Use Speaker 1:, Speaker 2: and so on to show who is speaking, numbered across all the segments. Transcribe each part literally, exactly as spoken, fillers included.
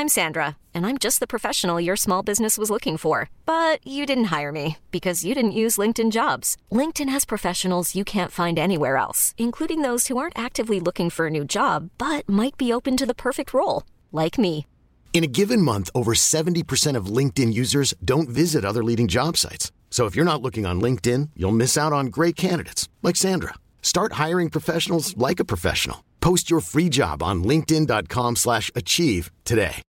Speaker 1: I'm Sandra, and I'm just the professional your small business was looking for. But you didn't hire me because you didn't use LinkedIn Jobs. LinkedIn has professionals you can't find anywhere else, including those who aren't actively looking for a new job, but might be open to the perfect role, like me.
Speaker 2: In a given month, over seventy percent of LinkedIn users don't visit other leading job sites. So if you're not looking on LinkedIn, you'll miss out on great candidates like Sandra. Start hiring professionals like a professional. Post your free job on linkedin.com slash achieve today.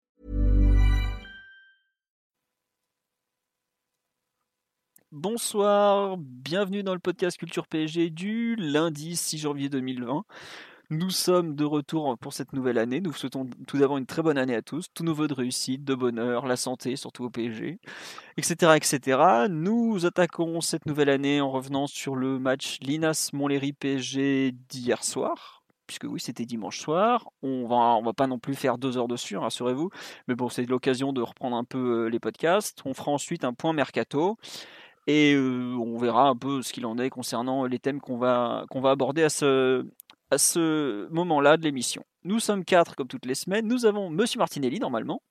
Speaker 3: Bonsoir, bienvenue dans le podcast Culture P S G du lundi six janvier deux mille vingt. Nous sommes de retour pour cette nouvelle année. Nous souhaitons tout d'abord une très bonne année à tous, tous nos vœux de réussite, de bonheur, la santé, surtout au P S G, et cetera, et cetera. Nous attaquons cette nouvelle année en revenant sur le match Linas Montlhéry P S G d'hier soir, puisque oui, c'était dimanche soir. On va, on va pas non plus faire deux heures dessus, hein, rassurez-vous, mais bon, c'est l'occasion de reprendre un peu les podcasts. On fera ensuite un point mercato. Et euh, on verra un peu ce qu'il en est concernant les thèmes qu'on va, qu'on va aborder à ce, à ce moment-là de l'émission. Nous sommes quatre comme toutes les semaines. Nous avons Monsieur Martinelli normalement.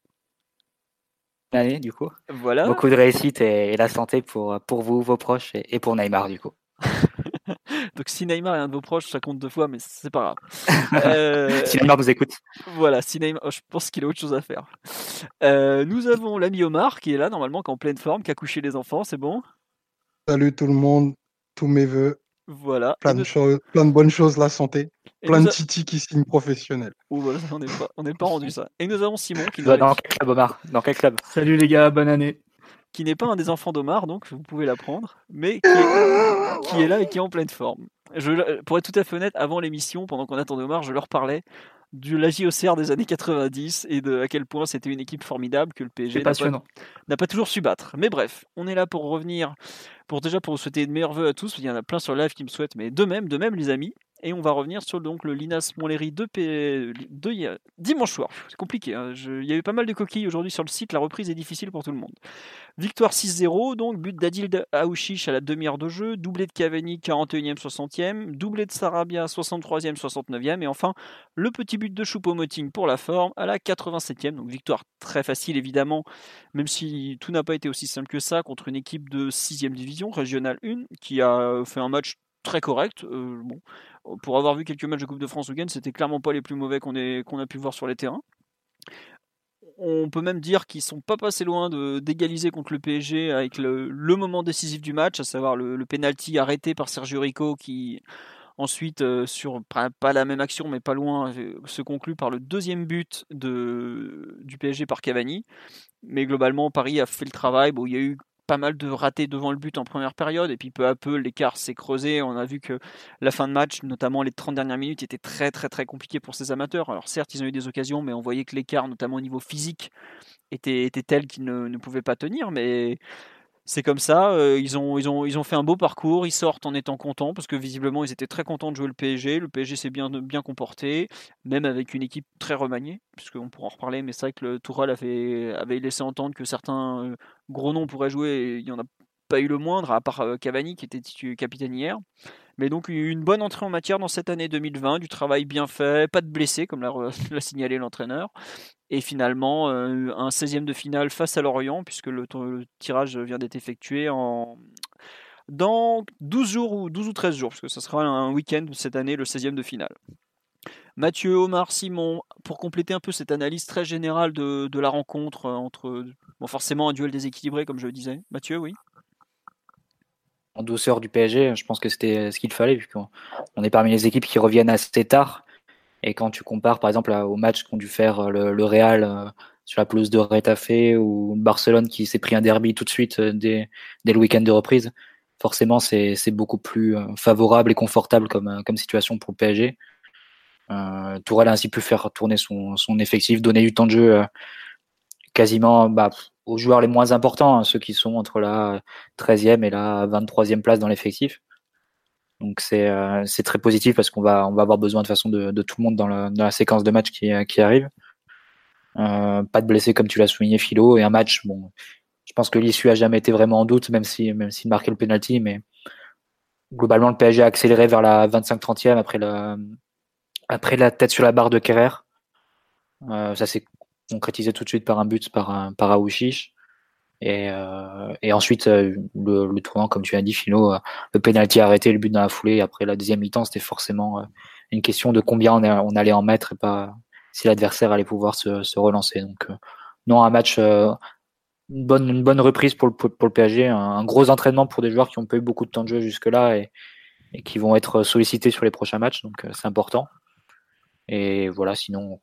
Speaker 4: L'année du coup.
Speaker 3: Voilà.
Speaker 4: Beaucoup de réussite et, et la santé pour, pour vous, vos proches et, et pour Neymar du coup.
Speaker 3: Donc si Neymar est un de vos proches, ça compte deux fois, mais c'est pas grave.
Speaker 4: euh... si Neymar nous écoute.
Speaker 3: Voilà, si Neymar, je pense qu'il a autre chose à faire. Euh, nous avons l'ami Omar qui est là normalement, qui est en pleine forme, qui a couché les enfants, c'est bon?
Speaker 5: Salut tout le monde, tous mes vœux.
Speaker 3: Voilà.
Speaker 5: Plein de, nous... choses, plein de bonnes choses, la santé. Et plein de a... titis qui signent professionnels.
Speaker 3: Oh, voilà, on n'est pas, on n'est pas rendu ça. Et nous avons Simon qui
Speaker 4: nous... Dans quel club, Omar? Dans quel club?
Speaker 6: Salut les gars, bonne année.
Speaker 3: Qui n'est pas un des enfants d'Omar, donc vous pouvez l'apprendre, mais qui est, qui est là et qui est en pleine forme. Je, pour être tout à fait honnête, avant l'émission, pendant qu'on attendait Omar, je leur parlais de la J O C R des années quatre-vingt-dix et de à quel point c'était une équipe formidable que le P S G n'a pas, n'a pas toujours su battre. Mais bref, on est là pour revenir, pour déjà pour vous souhaiter de meilleurs vœux à tous. Il y en a plein sur le live qui me souhaitent, mais de même, de même les amis. Et on va revenir sur donc le Linas Montlhéry de, P... de dimanche soir. C'est compliqué, hein. Je... il y a eu pas mal de coquilles aujourd'hui sur le site, la reprise est difficile pour tout le monde. Victoire six zéro, donc but d'Adil Aouchiche à la demi-heure de jeu, doublé de Cavani quarante et unième soixantième, doublé de Sarabia soixante-troisième soixante-neuvième, et enfin le petit but de Choupo-Moting pour la forme à la quatre-vingt-septième. Donc victoire très facile évidemment, même si tout n'a pas été aussi simple que ça, contre une équipe de sixième division, régionale un, qui a fait un match très correct. Euh, bon, pour avoir vu quelques matchs de Coupe de France week-end, c'était clairement pas les plus mauvais qu'on, ait, qu'on a pu voir sur les terrains. On peut même dire qu'ils sont pas passés loin de, d'égaliser contre le P S G avec le, le moment décisif du match, à savoir le, le penalty arrêté par Sergio Rico qui ensuite, euh, sur pas la même action mais pas loin, se conclut par le deuxième but de, du P S G par Cavani. Mais globalement, Paris a fait le travail. Bon, il y a eu pas mal de ratés devant le but en première période, et puis peu à peu l'écart s'est creusé. On a vu que la fin de match, notamment les trente dernières minutes, était très très très compliquée pour ces amateurs. Alors certes, ils ont eu des occasions, mais on voyait que l'écart, notamment au niveau physique, était, était tel qu'ils ne, ne pouvaient pas tenir. Mais c'est comme ça, euh, ils, ont, ils, ont, ils ont fait un beau parcours, ils sortent en étant contents, parce que visiblement ils étaient très contents de jouer le P S G. Le P S G s'est bien, bien comporté, même avec une équipe très remaniée, puisqu'on pourra en reparler, mais c'est vrai que le Tourelle avait, avait laissé entendre que certains euh, gros noms pourraient jouer, et il n'y en a pas eu le moindre, à part euh, Cavani qui était capitaine hier. Mais donc une bonne entrée en matière dans cette année deux mille vingt, du travail bien fait, pas de blessés comme l'a, l'a signalé l'entraîneur. Et finalement, euh, un seizième de finale face à Lorient, puisque le, le tirage vient d'être effectué en, dans douze jours ou douze ou treize jours, parce que ce sera un week-end cette année, le seizième de finale. Mathieu, Omar, Simon, pour compléter un peu cette analyse très générale de, de la rencontre entre, bon, forcément un duel déséquilibré, comme je le disais. Mathieu, oui.
Speaker 4: En douceur du P S G, je pense que c'était ce qu'il fallait, puisqu'on on est parmi les équipes qui reviennent assez tard. Et quand tu compares par exemple au match qu'ont dû faire le, le Real euh, sur la pelouse de Retafe ou Barcelone qui s'est pris un derby tout de suite euh, dès, dès le week-end de reprise, forcément c'est, c'est beaucoup plus euh, favorable et confortable comme, euh, comme situation pour le P S G. Euh, Tourelle a ainsi pu faire tourner son, son effectif, donner du temps de jeu euh, quasiment bah, aux joueurs les moins importants, hein, ceux qui sont entre la treizième et la vingt-troisième place dans l'effectif. Donc c'est euh, c'est très positif parce qu'on va on va avoir besoin de façon de, de tout le monde dans la dans la séquence de match qui qui arrive. Euh, pas de blessés comme tu l'as souligné Philo, et un match bon, je pense que l'issue a jamais été vraiment en doute, même si même s'il marquait le penalty, mais globalement le P S G a accéléré vers la vingt-cinq trentième après la après la tête sur la barre de Kerrer. Euh, ça s'est concrétisé tout de suite par un but par, par Aouchiche. Et, euh, et ensuite, euh, le, le tournant, comme tu as dit, Philo, euh, le pénalty arrêté, le but dans la foulée. Et après la deuxième mi-temps, c'était forcément euh, une question de combien on, a, on allait en mettre et pas si l'adversaire allait pouvoir se, se relancer. Donc, euh, non, un match, euh, une, bonne, une bonne reprise pour le, pour le P S G, un, un gros entraînement pour des joueurs qui n'ont pas eu beaucoup de temps de jeu jusque-là et, et qui vont être sollicités sur les prochains matchs. Donc, euh, c'est important. Et voilà, sinon,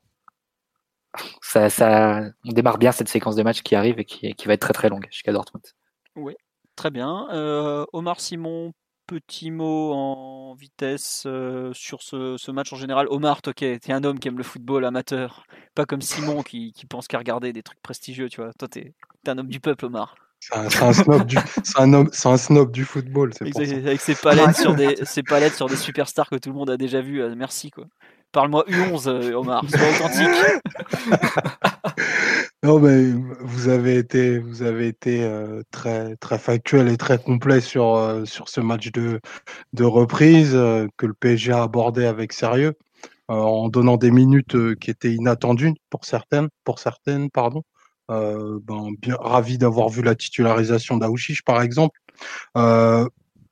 Speaker 4: ça, ça, on démarre bien cette séquence de matchs qui arrive et qui, qui va être très très longue jusqu'à Dortmund.
Speaker 3: Oui, très bien. Euh, Omar Simon, petit mot en vitesse euh, sur ce, ce match en général. Omar, toi, t'es un homme qui aime le football amateur, pas comme Simon qui, qui pense qu'à regarder des trucs prestigieux, tu vois. Toi, t'es es un homme du peuple, Omar.
Speaker 5: C'est un, c'est un snob du, c'est un, homme- c'est un snob du football, c'est pour ça.
Speaker 3: Avec ses palettes sur des, ses palettes sur des superstars que tout le monde a déjà vu. Merci quoi. Parle-moi U onze, euh, Omar, sois authentique.
Speaker 5: Non, mais vous avez été, vous avez été euh, très, très factuel et très complet sur, euh, sur ce match de, de reprise euh, que le P S G a abordé avec sérieux, euh, en donnant des minutes euh, qui étaient inattendues pour certaines, pour certaines, pardon. Euh, ben, bien ravi d'avoir vu la titularisation d'Aouchiche, par exemple. Euh,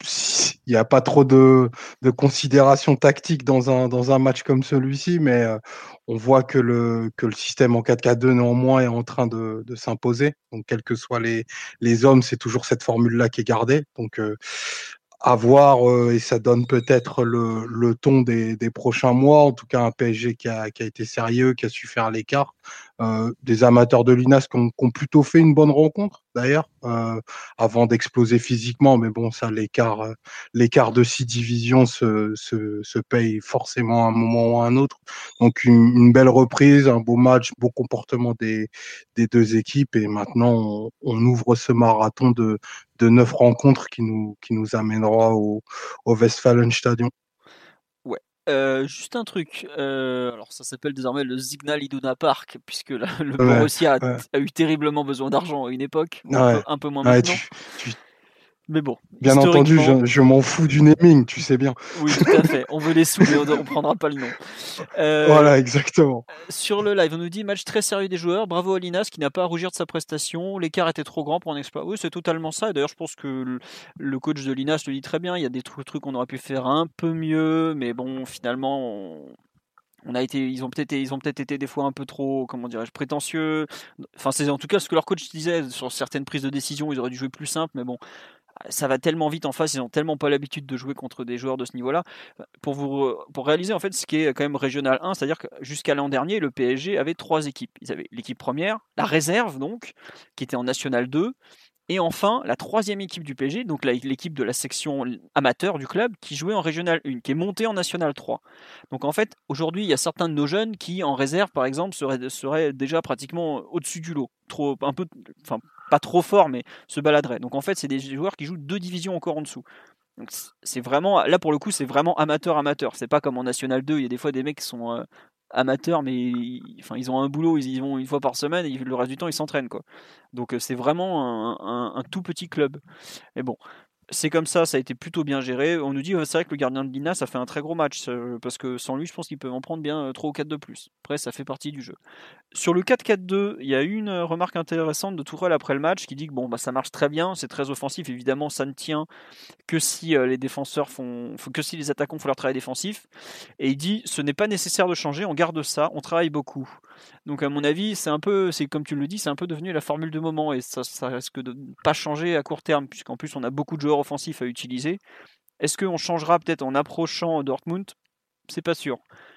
Speaker 5: Il n'y a pas trop de, de considération tactique dans un, dans un match comme celui-ci, mais euh, on voit que le, que le système en quatre quatre deux néanmoins est en train de, de s'imposer. Donc, quels que soient les, les hommes, c'est toujours cette formule-là qui est gardée. Donc, euh, à voir, euh, et ça donne peut-être le, le ton des, des prochains mois. En tout cas, un P S G qui a, qui a été sérieux, qui a su faire l'écart. Euh, des amateurs de l'I N A S qui ont, qui ont plutôt fait une bonne rencontre, d'ailleurs, euh, avant d'exploser physiquement. Mais bon, ça, l'écart, euh, l'écart de six divisions se, se, se paye forcément à un moment ou à un autre. Donc, une, une belle reprise, un beau match, beau comportement des, des deux équipes. Et maintenant, on, on ouvre ce marathon de, de neuf rencontres qui nous, qui nous amènera au, au Westfalenstadion.
Speaker 3: Ouais. Euh, juste un truc, euh, alors ça s'appelle désormais le Signal Iduna Park, puisque la, le
Speaker 5: Ouais,
Speaker 3: Borussia a,
Speaker 5: ouais.
Speaker 3: a eu terriblement besoin d'argent à une époque, bon, un,
Speaker 5: Ouais.
Speaker 3: peu, un peu moins
Speaker 5: Ouais,
Speaker 3: maintenant.
Speaker 5: tu, tu,
Speaker 3: Mais bon,
Speaker 5: bien entendu,
Speaker 3: historiquement,
Speaker 5: je, je m'en fous du naming, tu sais bien.
Speaker 3: oui, tout à fait. On veut les sous, mais on ne prendra pas le nom. Euh,
Speaker 5: Voilà, exactement.
Speaker 3: Sur le live, on nous dit match très sérieux des joueurs. Bravo à l'I N A S qui n'a pas à rougir de sa prestation. L'écart était trop grand pour un exploit. Oui, c'est totalement ça. Et d'ailleurs, je pense que le, le coach de l'I N A S le dit très bien. Il y a des trucs, trucs qu'on aurait pu faire un peu mieux, mais bon, finalement, on, on a été, ils ont peut-être, ils ont peut-être été des fois un peu trop, comment dirais-je, prétentieux. Enfin, c'est en tout cas ce que leur coach disait sur certaines prises de décision. Ils auraient dû jouer plus simple, mais bon, ça va tellement vite en face, ils ont tellement pas l'habitude de jouer contre des joueurs de ce niveau-là. Pour vous pour réaliser en fait ce qui est quand même régional un, c'est-à-dire que jusqu'à l'an dernier, le P S G avait trois équipes. Ils avaient l'équipe première, la réserve donc, qui était en National deux, et enfin la troisième équipe du P S G, donc l'équipe de la section amateur du club, qui jouait en Régional un, qui est montée en National trois. Donc en fait, aujourd'hui, il y a certains de nos jeunes qui, en réserve par exemple, seraient, seraient déjà pratiquement au-dessus du lot. Trop, un peu, enfin, pas trop fort, mais se baladeraient. Donc en fait, c'est des joueurs qui jouent deux divisions encore en dessous. Donc c'est vraiment, là pour le coup, c'est vraiment amateur-amateur. C'est pas comme en National deux, il y a des fois des mecs qui sont euh, amateurs, mais ils, enfin, ils ont un boulot, ils y vont une fois par semaine, et le reste du temps, ils s'entraînent, quoi. Donc c'est vraiment un, un, un tout petit club. Mais bon, c'est comme ça, ça a été plutôt bien géré. On nous dit, c'est vrai que le gardien de l'I N A, ça fait un très gros match, parce que sans lui, je pense qu'ils peuvent en prendre bien trois ou quatre de plus. Après, ça fait partie du jeu. Sur le quatre quatre deux, il y a eu une remarque intéressante de Tourelle après le match qui dit que bon, bah, ça marche très bien, c'est très offensif. Évidemment, ça ne tient que si euh, les défenseurs font, que si les attaquants font leur travail défensif. Et il dit, ce n'est pas nécessaire de changer, on garde ça, on travaille beaucoup. Donc à mon avis, c'est un peu, c'est comme tu le dis, c'est un peu devenu la formule de moment et ça, ça risque de ne pas changer à court terme puisqu'en plus on a beaucoup de joueurs offensifs à utiliser. Est-ce qu'on changera peut-être en approchant Dortmund? C'est pas sûr.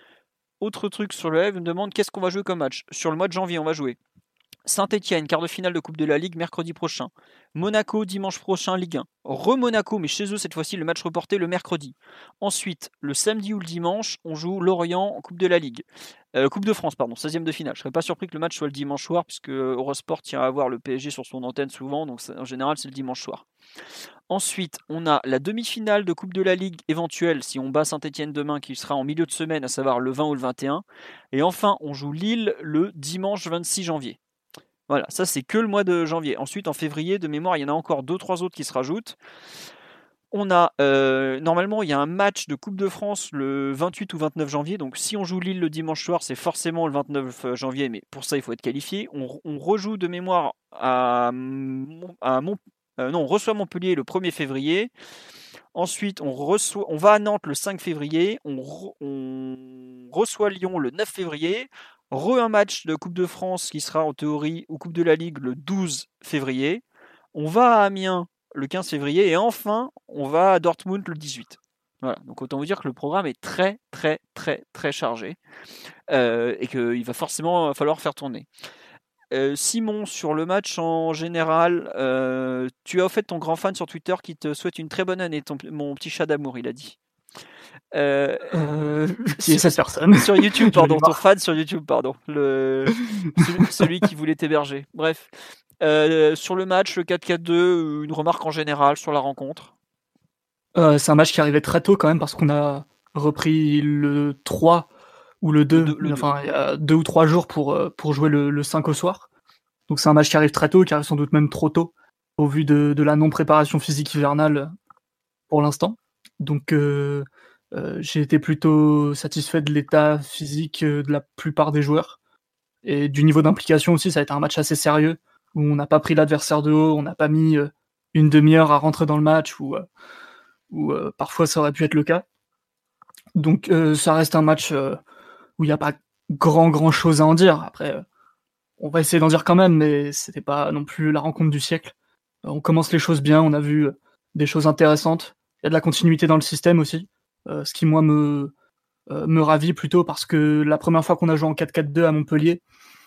Speaker 3: Autre truc sur le live, me demande qu'est-ce qu'on va jouer comme match. Sur le mois de janvier, on va jouer Saint-Etienne, quart de finale de Coupe de la Ligue, mercredi prochain. Monaco, dimanche prochain, Ligue un. Re-Monaco, mais chez eux, cette fois-ci, le match reporté le mercredi. Ensuite, le samedi ou le dimanche, on joue Lorient en Coupe de la Ligue. Euh, Coupe de France, pardon, seizième de finale. Je ne serais pas surpris que le match soit le dimanche soir, puisque Eurosport tient à voir le P S G sur son antenne souvent, donc en général, c'est le dimanche soir. Ensuite, on a la demi-finale de Coupe de la Ligue éventuelle, si on bat Saint-Etienne demain, qui sera en milieu de semaine, à savoir le vingt ou le vingt et un. Et enfin, on joue Lille le dimanche vingt-six janvier. Voilà, ça c'est que le mois de janvier. Ensuite, en février, de mémoire, il y en a encore deux trois autres qui se rajoutent. on a euh, normalement il y a un match de Coupe de France le vingt-huit ou vingt-neuf janvier. Donc si on joue Lille le dimanche soir, c'est forcément le vingt-neuf janvier, mais pour ça il faut être qualifié. On, on rejoue de mémoire à, à Mont, euh, non, on reçoit Montpellier le premier février. Ensuite, on, reçoit, on va à Nantes le cinq février. On, re, on reçoit Lyon le neuf février. Re un match de Coupe de France qui sera en théorie ou Coupe de la Ligue le douze février. On va à Amiens le quinze février et enfin on va à Dortmund le dix-huit. Voilà, donc autant vous dire que le programme est très très très très chargé euh, et qu'il va forcément falloir faire tourner. Euh, Simon, sur le match en général, euh, tu as en fait ton grand fan sur Twitter qui te souhaite une très bonne année, ton, mon petit chat d'amour, il a dit.
Speaker 6: Euh, euh, qui est cette personne?
Speaker 3: Sur YouTube, pardon, ton fan sur YouTube, pardon, le, celui, celui qui voulait t'héberger. Bref, euh, sur le match, le quatre quatre deux, une remarque en général sur la rencontre?
Speaker 6: euh, C'est un match qui arrivait très tôt quand même parce qu'on a repris le trois ou le deux, le deux le enfin il y a deux ou trois jours pour, pour jouer le, le cinq au soir. Donc c'est un match qui arrive très tôt, qui arrive sans doute même trop tôt au vu de, de la non-préparation physique hivernale pour l'instant. Donc euh, euh, j'ai été plutôt satisfait de l'état physique de la plupart des joueurs et du niveau d'implication aussi. Ça a été un match assez sérieux où on n'a pas pris l'adversaire de haut, on n'a pas mis euh, une demi-heure à rentrer dans le match où, euh, où euh, parfois ça aurait pu être le cas. Donc euh, ça reste un match euh, où il n'y a pas grand grand chose à en dire. Après, euh, on va essayer d'en dire quand même, mais c'était pas non plus la rencontre du siècle. Euh, on commence les choses bien, on a vu euh, des choses intéressantes. Il y a de la continuité dans le système aussi, euh, ce qui moi me euh, me ravit plutôt parce que la première fois qu'on a joué en quatre quatre deux à Montpellier,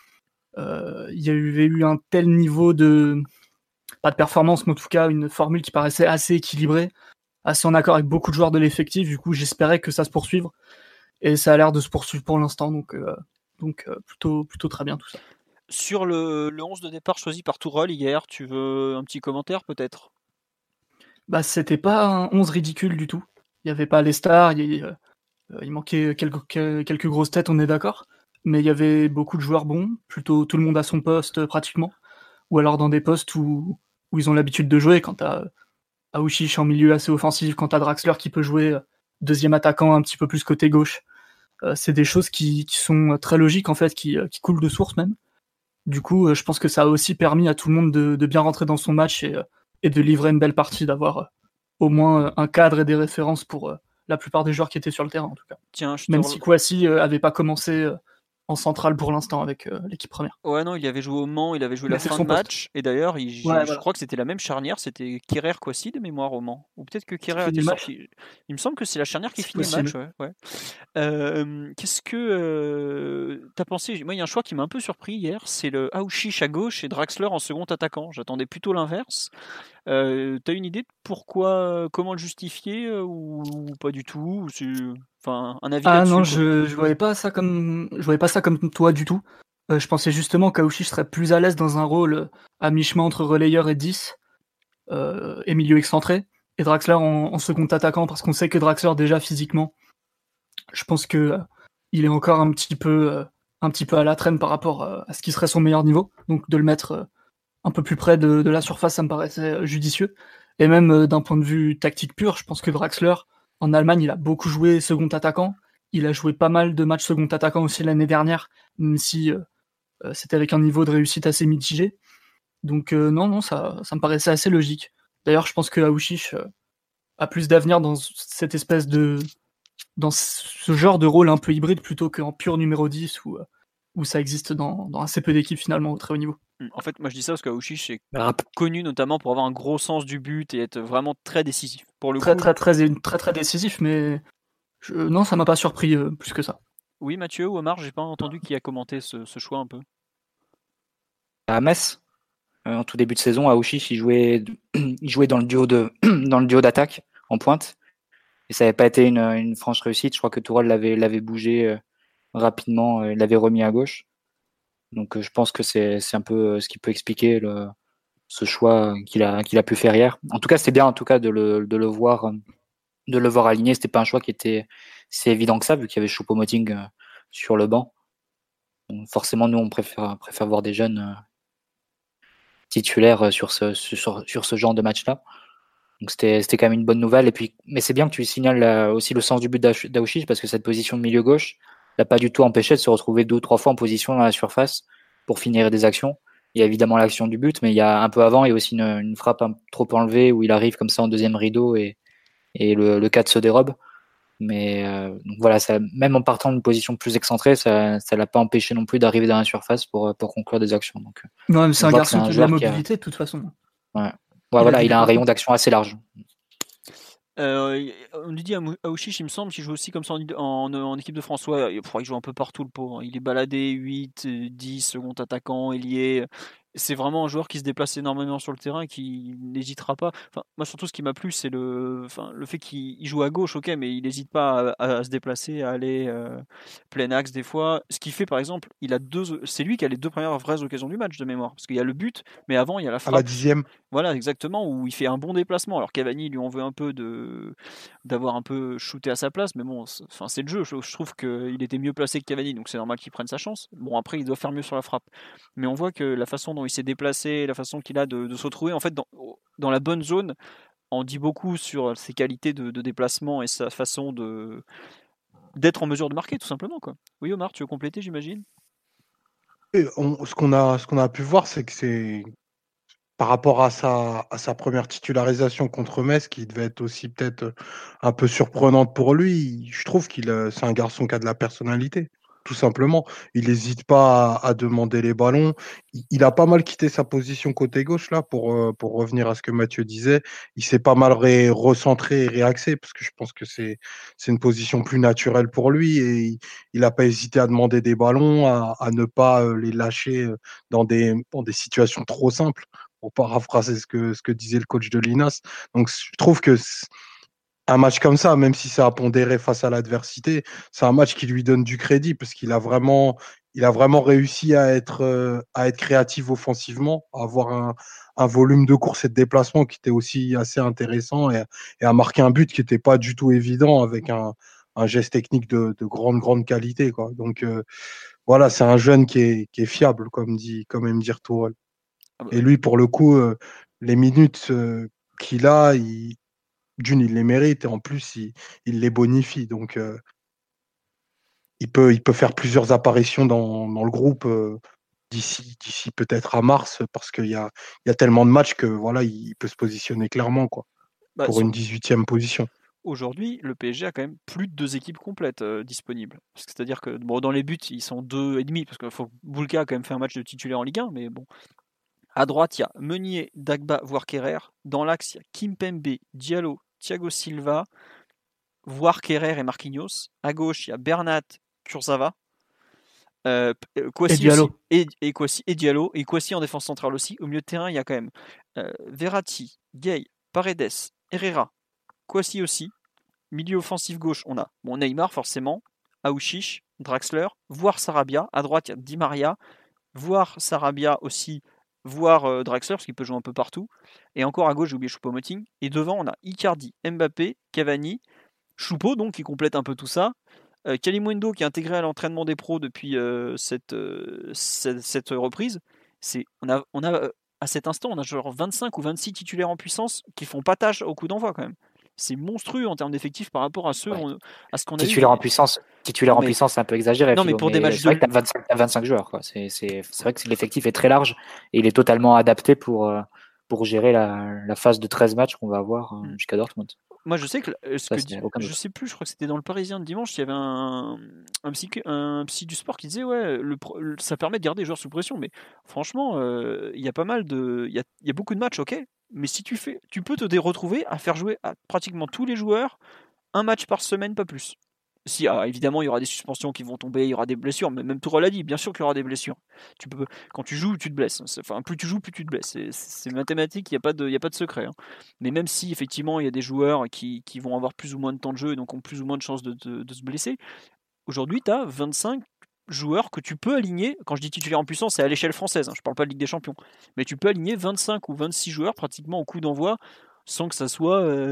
Speaker 6: euh, il y avait eu un tel niveau de pas de performance, mais en tout cas une formule qui paraissait assez équilibrée, assez en accord avec beaucoup de joueurs de l'effectif. Du coup, j'espérais que ça se poursuive. Et ça a l'air de se poursuivre pour l'instant, donc, euh, donc euh, plutôt, plutôt très bien tout ça.
Speaker 3: Sur le, le onze de départ choisi par Tourelle hier, tu veux un petit commentaire peut-être?
Speaker 6: Bah, c'était pas un onze ridicule du tout. Il n'y avait pas les stars, il, euh, il manquait quelques, quelques grosses têtes, on est d'accord. Mais il y avait beaucoup de joueurs bons, plutôt tout le monde à son poste pratiquement. Ou alors dans des postes où, où ils ont l'habitude de jouer, quand t'as Aouchiche en milieu assez offensif, quand t'as Draxler qui peut jouer deuxième attaquant un petit peu plus côté gauche. Euh, c'est des choses qui, qui sont très logiques en fait, qui, qui coulent de source même. Du coup, euh, je pense que ça a aussi permis à tout le monde de, de bien rentrer dans son match et, euh, et de livrer une belle partie, d'avoir euh, au moins euh, un cadre et des références pour euh, la plupart des joueurs qui étaient sur le terrain en tout cas.
Speaker 3: Tiens, je
Speaker 6: même
Speaker 3: te...
Speaker 6: si Kouassi euh, avait pas commencé euh, en centrale pour l'instant avec euh, l'équipe première.
Speaker 3: Ouais, non, il avait joué au Mans, il avait joué Mais la fin de match, poste. Et d'ailleurs, il, ouais, je voilà. crois que c'était la même charnière, c'était Kerrer-Kouassi de mémoire au Mans. Ou peut-être que Kerrer a été sorti. Il me semble que c'est la charnière qui c'est finit possible. le match. Ouais, ouais. Euh, qu'est-ce que euh, t'as pensé? Moi, il y a un choix qui m'a un peu surpris hier, c'est le Aouchiche à gauche et Draxler en second attaquant. J'attendais plutôt l'inverse. Euh, t'as une idée de pourquoi, comment le justifier ou, ou pas du tout? C'est... Enfin, un avis
Speaker 6: ah
Speaker 3: là-dessus.
Speaker 6: non, je, je voyais pas ça comme, je voyais pas ça comme toi du tout. Euh, je pensais justement qu'Aouchiche serait plus à l'aise dans un rôle à mi-chemin entre relayeur et dix euh, et milieu excentré, et Draxler en, en second attaquant, parce qu'on sait que Draxler déjà physiquement, je pense que euh, il est encore un petit peu, euh, un petit peu à la traîne par rapport euh, à ce qui serait son meilleur niveau. Donc de le mettre euh, un peu plus près de, de la surface, ça me paraissait judicieux. Et même euh, d'un point de vue tactique pur, je pense que Draxler en Allemagne, il a beaucoup joué second attaquant. Il a joué pas mal de matchs second attaquant aussi l'année dernière, même si euh, c'était avec un niveau de réussite assez mitigé. Donc euh, non, non, ça, ça me paraissait assez logique. D'ailleurs, je pense que Aouchiche euh, a plus d'avenir dans cette espèce de, dans ce genre de rôle un peu hybride plutôt qu'en pur numéro dix où, où ça existe dans, dans assez peu d'équipes finalement au très haut niveau.
Speaker 3: En fait, moi je dis ça parce qu'Aouchiche est connu notamment pour avoir un gros sens du but et être vraiment très décisif. Pour le
Speaker 6: très,
Speaker 3: coup...
Speaker 6: très, très, très, très, très décisif, mais je... non, ça m'a pas surpris euh, plus que ça.
Speaker 3: Oui, Mathieu ou Omar, j'ai pas entendu qui a commenté ce, ce choix un peu.
Speaker 4: À Metz, euh, en tout début de saison, Aouchiche, il jouait, il jouait dans le duo de, dans le duo d'attaque en pointe, et ça n'avait pas été une, une franche réussite. Je crois que Tourelle l'avait, l'avait bougé euh, rapidement, euh, l'avait remis à gauche. Donc euh, je pense que c'est, c'est un peu euh, ce qui peut expliquer le, ce choix qu'il a, qu'il a pu faire hier. En tout cas, c'était bien en tout cas de le, de le voir, de le voir aligné. C'était pas un choix qui était si évident que ça, vu qu'il y avait Choupo-Moting euh, sur le banc. Donc, forcément, nous on préfère, préfère voir des jeunes euh, titulaires sur ce, sur, sur ce genre de match-là. Donc c'était c'était quand même une bonne nouvelle. Et puis, mais c'est bien que tu signales euh, aussi le sens du but d'Aouch- d'Aouchiche parce que cette position de milieu gauche l'a pas du tout empêché de se retrouver deux ou trois fois en position dans la surface pour finir des actions. Il y a évidemment l'action du but, mais il y a un peu avant, il y a aussi une, une frappe un, trop enlevée où il arrive comme ça en deuxième rideau et, et le, le cadre se dérobe. Mais euh, donc voilà, ça, même en partant d'une position plus excentrée, ça ça l'a pas empêché non plus d'arriver dans la surface pour pour conclure des actions. Donc,
Speaker 6: Non, mais c'est
Speaker 4: on
Speaker 6: un
Speaker 4: voit que c'est
Speaker 6: garçon
Speaker 4: un
Speaker 6: qui a de la
Speaker 4: joueur qui a,
Speaker 6: mobilité de toute façon.
Speaker 4: ouais, ouais
Speaker 6: Il a
Speaker 4: voilà,
Speaker 6: du
Speaker 4: il a un rayon
Speaker 6: déplacement.
Speaker 4: d'action assez large.
Speaker 3: Euh, on lui dit à Mou- Aouchiche, il me semble qu'il joue aussi comme ça en, en- en équipe de France. Ouais, il faudrait qu'il joue un peu partout, le pauvre. Il est baladé huit, euh, dix, second attaquant, ailier. C'est vraiment un joueur qui se déplace énormément sur le terrain et qui n'hésitera pas. Enfin, moi, surtout, ce qui m'a plu, c'est le, enfin, le fait qu'il il joue à gauche, ok, mais il n'hésite pas à, à se déplacer, à aller euh, plein axe des fois. Ce qui fait, par exemple, il a deux, c'est lui qui a les deux premières vraies occasions du match de mémoire. Parce qu'il y a le but, mais avant, il y a la
Speaker 5: À la
Speaker 3: frappe.
Speaker 5: dixième.
Speaker 3: Voilà, exactement, où il fait un bon déplacement. Alors Cavani lui en veut un peu de d'avoir un peu shooté à sa place, mais bon, c'est, enfin, c'est le jeu. Je, je trouve qu'il était mieux placé que Cavani, donc c'est normal qu'il prenne sa chance. Bon, après, il doit faire mieux sur la frappe. Mais on voit que la façon dont il s'est déplacé, la façon qu'il a de, de se retrouver en fait dans, dans la bonne zone, en dit beaucoup sur ses qualités de, de déplacement et sa façon de d'être en mesure de marquer, tout simplement, quoi. Oui, Omar, tu veux compléter, j'imagine?
Speaker 5: Et on- ce qu'on a, ce qu'on a pu voir, c'est que c'est par rapport à sa, à sa première titularisation contre Metz, qui devait être aussi peut-être un peu surprenante pour lui. Je trouve qu'il, euh, c'est un garçon qui a de la personnalité, tout simplement. Il n'hésite pas à, à demander les ballons. Il, il a pas mal quitté sa position côté gauche là pour, euh, pour revenir à ce que Mathieu disait. Il s'est pas mal ré- recentré et réaxé parce que je pense que c'est, c'est une position plus naturelle pour lui et il n'a pas hésité à demander des ballons, à, à ne pas euh, les lâcher euh, dans des, dans des situations trop simples pour paraphraser ce que, ce que disait le coach de l'I N A S. Donc, je trouve que un match comme ça, même si ça a pondéré face à l'adversité, c'est un match qui lui donne du crédit parce qu'il a vraiment, il a vraiment réussi à être, euh, à être créatif offensivement, à avoir un, un volume de course et de déplacement qui était aussi assez intéressant et, et à marquer un but qui n'était pas du tout évident avec un, un geste technique de, de grande, grande qualité, quoi. Donc, euh, voilà, c'est un jeune qui est, qui est fiable, comme dit, comme aime dire Tourelle.
Speaker 3: Ah bah,
Speaker 5: Et lui, pour le coup, euh, les minutes euh, qu'il a, il, d'une, il les mérite et en plus, il, il les bonifie. Donc, euh, il peut, il peut faire plusieurs apparitions dans, dans le groupe euh, d'ici, d'ici peut-être à mars parce qu'il y a, il y a tellement de matchs que voilà, il peut se positionner clairement quoi,
Speaker 3: bah,
Speaker 5: pour
Speaker 3: sur-
Speaker 5: une dix-huitième position.
Speaker 3: Aujourd'hui, le P S G a quand même plus de deux équipes complètes euh, disponibles. Parce que C'est-à-dire que bon, dans les buts, ils sont deux et demi, parce que faut, Boulka a quand même fait un match de titulaire en Ligue un, mais bon. À droite, il y a Meunier, Dagba, voire Kerrer. Dans l'axe, il y a Kimpembe, Diallo, Thiago Silva, voire Kerrer et Marquinhos. À gauche, il y a Bernat, Kurzawa. Euh,
Speaker 6: Et
Speaker 3: Kwasi aussi.
Speaker 6: Diallo.
Speaker 3: Et, et, Kwasi, et Diallo. Et Kwasi en défense centrale aussi. Au milieu de terrain, il y a quand même euh, Verratti, Gay, Paredes, Herrera, Kwasi aussi. Milieu offensif gauche, on a bon, Neymar forcément, Aouchiche, Draxler, voire Sarabia. À droite, il y a Di Maria, voire Sarabia aussi, voire euh, Draxler, parce qu'il peut jouer un peu partout. Et encore à gauche, j'ai oublié Choupo-Moting. Et devant, on a Icardi, Mbappé, Cavani, Choupo, donc qui complète un peu tout ça. Euh, Kalimundo qui est intégré à l'entraînement des pros depuis euh, cette, euh, cette, cette reprise. C'est, on a, on a, euh, à cet instant, on a genre vingt-cinq ou vingt-six titulaires en puissance qui font pas tâche au coup d'envoi quand même. C'est monstrueux en termes d'effectifs par rapport à ceux,
Speaker 4: Ouais.
Speaker 3: on- à ce qu'on a eu.
Speaker 4: Titulaire en
Speaker 3: Mais,
Speaker 4: puissance, titulaire
Speaker 3: non
Speaker 4: en
Speaker 3: mais,
Speaker 4: puissance, c'est un peu exagéré,
Speaker 3: non mais
Speaker 4: Philo,
Speaker 3: pour des
Speaker 4: mais
Speaker 3: matchs
Speaker 4: c'est vrai
Speaker 3: de,
Speaker 4: que tu as vingt-cinq, t'as vingt-cinq joueurs, quoi. C'est, c'est, c'est vrai que l'effectif est très large et il est totalement adapté pour, euh, pour gérer la, la phase de treize matchs qu'on va avoir euh, jusqu'à Dortmund.
Speaker 3: moi, je sais que euh, ce
Speaker 4: Ça,
Speaker 3: que
Speaker 4: c'est
Speaker 3: dit,
Speaker 4: aucun
Speaker 3: je
Speaker 4: doute.
Speaker 3: sais plus, je crois que c'était dans le Parisien de dimanche, il y avait un, un, psy, un psy du sport qui disait ouais, le, le- ça permet de garder les joueurs sous pression, mais franchement, euh, il y a pas mal de, il y a, il y a beaucoup de matchs, ok, mais si tu fais, tu peux te dé- retrouver à faire jouer à pratiquement tous les joueurs un match par semaine, pas plus. Si, ah, évidemment, il y aura des suspensions qui vont tomber, il y aura des blessures, mais même Tourelle l'a dit, bien sûr qu'il y aura des blessures. Tu peux, quand tu joues, tu te blesses. Enfin, plus tu joues, plus tu te blesses. C'est, c'est mathématique, il n'y a, pas de, il y a pas de secret. Hein. Mais même si, effectivement, il y a des joueurs qui, qui vont avoir plus ou moins de temps de jeu et donc ont plus ou moins de chances de, de, de se blesser, aujourd'hui, tu as vingt-cinq joueurs que tu peux aligner. Quand je dis titulaire en puissance, c'est à l'échelle française, hein, je ne parle pas de Ligue des Champions. Mais tu peux aligner vingt-cinq ou vingt-six joueurs pratiquement au coup d'envoi sans que ça soit. Euh,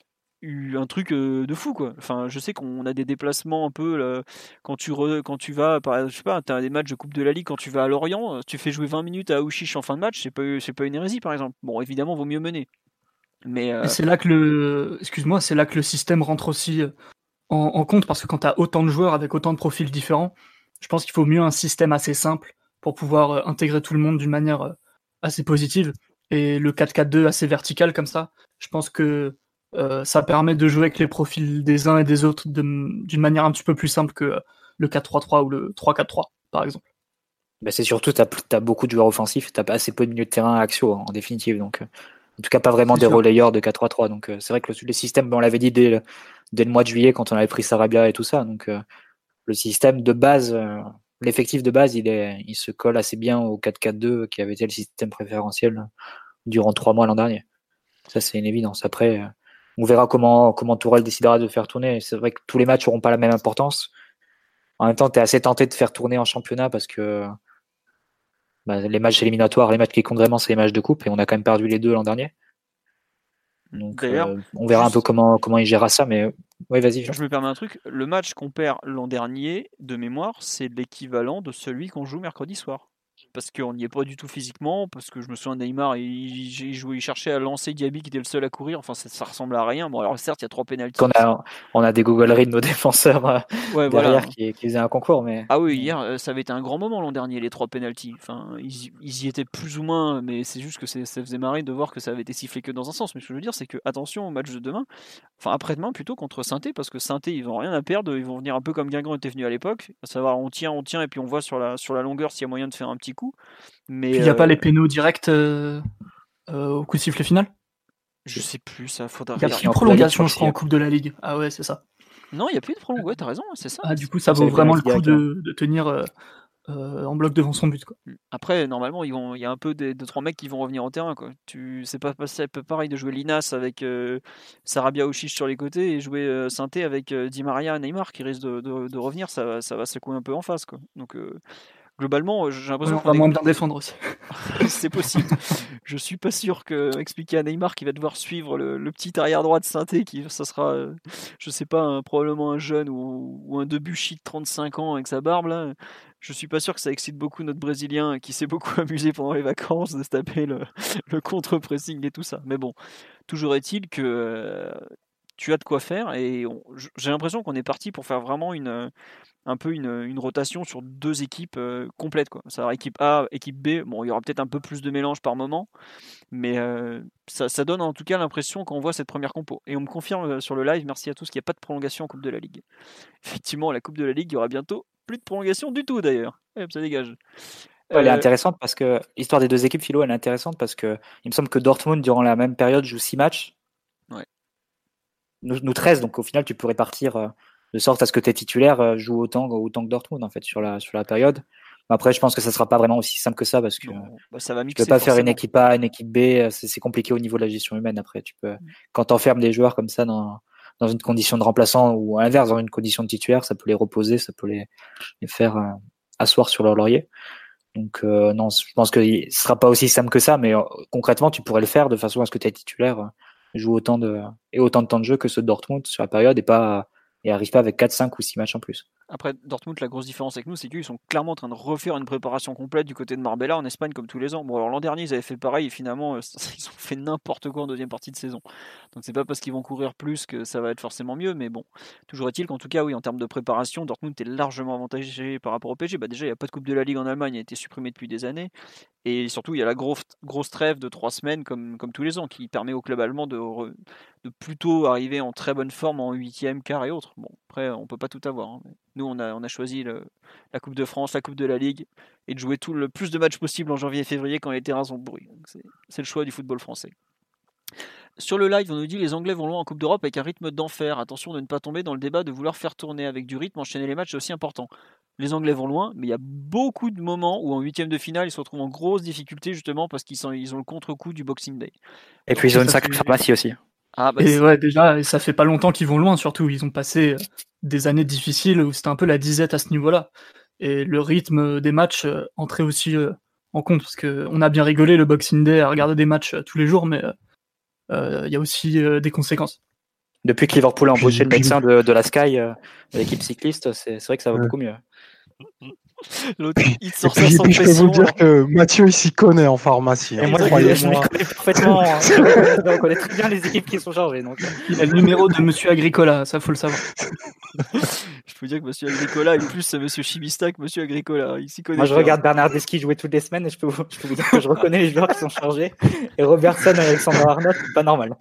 Speaker 3: eu un truc euh, de fou quoi. Enfin, je sais qu'on a des déplacements un peu là, quand tu re, quand tu vas par je sais pas, tu as des matchs de Coupe de la Ligue quand tu vas à Lorient, tu fais jouer vingt minutes à Aouchiche en fin de match, c'est pas c'est pas une hérésie par exemple. Bon, évidemment, vaut mieux mener. Mais euh...
Speaker 6: c'est là que le, excuse-moi, c'est là que le système rentre aussi en, en compte, parce que quand tu as autant de joueurs avec autant de profils différents, je pense qu'il faut mieux un système assez simple pour pouvoir intégrer tout le monde d'une manière assez positive. Et le quatre quatre deux assez vertical comme ça, je pense que euh, ça permet de jouer avec les profils des uns et des autres de, d'une manière un petit peu plus simple que le quatre trois trois ou le trois quatre trois, par exemple.
Speaker 4: Bah c'est surtout, tu as beaucoup de joueurs offensifs, tu as assez peu de milieu de terrain axiaux, en définitive. Donc, en tout cas, pas vraiment c'est des sûr. relayeurs de quatre trois trois. Donc, c'est vrai que le, le système, on l'avait dit dès le, dès le mois de juillet quand on avait pris Sarabia et tout ça. Donc, euh, le système de base, euh, l'effectif de base, il, est, il se colle assez bien au quatre quatre deux qui avait été le système préférentiel durant trois mois l'an dernier. Ça, c'est une évidence. Après, euh, on verra comment, comment Tourelle décidera de faire tourner. C'est vrai que tous les matchs n'auront pas la même importance. En même temps, tu es assez tenté de faire tourner en championnat parce que bah, les matchs éliminatoires, les matchs qui comptent vraiment, c'est les matchs de coupe et on a quand même perdu les deux l'an dernier. Donc, euh, on verra juste... un peu comment, comment il gérera ça. Mais oui, vas-y.
Speaker 3: Je me permets un truc. Le match qu'on perd l'an dernier, de mémoire, c'est l'équivalent de celui qu'on joue mercredi soir. Parce qu'on n'y est pas du tout physiquement, parce que je me souviens de Neymar, il, il, jouait, il cherchait à lancer Diaby qui était le seul à courir, enfin ça, ça ressemble à rien. Bon alors certes il y a trois pénaltys.
Speaker 4: On a, on a des googleries de nos défenseurs euh, ouais, derrière voilà. qui, qui faisaient un concours. Mais...
Speaker 3: Ah oui, hier ça avait été un grand moment l'an dernier, les trois pénaltys. Enfin, ils, ils y étaient plus ou moins, mais c'est juste que c'est, ça faisait marrer de voir que ça avait été sifflé que dans un sens. Mais ce que je veux dire c'est que attention au match de demain, enfin après-demain plutôt contre Saint-Étienne, parce que Saint-Étienne ils n'ont rien à perdre, ils vont venir un peu comme Guingamp était venu à l'époque, à savoir on tient, on tient et puis on voit sur la, sur la longueur s'il y a moyen de faire un petit coup. Mais
Speaker 6: puis il n'y a euh... pas les pénaux directs euh, euh, au coup de sifflet final.
Speaker 3: Je sais plus, ça faudra.
Speaker 6: Il y a plus de prolongation, je crois, en Coupe de la Ligue. Ah ouais, c'est ça.
Speaker 3: Non, il n'y a plus de prolongation, ouais, t'as raison, c'est ça.
Speaker 6: Ah, du coup, ça vaut vraiment le coup de, de tenir euh, euh, en bloc devant son but, quoi.
Speaker 3: Après, normalement, il vont... y a un peu des deux trois mecs qui vont revenir au terrain, quoi. Tu... C'est pas pareil de jouer Linas avec euh, Sarabia ou Chiche sur les côtés et jouer euh, Saint-Étienne avec euh, Di Maria et Neymar qui risquent de, de, de revenir, ça va, ça va secouer un peu en face, quoi. Donc. Euh... Globalement, j'ai l'impression
Speaker 6: ouais, on va moins bien défendre aussi.
Speaker 3: C'est possible. Je suis pas sûr que expliquer à Neymar qu'il va devoir suivre le, le petit arrière droit de Saint-Étienne, qui ça sera, euh, je sais pas, un, probablement un jeune ou, ou un Debuchy de trente-cinq ans avec sa barbe là. Je suis pas sûr que ça excite beaucoup notre Brésilien qui s'est beaucoup amusé pendant les vacances de se taper le, le contre-pressing et tout ça. Mais bon, toujours est-il que euh, tu as de quoi faire et on, j'ai l'impression qu'on est parti pour faire vraiment une un peu une, une rotation sur deux équipes euh, complètes, quoi. Ça va équipe A, équipe B. Bon, il y aura peut-être un peu plus de mélange par moment, mais euh, ça, ça donne en tout cas l'impression quand on voit cette première compo. Et on me confirme euh, sur le live, merci à tous, qu'il n'y a pas de prolongation en Coupe de la Ligue. Effectivement, la Coupe de la Ligue, il y aura bientôt plus de prolongation du tout d'ailleurs. Hop, ça dégage.
Speaker 4: Ouais, elle est intéressante parce que l'histoire des deux équipes, Philo, elle est intéressante parce que il me semble que Dortmund, durant la même période, joue six matchs.
Speaker 3: Ouais.
Speaker 4: Nous, nous treize, donc au final, tu pourrais partir. Euh, de sorte à ce que tes titulaires jouent autant, autant que Dortmund en fait sur la, sur la période. Après, je pense que ça sera pas vraiment aussi simple que ça parce que
Speaker 3: non, bah ça va mixer,
Speaker 4: tu peux pas
Speaker 3: forcément.
Speaker 4: faire une équipe A, une équipe B, c'est, c'est compliqué au niveau de la gestion humaine. Après, tu peux, mmh. quand t'enfermes des joueurs comme ça dans, dans une condition de remplaçant ou à l'inverse dans une condition de titulaire, ça peut les reposer, ça peut les, les faire euh, asseoir sur leur laurier. Donc euh, non, je pense que ce sera pas aussi simple que ça, mais euh, concrètement, tu pourrais le faire de façon à ce que tes titulaires euh, jouent autant de et autant de temps de jeu que ceux de Dortmund sur la période et pas et arrive pas avec quatre, cinq ou six matchs en plus.
Speaker 3: Après, Dortmund, la grosse différence avec nous, c'est qu'ils sont clairement en train de refaire une préparation complète du côté de Marbella en Espagne comme tous les ans. Bon, alors l'an dernier, ils avaient fait pareil et finalement, ils ont fait n'importe quoi en deuxième partie de saison. Donc c'est pas parce qu'ils vont courir plus que ça va être forcément mieux, mais bon. Toujours est-il qu'en tout cas, oui, en termes de préparation, Dortmund est largement avantagé par rapport au P S G. Bah déjà, il n'y a pas de Coupe de la Ligue en Allemagne, elle a été supprimée depuis des années. Et surtout, il y a la grosse, grosse trêve de trois semaines, comme, comme tous les ans, qui permet au club allemand de, re, de plutôt arriver en très bonne forme en huitième, quart et autres. Bon, après, on peut pas tout avoir. Hein. Nous, on a, on a choisi le, la Coupe de France, la Coupe de la Ligue, et de jouer tout le plus de matchs possible en janvier et février quand les terrains sont bruits. Donc c'est, c'est le choix du football français. Sur le live, on nous dit les Anglais vont loin en Coupe d'Europe avec un rythme d'enfer. Attention de ne pas tomber dans le débat de vouloir faire tourner avec du rythme, enchaîner les matchs, c'est aussi important. Les Anglais vont loin, mais il y a beaucoup de moments où en huitième de finale, ils se retrouvent en grosse difficulté justement parce qu'ils sont, ils ont le contre-coup du Boxing Day.
Speaker 4: Et puis ils ont une sacrée pharmacie aussi.
Speaker 6: Ah bah et c'est... ouais, déjà, et ça fait pas longtemps qu'ils vont loin, surtout. Ils ont passé des années difficiles où c'était un peu la disette à ce niveau-là. Et le rythme des matchs euh, entrait aussi euh, en compte parce que on a bien rigolé le Boxing Day à regarder des matchs euh, tous les jours, mais il euh, y a aussi euh, des conséquences.
Speaker 4: Depuis que Liverpool a embauché puis, le médecin puis... de, de la Sky, euh, de l'équipe cycliste, c'est, c'est vrai que ça va ouais. beaucoup mieux.
Speaker 3: L'autre, il te sort
Speaker 5: Et puis,
Speaker 3: ça sans
Speaker 5: puis je peux vous
Speaker 3: pression.
Speaker 5: dire que Mathieu, il s'y connaît en pharmacie.
Speaker 4: Et
Speaker 5: hein,
Speaker 4: moi, je,
Speaker 5: croyez-moi.
Speaker 4: je m'y connais parfaitement. hein. Je reconnais, je reconnais très bien les équipes qui sont chargées. Donc.
Speaker 6: Il a le numéro de Monsieur Agricola, ça faut le savoir.
Speaker 3: Je peux dire que Monsieur Agricola est plus Monsieur Chimista que Monsieur Agricola. Il s'y connaît.
Speaker 4: Moi, je
Speaker 3: bien.
Speaker 4: regarde Bernardeschi jouer toutes les semaines et je peux, vous, je peux vous dire que je reconnais les joueurs qui sont chargés. Et Robertson et Alexandre Arnold, c'est pas normal.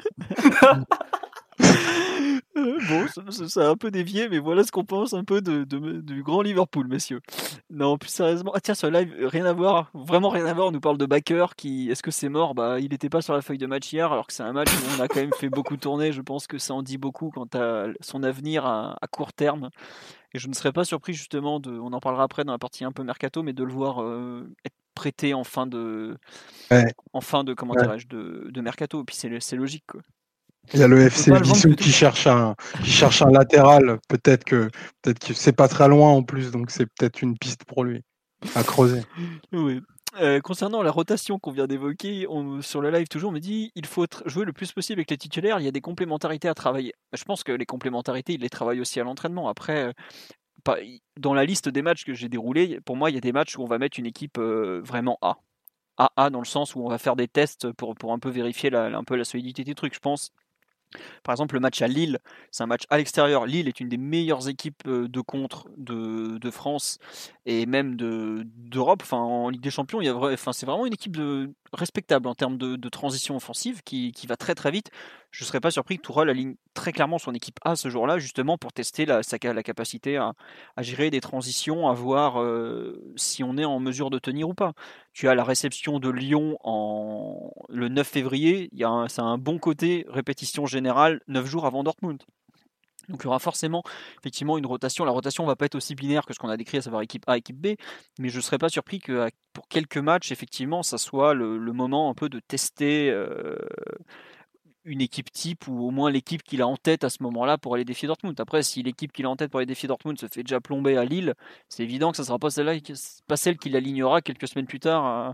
Speaker 3: Bon, ça, ça, ça a un peu dévié, mais voilà ce qu'on pense un peu de, de- du grand Liverpool, messieurs. Non, plus sérieusement. Ah tiens, sur le live, rien à voir, vraiment rien à voir. On nous parle de Baker qui, est-ce que c'est mort? Bah, il n'était pas sur la feuille de match hier, alors que c'est un match où on a quand même fait beaucoup tourner. Je pense que ça en dit beaucoup quant à son avenir à, à court terme. Et je ne serais pas surpris justement de, on en parlera après dans la partie un peu mercato, mais de le voir euh, être prêté en fin de,
Speaker 5: Ouais.
Speaker 3: en fin de comment
Speaker 5: Ouais.
Speaker 3: dirais-je, de, de mercato. Et puis c'est, c'est logique quoi.
Speaker 5: Il y a le
Speaker 6: On
Speaker 5: F
Speaker 6: peut
Speaker 5: C
Speaker 6: pas le vendre
Speaker 5: Vissou
Speaker 6: plutôt.
Speaker 5: qui cherche un qui cherche un latéral. Peut-être que peut-être que c'est pas très loin en plus, donc c'est peut-être une piste pour lui à creuser.
Speaker 3: Oui. Euh, concernant la rotation qu'on vient d'évoquer, on- sur le live toujours, on me dit il faut tr- jouer le plus possible avec les titulaires, il y a des complémentarités à travailler. Je pense que les complémentarités, il les travaille aussi à l'entraînement. Après, euh, pas- dans la liste des matchs que j'ai déroulés, pour moi, il y a des matchs où on va mettre une équipe euh, vraiment A. A A dans le sens où on va faire des tests pour, pour un peu vérifier la, un peu la solidité des trucs. Je pense par exemple, le match à Lille, c'est un match à l'extérieur. Lille est une des meilleures équipes euh, de contre de, de France et même de, d'Europe. Enfin, en Ligue des Champions, il y a vrai, enfin, c'est vraiment une équipe de, respectable en termes de, de transition offensive qui, qui va très très vite. Je ne serais pas surpris que Tourelle aligne très clairement son équipe A ce jour-là, justement pour tester la, sa, la capacité à, à gérer des transitions, à voir euh, si on est en mesure de tenir ou pas. Tu as la réception de Lyon en le neuf février, il y a un, ça a un bon côté répétition générale neuf jours avant Dortmund. Donc il y aura forcément effectivement une rotation. La rotation ne va pas être aussi binaire que ce qu'on a décrit, à savoir équipe A, équipe B, mais je ne serais pas surpris que pour quelques matchs, effectivement, ça soit le, le moment un peu de tester euh, une équipe type ou au moins l'équipe qu'il a en tête à ce moment-là pour aller défier Dortmund. Après, si l'équipe qu'il a en tête pour aller défier Dortmund se fait déjà plomber à Lille, c'est évident que ce ne sera pas celle-là, pas celle qu'il alignera quelques semaines plus tard à,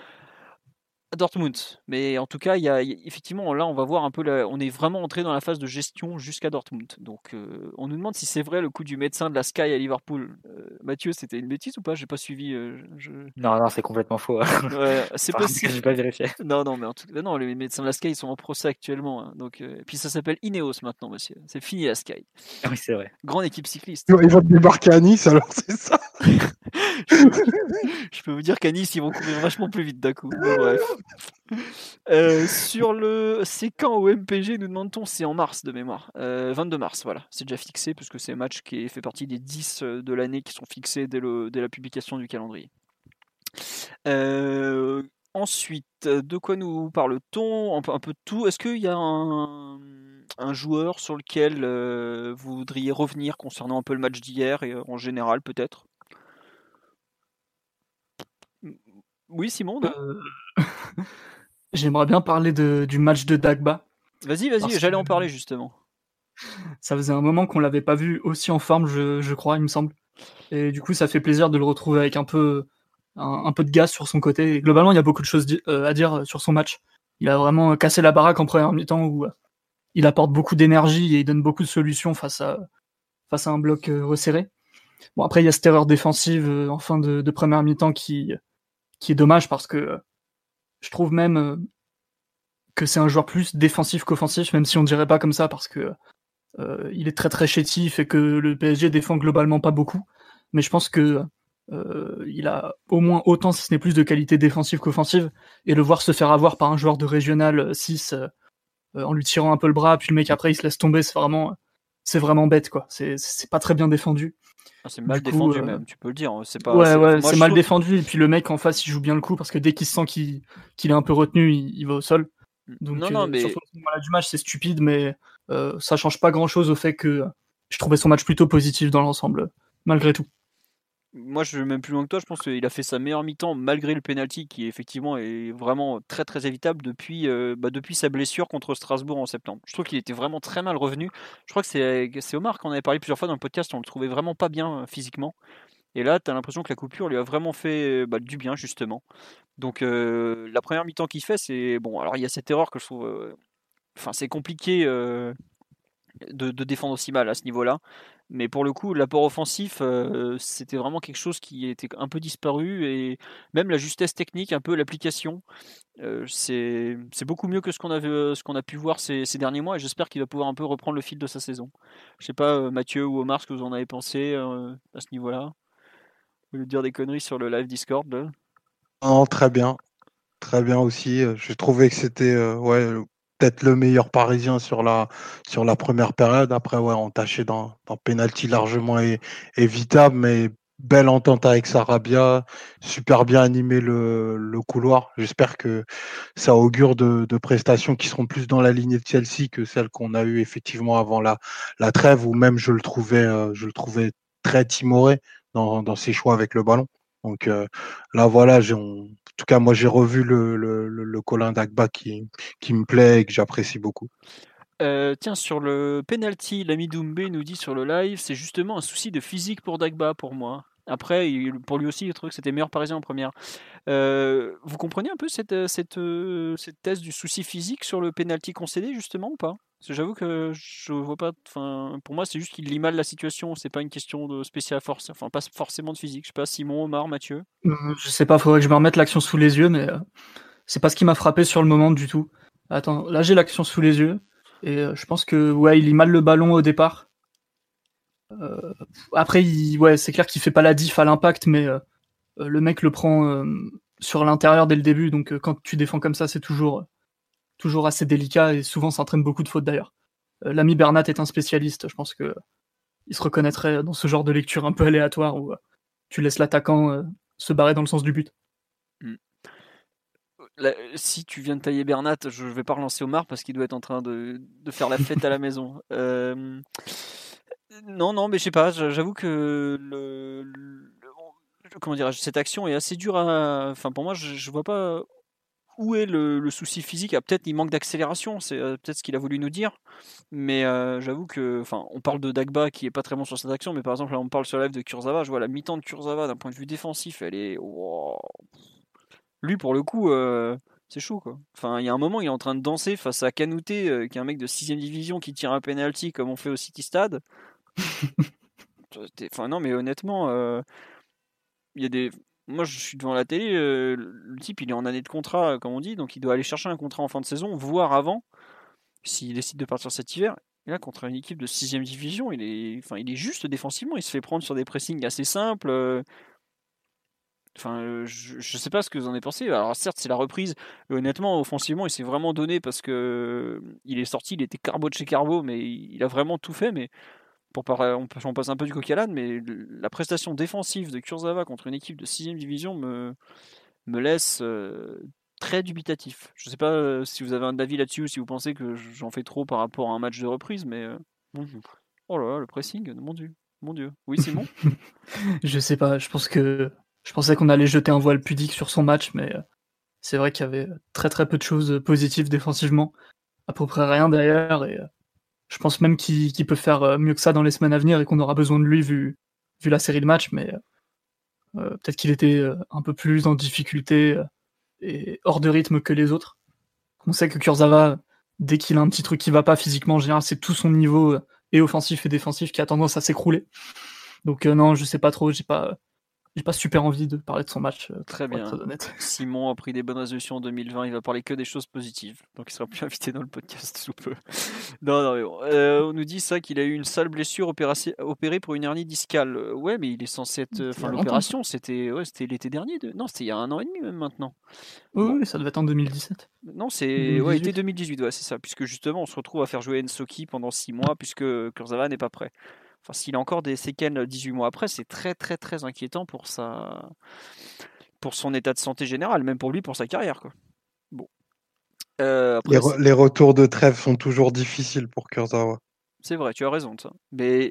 Speaker 3: à Dortmund. Mais en tout cas, il y a, il y a- effectivement, là, on va voir un peu, la- on est vraiment entré dans la phase de gestion jusqu'à Dortmund. Donc, euh, on nous demande si c'est vrai le coup du médecin de la Sky à Liverpool. Euh, Mathieu, c'était une bêtise ou pas? J'ai pas suivi. euh, je...
Speaker 4: Non, non, c'est complètement faux.
Speaker 3: Ouais, c'est
Speaker 4: Enfin,
Speaker 3: possible.
Speaker 4: j'ai pas vérifié.
Speaker 3: Non, non, mais en tout cas, non, les médecins de la Sky ils sont en procès actuellement. hein. donc, euh, et puis ça s'appelle Ineos maintenant, monsieur. C'est fini la Sky.
Speaker 4: Oui, c'est vrai.
Speaker 3: Grande équipe cycliste.
Speaker 5: Ils vont débarquer à Nice, alors c'est ça.
Speaker 3: je, peux, je peux vous dire qu'à Nice, ils vont courir vachement plus vite d'un coup. Mais bref. Euh, sur le. C'est quand au M P G, nous demande-t-on? C'est en mars de mémoire. Euh, vingt-deux mars, voilà. C'est déjà fixé, puisque c'est un match qui fait partie des dix de l'année qui sont fixés dès, le, dès la publication du calendrier. Euh, ensuite, de quoi nous parle-t-on? Un peu, un peu de tout. Est-ce qu'il y a un, un joueur sur lequel euh, vous voudriez revenir concernant un peu le match d'hier et euh, en général peut-être? Oui, Simon, non?
Speaker 6: Euh, J'aimerais bien parler de, du match de Dagba.
Speaker 3: Vas-y, vas-y,
Speaker 6: Parce
Speaker 3: j'allais
Speaker 6: que-
Speaker 3: en parler justement.
Speaker 6: Ça faisait un moment qu'on l'avait pas vu aussi en forme, je, je crois, il me semble. Et du coup, ça fait plaisir de le retrouver avec un peu, un, un peu de gaz sur son côté. Et globalement, il y a beaucoup de choses di- euh, à dire sur son match. Il a vraiment cassé la baraque en première mi-temps où euh, il apporte beaucoup d'énergie et il donne beaucoup de solutions face à, face à un bloc euh, resserré. Bon, après, il y a cette erreur défensive euh, en fin de, de première mi-temps qui, qui est dommage parce que euh, je trouve même euh, que c'est un joueur plus défensif qu'offensif, même si on dirait pas comme ça parce que euh, il est très très chétif et que le P S G défend globalement pas beaucoup. Mais je pense que euh, il a au moins autant, si ce n'est plus, de qualité défensive qu'offensive. Et le voir se faire avoir par un joueur de régional six euh, en lui tirant un peu le bras, puis le mec après il se laisse tomber, c'est vraiment, c'est vraiment bête quoi. C'est, c'est pas très bien défendu.
Speaker 3: Ah, c'est mal
Speaker 6: Du coup,
Speaker 3: défendu
Speaker 6: euh,
Speaker 3: même, tu peux le dire. hein. C'est pas.
Speaker 6: Ouais,
Speaker 3: c'est,
Speaker 6: ouais,
Speaker 3: moi,
Speaker 6: c'est
Speaker 3: je
Speaker 6: mal
Speaker 3: trouve-
Speaker 6: défendu. Et puis le mec en face, il joue bien le coup parce que dès qu'il se sent qu'il, qu'il est un peu retenu, il, il va au sol. Donc,
Speaker 3: non, non,
Speaker 6: euh,
Speaker 3: mais
Speaker 6: surtout à ce moment-là du match, c'est stupide, mais euh, ça change pas grand-chose au fait que je trouvais son match plutôt positif dans l'ensemble, malgré tout.
Speaker 3: moi je vais même plus loin que toi. Je pense qu'il a fait sa meilleure mi-temps malgré le penalty qui effectivement est vraiment très très évitable depuis, euh, bah, depuis sa blessure contre Strasbourg en septembre. Je trouve qu'il était vraiment très mal revenu. Je crois que c'est, c'est Omar qu'on avait parlé plusieurs fois dans le podcast. On le trouvait vraiment pas bien euh, physiquement. Et là, tu as l'impression que la coupure lui a vraiment fait bah, du bien justement. Donc euh, la première mi-temps qu'il fait, c'est bon. Alors il y a cette erreur que je trouve, euh, enfin c'est compliqué euh, de, de défendre aussi mal à ce niveau-là. Mais pour le coup, l'apport offensif, euh, c'était vraiment quelque chose qui était un peu disparu et même la justesse technique, un peu l'application, euh, c'est c'est beaucoup mieux que ce qu'on avait, ce qu'on a pu voir ces, ces derniers mois et j'espère qu'il va pouvoir un peu reprendre le fil de sa saison. Je sais pas, euh, Mathieu ou Omar, ce que vous en avez pensé euh, à ce niveau-là. Au lieu de dire des conneries sur le live Discord, là.
Speaker 5: Non, très bien. Très bien aussi. Euh, J'ai trouvé que c'était euh, ouais, le- peut-être le meilleur Parisien sur la, sur la première période. Après, ouais, on tâchait dans, dans penalty largement é- évitable, mais belle entente avec Sarabia, super bien animé le, le couloir. J'espère que ça augure de, de prestations qui seront plus dans la lignée de Chelsea que celles qu'on a eues effectivement avant la, la trêve, où même je le trouvais, euh, je le trouvais très timoré dans, dans ses choix avec le ballon. Donc euh, là, voilà, j'ai, on- en tout cas, moi, j'ai revu le, le, le, le Colin Dagba qui, qui me plaît et que j'apprécie beaucoup.
Speaker 3: Euh, tiens, sur le penalty, l'ami Doumbé nous dit sur le live, c'est justement un souci de physique pour Dagba pour moi. Après, il- pour lui aussi, il trouve que c'était meilleur parisien en première. Euh, vous comprenez un peu cette, euh, cette, euh, cette thèse du souci physique sur le penalty concédé, justement, ou pas? Parce que j'avoue que je vois pas. Enfin, pour moi, c'est juste qu'il lit mal la situation. C'est pas une question de spécial force. Enfin, pas forcément de physique. Je sais pas, Simon, Omar, Mathieu.
Speaker 6: Euh, Je sais pas, faudrait que je me remette l'action sous les yeux, mais euh, c'est pas ce qui m'a frappé sur le moment du tout. Attends, là j'ai l'action sous les yeux, et euh, je pense que ouais, il lit mal le ballon au départ. Euh, Après, il, ouais, c'est clair qu'il fait pas la diff à l'impact, mais euh, euh, le mec le prend euh, sur l'intérieur dès le début, donc euh, quand tu défends comme ça, c'est toujours, toujours assez délicat, et souvent ça entraîne beaucoup de fautes d'ailleurs. Euh, L'ami Bernat est un spécialiste, je pense que il se reconnaîtrait dans ce genre de lecture un peu aléatoire où euh, tu laisses l'attaquant euh, se barrer dans le sens du but.
Speaker 3: Hmm. Là, si tu viens de tailler Bernat, je vais pas relancer Omar parce qu'il doit être en train de, de faire la fête à la maison. Euh, non, non, mais je sais pas. J'avoue que le, le- comment dirais-je, cette action est assez dure à. Enfin, pour moi, je, je vois pas où est le, le souci physique. Ah, peut-être il manque d'accélération. C'est euh, peut-être ce qu'il a voulu nous dire. Mais euh, j'avoue que, enfin, on parle de Dagba qui est pas très bon sur cette action, mais par exemple là, on parle sur live de Kurzawa. Je vois la mi-temps de Kurzawa d'un point de vue défensif, elle est. Wow. Lui, pour le coup, euh, c'est chaud, quoi. Enfin, il y a un moment, il est en train de danser face à Kanouté, euh, qui est un mec de sixième division qui tire un penalty comme on fait au City Stade. Enfin, non, mais honnêtement, euh, il y a des. Moi, je suis devant la télé, euh, le type, il est en année de contrat, comme on dit, donc il doit aller chercher un contrat en fin de saison, voire avant, s'il décide de partir cet hiver. Et là, contre une équipe de sixième division, il est, enfin, il est juste défensivement. Il se fait prendre sur des pressings assez simples. euh, Enfin, euh, je, je sais pas ce que vous en avez pensé. Alors certes, c'est la reprise. Et honnêtement, offensivement, il s'est vraiment donné parce que euh, il est sorti, il était carbo de chez carbo, mais il, il a vraiment tout fait. Mais pour par- on, on passe un peu du coq à l'âne, mais le- la prestation défensive de Kurzawa contre une équipe de sixième division me, me laisse euh, très dubitatif. Je sais pas euh, si vous avez un avis là-dessus ou si vous pensez que j'en fais trop par rapport à un match de reprise, mais euh, bon. Oh là là, le pressing, mon Dieu, mon Dieu. Oui, Simon?
Speaker 6: Je sais pas, je pense que je pensais qu'on allait jeter un voile pudique sur son match, mais euh, c'est vrai qu'il y avait très très peu de choses positives défensivement, à peu près rien d'ailleurs, et euh, je pense même qu'il qu'il peut faire euh, mieux que ça dans les semaines à venir et qu'on aura besoin de lui vu, vu la série de matchs, mais euh, peut-être qu'il était euh, un peu plus en difficulté euh, et hors de rythme que les autres. On sait que Kurzawa, dès qu'il a un petit truc qui va pas physiquement, en général, c'est tout son niveau euh, et offensif et défensif qui a tendance à s'écrouler. Donc euh, non, je sais pas trop, j'ai pas j'ai pas super envie de parler de son match, euh,
Speaker 3: Très
Speaker 6: pour être
Speaker 3: bien.
Speaker 6: très honnête.
Speaker 3: Simon a pris des bonnes résolutions en deux mille vingt. Il va parler que des choses positives. Donc il sera plus invité dans le podcast sous peu. Non, non, mais bon. Euh, on nous dit ça qu'il a eu une sale blessure opération- opérée pour une hernie discale. Euh, Ouais, mais il est censé être. euh,
Speaker 6: Il y
Speaker 3: Enfin,
Speaker 6: a longtemps, ça.
Speaker 3: l'opération, c'était ouais, c'était l'été dernier. de- Non, c'était il y a un an et demi même maintenant.
Speaker 6: Oui,
Speaker 3: Bon,
Speaker 6: oui, ça devait être en deux mille dix-sept.
Speaker 3: non, c'est ouais, été
Speaker 6: deux mille dix-huit.
Speaker 3: deux mille dix-huit. Ouais, c'est ça. Puisque justement, on se retrouve à faire jouer Ensoki pendant six mois, puisque Kurzawa n'est pas prêt. Enfin, s'il a encore des séquelles dix-huit mois après, c'est très, très, très inquiétant pour sa pour son état de santé général, même pour lui, pour sa carrière, quoi. Bon. Euh,
Speaker 5: Les,
Speaker 3: après,
Speaker 5: re- les retours de trêve sont toujours difficiles pour Kurzawa.
Speaker 3: c'est vrai, tu as raison de ça. Mais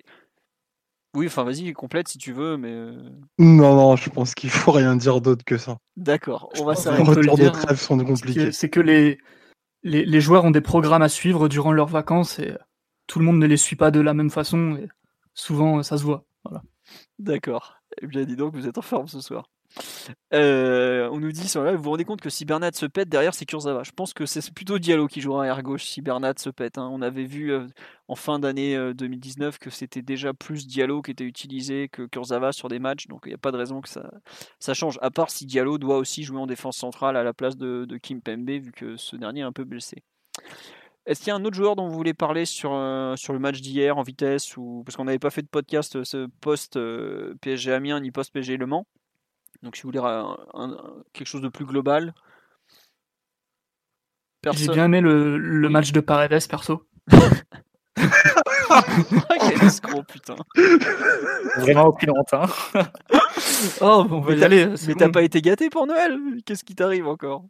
Speaker 3: oui, enfin, vas-y, complète si tu veux, mais euh,
Speaker 5: Non, non, je pense qu'il faut rien dire d'autre que ça.
Speaker 3: d'accord,
Speaker 6: Je
Speaker 3: on va
Speaker 6: pense
Speaker 5: Les
Speaker 6: qu'on
Speaker 3: s'arrêter
Speaker 6: peut le
Speaker 5: retours de
Speaker 6: dire, hein.
Speaker 5: trêve sont
Speaker 6: C'est que,
Speaker 5: compliqués.
Speaker 6: c'est que les, les, les joueurs ont des programmes à suivre durant leurs vacances et tout le monde ne les suit pas de la même façon et souvent ça se voit. Voilà.
Speaker 3: D'accord. Eh bien, dis donc, vous êtes en forme ce soir. Euh, on nous dit sur là, vous vous rendez compte que si Bernat se pète derrière, c'est Kurzawa. Je pense que c'est plutôt Diallo qui jouera arrière gauche si Bernat se pète. Hein. On avait vu euh, en fin d'année euh, deux mille dix-neuf que c'était déjà plus Diallo qui était utilisé que Kurzawa sur des matchs, donc il n'y a pas de raison que ça, ça change. À part si Diallo doit aussi jouer en défense centrale à la place de, de Kimpembe, vu que ce dernier est un peu blessé. Est-ce qu'il y a un autre joueur dont vous voulez parler sur, euh, sur le match d'hier en vitesse ou... Parce qu'on n'avait pas fait de podcast ce post euh, P S G Amiens ni post P S G Le Mans. Donc si vous voulez un, un, quelque chose de plus global.
Speaker 6: Personne... J'ai bien aimé le, le oui. match de Paredes perso.
Speaker 3: Quel escroc, putain.
Speaker 4: Vraiment opulente, hein.
Speaker 6: Oh, on va y aller.
Speaker 3: Mais bon. T'as pas été gâté pour Noël? Qu'est-ce qui t'arrive encore?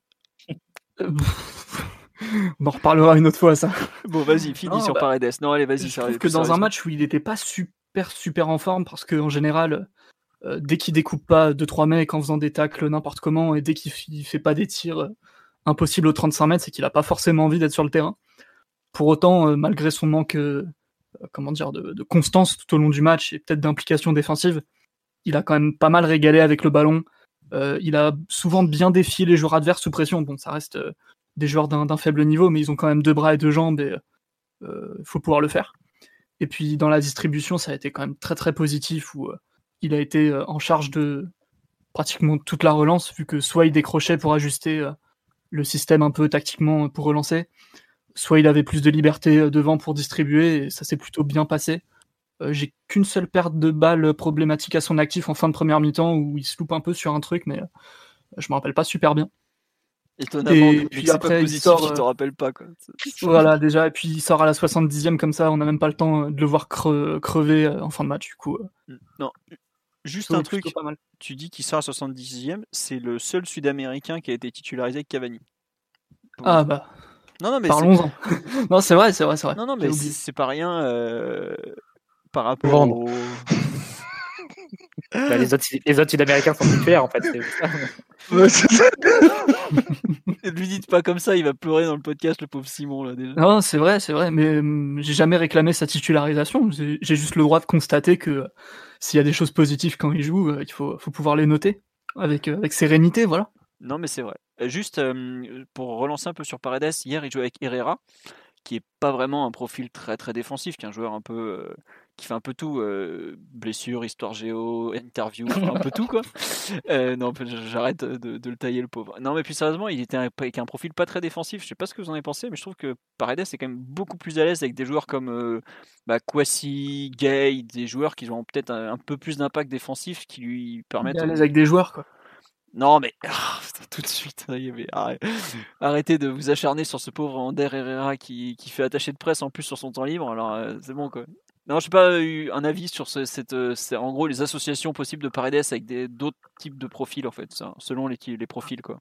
Speaker 6: On en reparlera une autre fois, ça.
Speaker 3: Bon, vas-y, finis non, sur bah, Paredes. Non, allez, vas-y.
Speaker 6: Je trouve que dans un match où il n'était pas super, super en forme, parce qu'en général, euh, dès qu'il découpe pas deux trois mecs en faisant des tacles n'importe comment, et dès qu'il f- fait pas des tirs euh, impossibles aux trente-cinq mètres, c'est qu'il a pas forcément envie d'être sur le terrain. Pour autant, euh, malgré son manque euh, comment dire, de, de constance tout au long du match, et peut-être d'implication défensive, il a quand même pas mal régalé avec le ballon. Euh, il a souvent bien défié les joueurs adverses sous pression. Bon, ça reste... Euh, des joueurs d'un, d'un faible niveau, mais ils ont quand même deux bras et deux jambes, et il euh, faut pouvoir le faire. Et puis dans la distribution, ça a été quand même très très positif, où euh, il a été euh, en charge de pratiquement toute la relance, vu que soit il décrochait pour ajuster euh, le système un peu tactiquement pour relancer, soit il avait plus de liberté euh, devant pour distribuer, et ça s'est plutôt bien passé. Euh, j'ai qu'une seule perte de balle problématique à son actif en fin de première mi-temps, où il se loupe un peu sur un truc, mais euh, je me rappelle pas super bien.
Speaker 3: Étonnamment, et puis après, positif, il sort, tu te rappelles pas, quoi.
Speaker 6: Voilà, déjà, et puis il sort à la soixante-dixième comme ça, on n'a même pas le temps de le voir cre- crever en fin de match, du coup.
Speaker 3: Non, juste un truc, tu dis qu'il sort à la soixante-dixième, c'est le seul Sud-Américain qui a été titularisé avec Cavani.
Speaker 6: Pour ah bah,
Speaker 3: non, non, mais
Speaker 6: parlons-en. non, c'est vrai, c'est vrai, c'est vrai.
Speaker 3: Non, non, mais c'est, c'est pas rien euh, par rapport Vendre. au...
Speaker 4: bah, les, autres, les autres Sud-Américains sont titulaires, en fait. C'est...
Speaker 3: Ouais, c'est ça. Ne lui dites pas comme ça, il va pleurer dans le podcast, le pauvre Simon, là, déjà.
Speaker 6: Non, c'est vrai, c'est vrai, mais hum, j'ai jamais réclamé sa titularisation. J'ai, j'ai juste le droit de constater que euh, s'il y a des choses positives quand il joue, euh, il faut, faut pouvoir les noter avec, euh, avec sérénité, voilà.
Speaker 3: Non, mais c'est vrai. Juste euh, pour relancer un peu sur Paredes, hier, il jouait avec Herrera, qui est pas vraiment un profil très très défensif, qui est un joueur un peu euh, qui fait un peu tout, euh, blessure, histoire géo, interview, un peu tout quoi. Euh, non, j'arrête de, de le tailler le pauvre. Non mais plus sérieusement, il était avec un profil pas très défensif. Je sais pas ce que vous en avez pensé, mais je trouve que Paredes est quand même beaucoup plus à l'aise avec des joueurs comme euh, bah, Kwasi, Gay, des joueurs qui ont peut-être un, un peu plus d'impact défensif, qui lui permettent.
Speaker 6: Il est à l'aise avec des joueurs quoi.
Speaker 3: Non mais ah, tout de suite, arrêtez de vous acharner sur ce pauvre Ander Herrera qui, qui fait attacher de presse en plus sur son temps libre, alors euh, c'est bon quoi. Non, je n'ai pas eu un avis sur ce, cette, c'est en gros les associations possibles de Paredes avec des, d'autres types de profils en fait, ça, selon les, les profils quoi.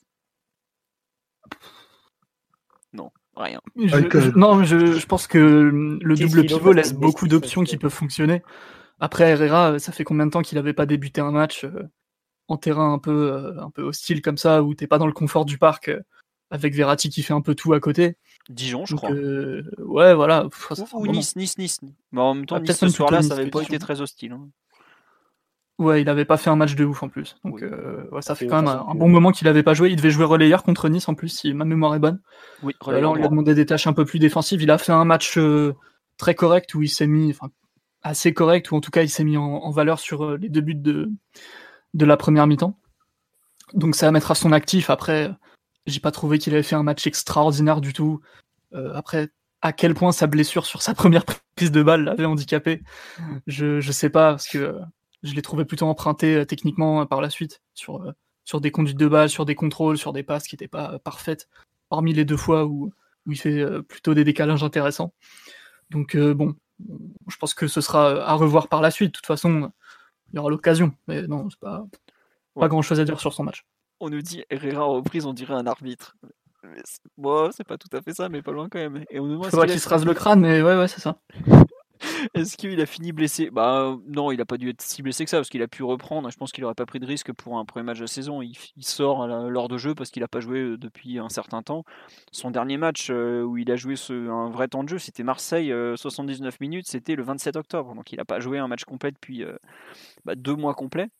Speaker 3: Non, rien.
Speaker 6: Je, je, non, je, je pense que le Qu'est-ce double pivot laisse beaucoup d'options qui peuvent fonctionner. Après Herrera, ça fait combien de temps qu'il n'avait pas débuté un match euh, en terrain un peu, euh, un peu hostile comme ça, où t'es pas dans le confort du parc, euh, avec Verratti qui fait un peu tout à côté.
Speaker 3: Dijon, je
Speaker 6: Donc,
Speaker 3: crois.
Speaker 6: Euh, ouais, voilà. Pff,
Speaker 3: ou ou nice, nice, Nice. Mais en même temps, ah, Nice, ce soir-là, nice, ça n'avait pas été très hostile. Hein.
Speaker 6: Ouais, il avait pas fait un match de ouf en plus. Donc, oui. euh, ouais, ça fait quand même un, un bon moment qu'il avait pas joué. Il devait jouer relayeur contre Nice en plus, si ma mémoire est bonne.
Speaker 3: Oui,
Speaker 6: euh, là, on lui a demandé des tâches un peu plus défensives. Il a fait un match euh, très correct où il s'est mis, enfin, assez correct, ou en tout cas, il s'est mis en, en valeur sur euh, les deux buts de, de la première mi-temps. Donc ça va mettre à son actif. Après, j'ai pas trouvé qu'il avait fait un match extraordinaire du tout. Euh, après, à quel point sa blessure sur sa première prise de balle l'avait handicapé, je je sais pas, parce que euh, je l'ai trouvé plutôt emprunté euh, techniquement euh, par la suite sur euh, sur des conduites de balle, sur des contrôles, sur des passes qui étaient pas euh, parfaites, hormis les deux fois où où il fait euh, plutôt des décalages intéressants. Donc euh, bon, je pense que ce sera à revoir par la suite. De toute façon, il y aura l'occasion, mais non, c'est pas Pas ouais. grand chose à dire sur son match.
Speaker 3: On nous dit Herrera en reprise, on dirait un arbitre. Mais c'est... Bon, c'est pas tout à fait ça, mais pas loin quand même. Et on nous demande
Speaker 6: Il faudrait qu'il, qu'il a... se rase le crâne, mais ouais, ouais, c'est ça.
Speaker 3: Est-ce qu'il a fini blessé ? Bah non, il a pas dû être si blessé que ça, parce qu'il a pu reprendre. Je pense qu'il aurait pas pris de risque pour un premier match de la saison. Il, il sort à l'heure de jeu parce qu'il a pas joué depuis un certain temps. Son dernier match euh, où il a joué ce, un vrai temps de jeu, c'était Marseille, euh, soixante-dix-neuf minutes, c'était le vingt-sept octobre. Donc il a pas joué un match complet depuis euh, bah, deux mois complets.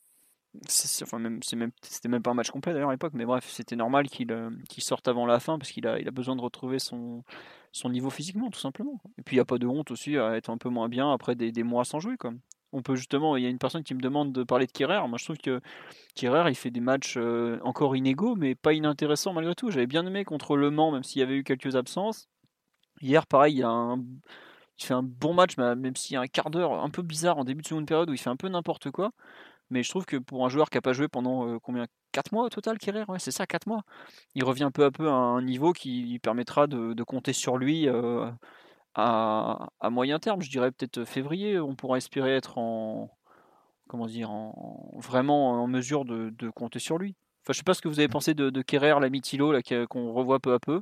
Speaker 3: C'est, enfin, même, c'est même, c'était même pas un match complet d'ailleurs à l'époque, mais bref, c'était normal qu'il, euh, qu'il sorte avant la fin parce qu'il a, il a besoin de retrouver son, son niveau physiquement, tout simplement. Et puis il n'y a pas de honte aussi à être un peu moins bien après des, des mois sans jouer. Quoi. On peut justement, il y a une personne qui me demande de parler de Kerrer. Moi je trouve que Kerrer il fait des matchs euh, encore inégaux, mais pas inintéressants malgré tout. J'avais bien aimé contre Le Mans, même s'il y avait eu quelques absences. Hier, pareil, il y a un. Il fait un bon match, même s'il y a un quart d'heure un peu bizarre en début de seconde période où il fait un peu n'importe quoi. Mais je trouve que pour un joueur qui n'a pas joué pendant euh, combien quatre mois au total, Kerrer, ouais, c'est ça, quatre mois. Il revient peu à peu à un niveau qui lui permettra de, de compter sur lui euh, à, à moyen terme. Je dirais peut-être février, on pourra espérer être en comment dire, en, vraiment en mesure de, de compter sur lui. Enfin, je sais pas ce que vous avez pensé de, de Kerrer, l'ami Thilo, là, qu'on revoit peu à peu.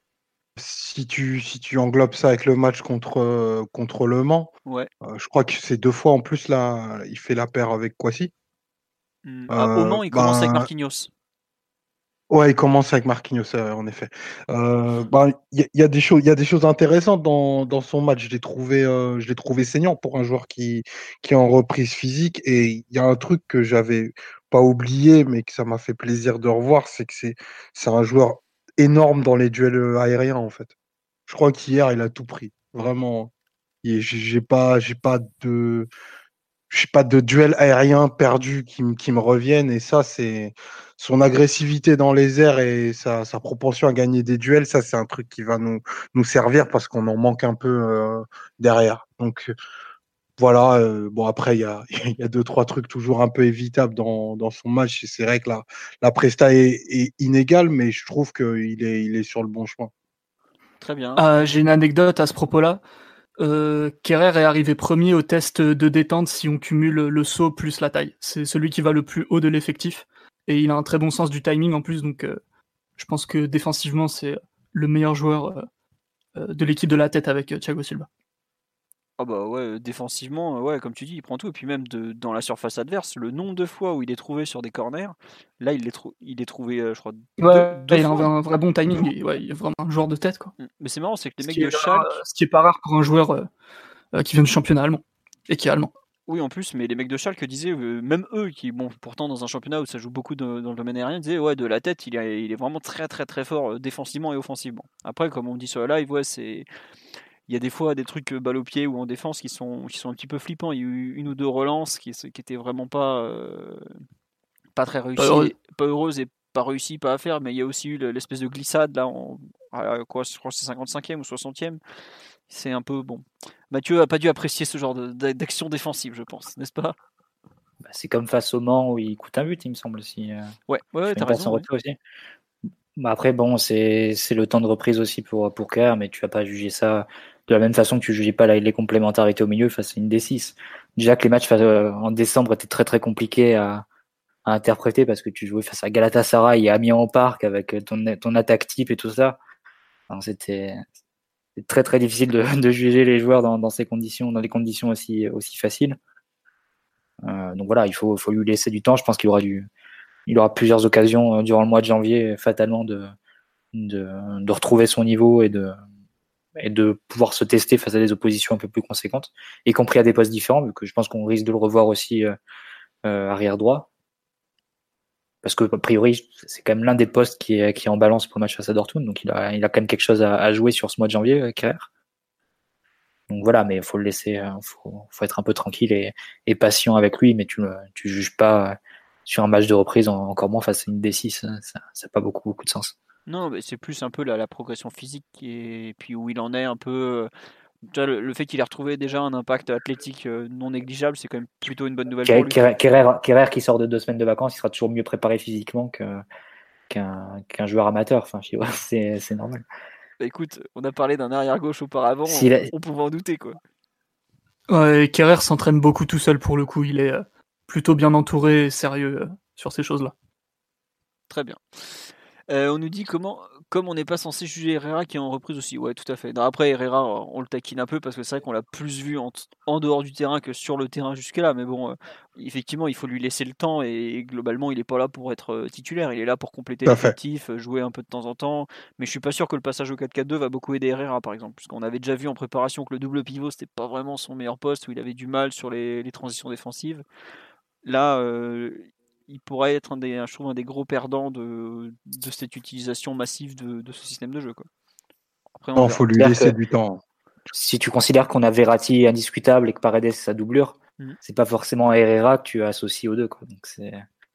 Speaker 5: Si tu, si tu englobes ça avec le match contre, euh, contre Le Mans,
Speaker 3: Ouais.
Speaker 5: euh, je crois que c'est deux fois en plus là, il fait la paire avec Kwasi.
Speaker 3: Mm. Ah, au
Speaker 5: Euh,
Speaker 3: Mans, il commence avec
Speaker 5: ben,
Speaker 3: Marquinhos.
Speaker 5: ouais, il commence avec Marquinhos, euh, en effet. Euh, ben, il y, a- il y a des choses, il y a des choses intéressantes dans, dans son match. Je l'ai trouvé, euh, je l'ai trouvé saignant pour un joueur qui, qui est en reprise physique. Et il y a un truc que j'avais pas oublié, mais que ça m'a fait plaisir de revoir, c'est que c'est, c'est un joueur énorme dans les duels aériens, en fait. Je crois qu'hier, il a tout pris. Vraiment. Et J'ai j'ai pas, j'ai pas de, j'ai pas de duel aérien perdu qui, me- qui me reviennent. Et ça, c'est son agressivité dans les airs et sa, sa propension à gagner des duels. Ça, c'est un truc qui va nous, nous servir parce qu'on en manque un peu euh, derrière. Donc euh, voilà. Euh, bon, après, il y a, il y a deux, trois trucs toujours un peu évitables dans, dans son match. Et c'est vrai que la, la presta est, est inégale, mais je trouve qu'il est, il est sur le bon chemin.
Speaker 3: Très bien.
Speaker 6: Euh, j'ai une anecdote à ce propos-là. Euh, Kerrer est arrivé premier au test de détente si on cumule le saut plus la taille. C'est celui qui va le plus haut de l'effectif. Et il a un très bon sens du timing en plus, donc euh, je pense que défensivement, c'est le meilleur joueur euh, de l'équipe de la tête avec euh, Thiago Silva.
Speaker 3: Ah bah ouais, défensivement, ouais, comme tu dis, il prend tout. Et puis même de, dans la surface adverse, le nombre de fois où il est trouvé sur des corners, là il est, trou- il est trouvé, euh, je crois, deux,
Speaker 6: Ouais,
Speaker 3: deux
Speaker 6: il a un,
Speaker 3: fois.
Speaker 6: un vrai bon timing. Et, ouais, il est vraiment un joueur de tête, quoi.
Speaker 3: Mm. Mais c'est marrant, c'est que les
Speaker 6: Ce
Speaker 3: mecs
Speaker 6: qui
Speaker 3: de
Speaker 6: est, rare,
Speaker 3: Schalke,
Speaker 6: ce qui est pas rare pour un joueur euh, euh, qui vient du championnat allemand et qui est allemand.
Speaker 3: oui en plus, mais les mecs de Schalke disaient, euh, même eux, qui, bon, pourtant dans un championnat où ça joue beaucoup de- dans le domaine aérien, disaient, ouais, de la tête, il est, il est vraiment très très très fort euh, défensivement et offensivement. Après, comme on dit sur le live, ouais, c'est. Il y a des fois des trucs euh, balle au pied ou en défense qui sont, qui sont un petit peu flippants. Il y a eu une ou deux relances qui, qui étaient vraiment pas. euh, pas très
Speaker 6: Pas heureux.
Speaker 3: réussi, pas heureuse et pas réussi, pas à faire, mais il y a aussi eu l'espèce de glissade là, en, à quoi, je crois que c'est cinquante-cinquième ou soixantième. C'est un peu bon. Mathieu a pas dû apprécier ce genre de- d'action défensive, je pense, n'est-ce pas?
Speaker 4: Bah, c'est comme face au Mans où il coûte un but, il me semble, si euh,
Speaker 3: Ouais, ouais,
Speaker 4: je
Speaker 3: ouais,
Speaker 4: fais
Speaker 3: t'as
Speaker 4: une passe en
Speaker 3: raison. Ouais.
Speaker 4: retrait aussi. Bah après, bon, c'est c'est le temps de reprise aussi pour, pour Kerr, mais tu vas pas juger ça de la même façon que tu jugeais pas la- les complémentarités au milieu face à une D six. Déjà que les matchs face- euh, en décembre étaient très très compliqués à, à interpréter parce que tu jouais face à Galatasaray et Amiens au Parc avec ton, ton attaque type et tout ça. Alors, C'était c'est très très difficile de, de juger les joueurs dans, dans ces conditions, dans des conditions aussi, aussi faciles. Euh, donc voilà, il faut, faut lui laisser du temps. Je pense qu'il aura du, il aura plusieurs occasions euh, durant le mois de janvier, fatalement, de, de, de retrouver son niveau et de, et de pouvoir se tester face à des oppositions un peu plus conséquentes, y compris à des postes différents, vu que je pense qu'on risque de le revoir aussi euh, euh, arrière droit. Parce que, a priori, c'est quand même l'un des postes qui est, qui est en balance pour le match face à Dortmund, donc il a, il a quand même quelque chose à, à jouer sur ce mois de janvier, euh, Kerrer. Donc voilà, mais il faut le laisser, euh, faut, faut être un peu tranquille et, et patient avec lui, mais tu ne tu juges pas euh, sur un match de reprise, en- encore moins face à une D six, ça n'a pas beaucoup, beaucoup de sens.
Speaker 3: Non, mais c'est plus un peu la, la progression physique et puis où il en est un peu. Déjà, le, le fait qu'il ait retrouvé déjà un impact athlétique euh, non négligeable, c'est quand même plutôt une bonne nouvelle pour lui.
Speaker 4: Kerrer, Kerrer, Kerrer qui sort de deux semaines de vacances, il sera toujours mieux préparé physiquement que, qu'un, qu'un joueur amateur. Enfin, je sais pas, c'est, c'est normal.
Speaker 3: Bah, écoute, on a parlé d'un arrière gauche auparavant,
Speaker 4: S'il
Speaker 3: on,
Speaker 4: a-
Speaker 3: on pouvait en douter quoi.
Speaker 6: Ouais, Kerrer s'entraîne beaucoup tout seul pour le coup. Il est euh, plutôt bien entouré et sérieux euh, sur ces choses-là.
Speaker 3: Très bien. Euh, on nous dit comment, comme on n'est pas censé juger Herrera qui est en reprise aussi. Ouais, tout à fait. Non, après, Herrera, on le taquine un peu parce que c'est vrai qu'on l'a plus vu en, en dehors du terrain que sur le terrain jusque-là. Mais bon, euh, effectivement, il faut lui laisser le temps et, globalement, il n'est pas là pour être euh, titulaire. Il est là pour compléter
Speaker 5: Tout à fait.
Speaker 3: l'effectif, euh, jouer un peu de temps en temps. Mais je suis pas sûr que le passage au quatre quatre deux va beaucoup aider Herrera, par exemple. Puisqu'on avait déjà vu en préparation que le double pivot, c'était pas vraiment son meilleur poste, où il avait du mal sur les, les transitions défensives. Là, euh, il pourrait être un des, je trouve, un des gros perdants de, de cette utilisation massive de, de ce système de jeu, quoi.
Speaker 5: Après, non, il faut lui laisser du temps.
Speaker 4: Si tu considères qu'on a Verratti indiscutable et que Paredes sa doublure, mmh. c'est pas forcément Herrera que tu associes aux deux, quoi. Donc c'est...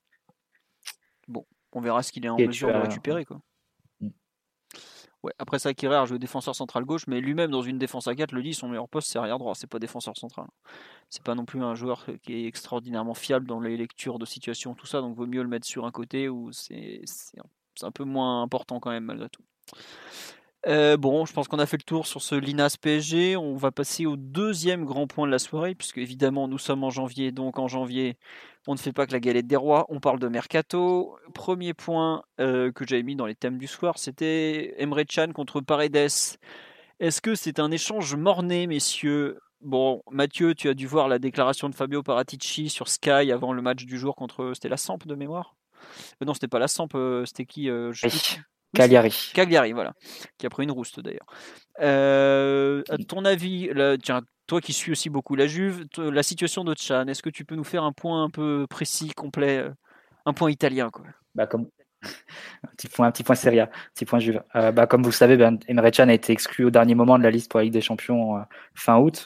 Speaker 3: Bon, on verra ce qu'il est en et mesure de as... récupérer, quoi. Mmh. Ouais, après ça, Kerrer a joué défenseur central gauche, mais lui-même dans une défense à quatre, le dit, son meilleur poste c'est arrière droit, c'est pas défenseur central. C'est pas non plus un joueur qui est extraordinairement fiable dans les lectures de situation, tout ça, donc vaut mieux le mettre sur un côté où c'est, c'est, c'est un peu moins important quand même malgré tout. Euh, bon, je pense qu'on a fait le tour sur ce Linas P S G. On va passer au deuxième grand point de la soirée, puisque évidemment nous sommes en janvier, donc en janvier on ne fait pas que la galette des rois, on parle de Mercato. Premier point euh, que j'avais mis dans les thèmes du soir, c'était Emre Can contre Paredes. Est-ce que c'est un échange morné, messieurs? Bon, Mathieu, tu as dû voir la déclaration de Fabio Paratici sur Sky avant le match du jour contre... C'était la Samp de mémoire euh, Non, c'était pas la Samp, euh, c'était qui euh, je sais
Speaker 4: Cagliari.
Speaker 3: Cagliari, voilà. Qui a pris une rouste d'ailleurs. Euh, à ton avis, là, tiens, toi qui suis aussi beaucoup la Juve, la situation de Can, est-ce que tu peux nous faire un point un peu précis, complet, un point italien, quoi?
Speaker 4: Bah comme un petit point, un petit point Serie A, un petit point Juve. Euh, bah comme vous le savez, ben, Emre Can a été exclu au dernier moment de la liste pour la Ligue des Champions euh, fin août,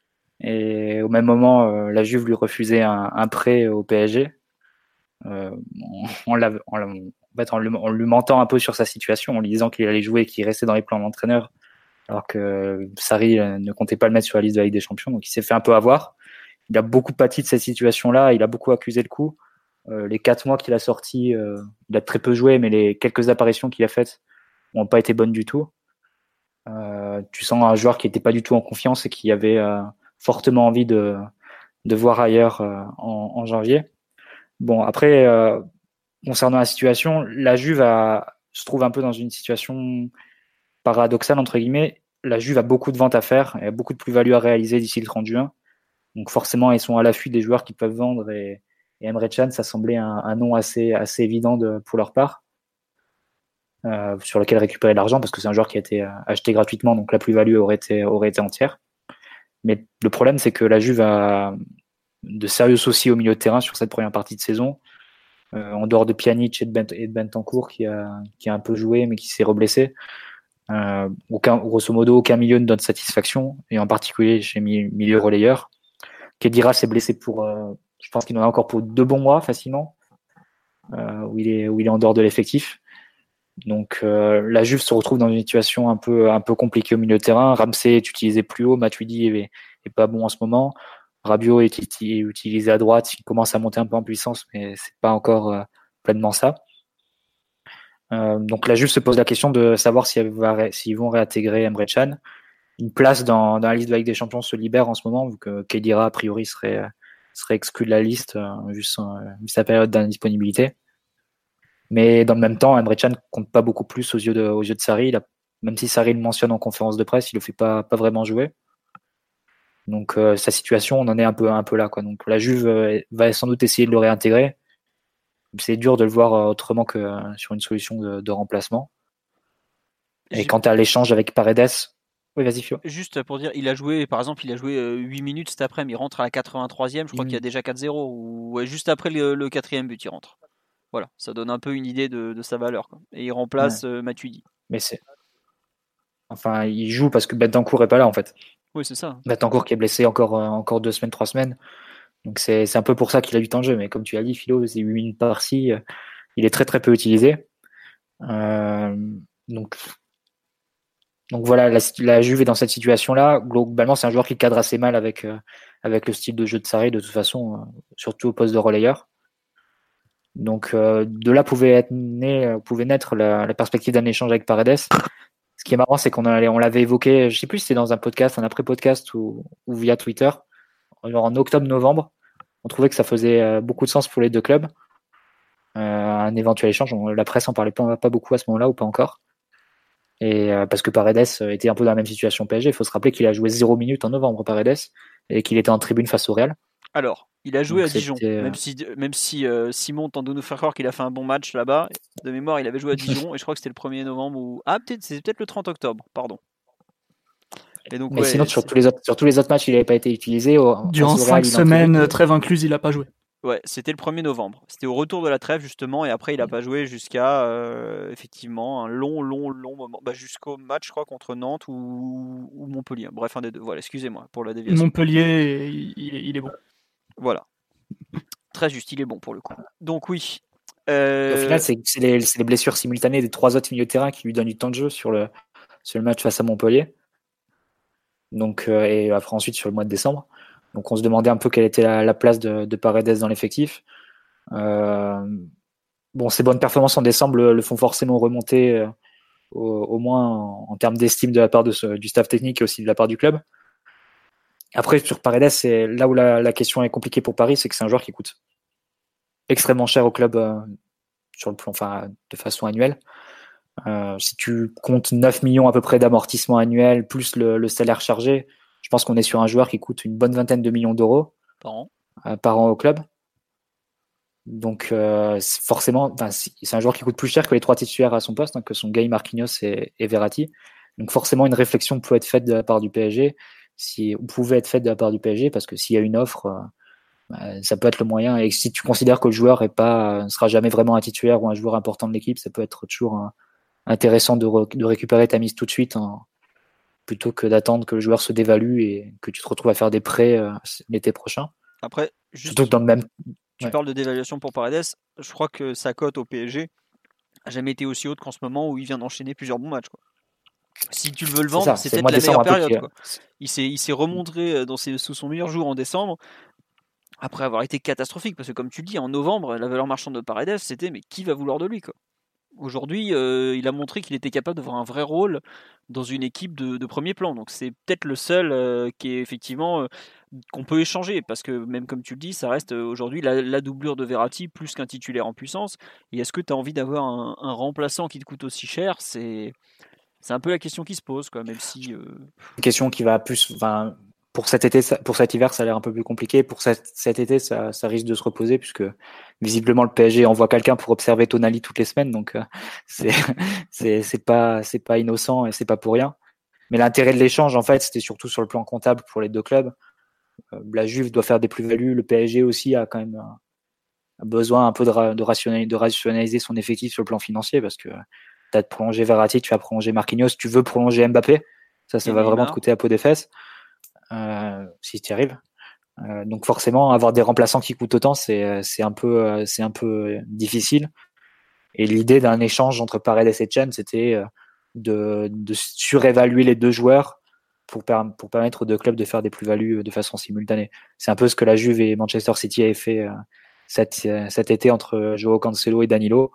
Speaker 4: et au même moment, euh, la Juve lui refusait un, un prêt au P S G. Euh, on, on l'a, on l'a En fait, en, le, en lui mentant un peu sur sa situation, en lui disant qu'il allait jouer et qu'il restait dans les plans d'entraîneur, alors que Sarri ne comptait pas le mettre sur la liste de la Ligue des Champions. Donc il s'est fait un peu avoir. Il a beaucoup pâti de cette situation-là, il a beaucoup accusé le coup. Euh, les quatre mois qu'il a sortis, euh, il a très peu joué, mais les quelques apparitions qu'il a faites n'ont pas été bonnes du tout. Euh, tu sens un joueur qui n'était pas du tout en confiance et qui avait euh, fortement envie de, de voir ailleurs euh, en, en janvier. Bon, après... Euh, Concernant la situation, la Juve a, se trouve un peu dans une situation paradoxale, entre guillemets. La Juve a beaucoup de ventes à faire et a beaucoup de plus-value à réaliser d'ici le trente juin. Donc forcément, ils sont à l'affût des joueurs qu'ils peuvent vendre et, et Emre Can, ça semblait un, un nom assez, assez évident de, pour leur part, euh, sur lequel récupérer de l'argent parce que c'est un joueur qui a été acheté gratuitement, donc la plus-value aurait été, aurait été entière. Mais le problème, c'est que la Juve a de sérieux soucis au milieu de terrain sur cette première partie de saison. Euh, en dehors de Pjanic et de, Bent- et de Bentancur qui a, qui a un peu joué mais qui s'est reblessé, euh, aucun, grosso modo aucun milieu ne donne satisfaction, et en particulier chez mi- milieu relayeur. Khedira s'est blessé pour euh, je pense qu'il en a encore pour deux bons mois facilement, euh, où, il est, où il est en dehors de l'effectif. Donc euh, la Juve se retrouve dans une situation un peu, un peu compliquée au milieu de terrain. Ramsey est utilisé plus haut, Matuidi est, est pas bon en ce moment. Rabiot est utilisé à droite, il commence à monter un peu en puissance, mais c'est pas encore euh, pleinement ça. Euh, donc la Juve se pose la question de savoir si elle va ré- s'ils vont réintégrer Emre Can. Une place dans, dans la liste de la Ligue des Champions se libère en ce moment, vu que Khedira a priori serait, serait exclu de la liste euh, vu, son, vu sa période d'indisponibilité. Mais dans le même temps, Emre Can compte pas beaucoup plus aux yeux de, aux yeux de Sarri. Il a, même si Sarri le mentionne en conférence de presse, il le fait pas, pas vraiment jouer. Donc euh, sa situation, on en est un peu un peu là, quoi. Donc la Juve euh, va sans doute essayer de le réintégrer. C'est dur de le voir euh, autrement que euh, sur une solution de, de remplacement. Et J'ai... quant à l'échange avec Paredes, oui, vas-y Fio.
Speaker 3: Juste pour dire, il a joué, par exemple, il a joué euh, huit minutes cet après-midi, il rentre à la quatre-vingt-troisième, je crois mmh. qu'il y a déjà quatre zéro, ou ouais, juste après le, le quatrième but, il rentre. Voilà, ça donne un peu une idée de, de sa valeur, quoi. Et il remplace ouais. euh, Matuidi.
Speaker 4: Mais c'est, enfin, il joue parce que Bentancur est pas là en fait.
Speaker 3: Oui, c'est ça.
Speaker 4: Bentancur qui est blessé encore, euh, encore deux semaines, trois semaines. Donc c'est, c'est un peu pour ça qu'il a du temps de jeu. Mais comme tu l'as dit, Philo, c'est huit minutes par-ci. Euh, il est très très peu utilisé. Euh, donc, donc voilà, la, la Juve est dans cette situation-là. Globalement, c'est un joueur qui cadre assez mal avec, euh, avec le style de jeu de Sarri, de toute façon, euh, surtout au poste de relayeur. Donc euh, de là pouvait, être né, pouvait naître la, la perspective d'un échange avec Paredes. Ce qui est marrant, c'est qu'on allait, on l'avait évoqué, je sais plus si c'était dans un podcast, un après-podcast ou, ou via Twitter, genre en octobre-novembre. On trouvait que ça faisait beaucoup de sens pour les deux clubs. Euh, un éventuel échange, on, la presse en parlait pas, pas beaucoup à ce moment-là ou pas encore. Et euh, parce que Paredes était un peu dans la même situation P S G. Il faut se rappeler qu'il a joué zéro minute en novembre, Paredes, et qu'il était en tribune face au Real.
Speaker 3: Alors, il a joué Donc, à Dijon, euh... même si, même si euh, Simon tente de nous faire croire qu'il a fait un bon match là-bas. De mémoire, il avait joué à Dijon, et je crois que c'était le premier novembre ou... Ah, peut-être, c'est peut-être le trente octobre, pardon.
Speaker 4: Et donc, Mais ouais, sinon, sur tous, les autres, sur tous les autres matchs, il n'avait pas été utilisé. Au,
Speaker 6: Durant cinq semaines, Real, trêve incluse, il n'a pas joué.
Speaker 3: Ouais, c'était le premier novembre. C'était au retour de la trêve justement, et après il n'a pas joué jusqu'à euh, effectivement un long, long, long moment, bah, jusqu'au match, je crois, contre Nantes ou, ou Montpellier. Bref, un des deux. Voilà, excusez-moi pour la déviation.
Speaker 6: Montpellier, il, il est, il est bon.
Speaker 3: Voilà, très juste, il est bon pour le coup. Donc oui. Euh...
Speaker 4: Au final, c'est, c'est, les, c'est les blessures simultanées des trois autres milieux de terrain qui lui donnent du temps de jeu sur le, sur le match face à Montpellier. Donc, euh, et après ensuite sur le mois de décembre. Donc on se demandait un peu quelle était la, la place de, de Paredes dans l'effectif. Euh, bon, ses bonnes performances en décembre le, le font forcément remonter, euh, au, au moins en, en termes d'estime de la part de ce, du staff technique et aussi de la part du club. Après, sur Paredes, c'est là où la, la question est compliquée pour Paris, c'est que c'est un joueur qui coûte extrêmement cher au club, euh, sur le plan, enfin, de façon annuelle. Euh, si tu comptes neuf millions à peu près d'amortissement annuel plus le, le salaire chargé, je pense qu'on est sur un joueur qui coûte une bonne vingtaine de millions d'euros
Speaker 3: par an,
Speaker 4: euh, par an au club. Donc euh, c'est forcément, c'est un joueur qui coûte plus cher que les trois titulaires à son poste, hein, que sont Gay, Marquinhos et, et Verratti. Donc forcément, une réflexion peut être faite de la part du P S G, si, ou pouvait être faite de la part du P S G, parce que s'il y a une offre, euh, bah, ça peut être le moyen. Et si tu considères que le joueur est pas, ne sera jamais vraiment un titulaire ou un joueur important de l'équipe, ça peut être toujours un, intéressant de, re, de récupérer ta mise tout de suite, hein, plutôt que d'attendre que le joueur se dévalue et que tu te retrouves à faire des prêts euh, l'été prochain.
Speaker 3: Après, juste,
Speaker 4: surtout que dans le même.
Speaker 3: Tu
Speaker 4: ouais.
Speaker 3: parles de dévaluation pour Paredes. Je crois que sa cote au P S G n'a jamais été aussi haute qu'en ce moment où il vient d'enchaîner plusieurs bons matchs, quoi. Si tu veux le vendre, c'est, c'est, c'est peut-être la meilleure période, qui... quoi. Il s'est, il s'est remontré dans ses, sous son meilleur jour en décembre, après avoir été catastrophique, parce que comme tu le dis, en novembre, la valeur marchande de Paredes, c'était mais qui va vouloir de lui, quoi. Aujourd'hui, euh, il a montré qu'il était capable d'avoir un vrai rôle dans une équipe de, de premier plan. Donc c'est peut-être le seul euh, qui est effectivement euh, qu'on peut échanger, parce que même comme tu le dis, ça reste euh, aujourd'hui la, la doublure de Verratti plus qu'un titulaire en puissance. Et est-ce que tu as envie d'avoir un, un remplaçant qui te coûte aussi cher ? C'est c'est un peu la question qui se pose, quoi. Même si euh...
Speaker 4: une question qui va plus, enfin, pour cet été, pour cet hiver, ça a l'air un peu plus compliqué. Pour cet, cet été, ça, ça risque de se reposer puisque visiblement le P S G envoie quelqu'un pour observer Tonali toutes les semaines, donc euh, c'est c'est c'est pas c'est pas innocent et c'est pas pour rien. Mais l'intérêt de l'échange, en fait, c'était surtout sur le plan comptable pour les deux clubs. Euh, la Juve doit faire des plus-values, le P S G aussi a quand même un, a besoin un peu de, ra- de, rationaliser, de rationaliser son effectif sur le plan financier parce que tu as de prolonger Verratti, tu vas prolonger Marquinhos, tu veux prolonger Mbappé, ça, ça va Neymar. Vraiment te coûter à peau des fesses, euh, si tu y arrives. Euh, donc forcément, avoir des remplaçants qui coûtent autant, c'est, c'est, un, peu, c'est un peu difficile. Et l'idée d'un échange entre Paredes et Can, c'était de, de surévaluer les deux joueurs pour, per, pour permettre aux deux clubs de faire des plus-values de façon simultanée. C'est un peu ce que la Juve et Manchester City avaient fait euh, cet, cet été entre Joao Cancelo et Danilo.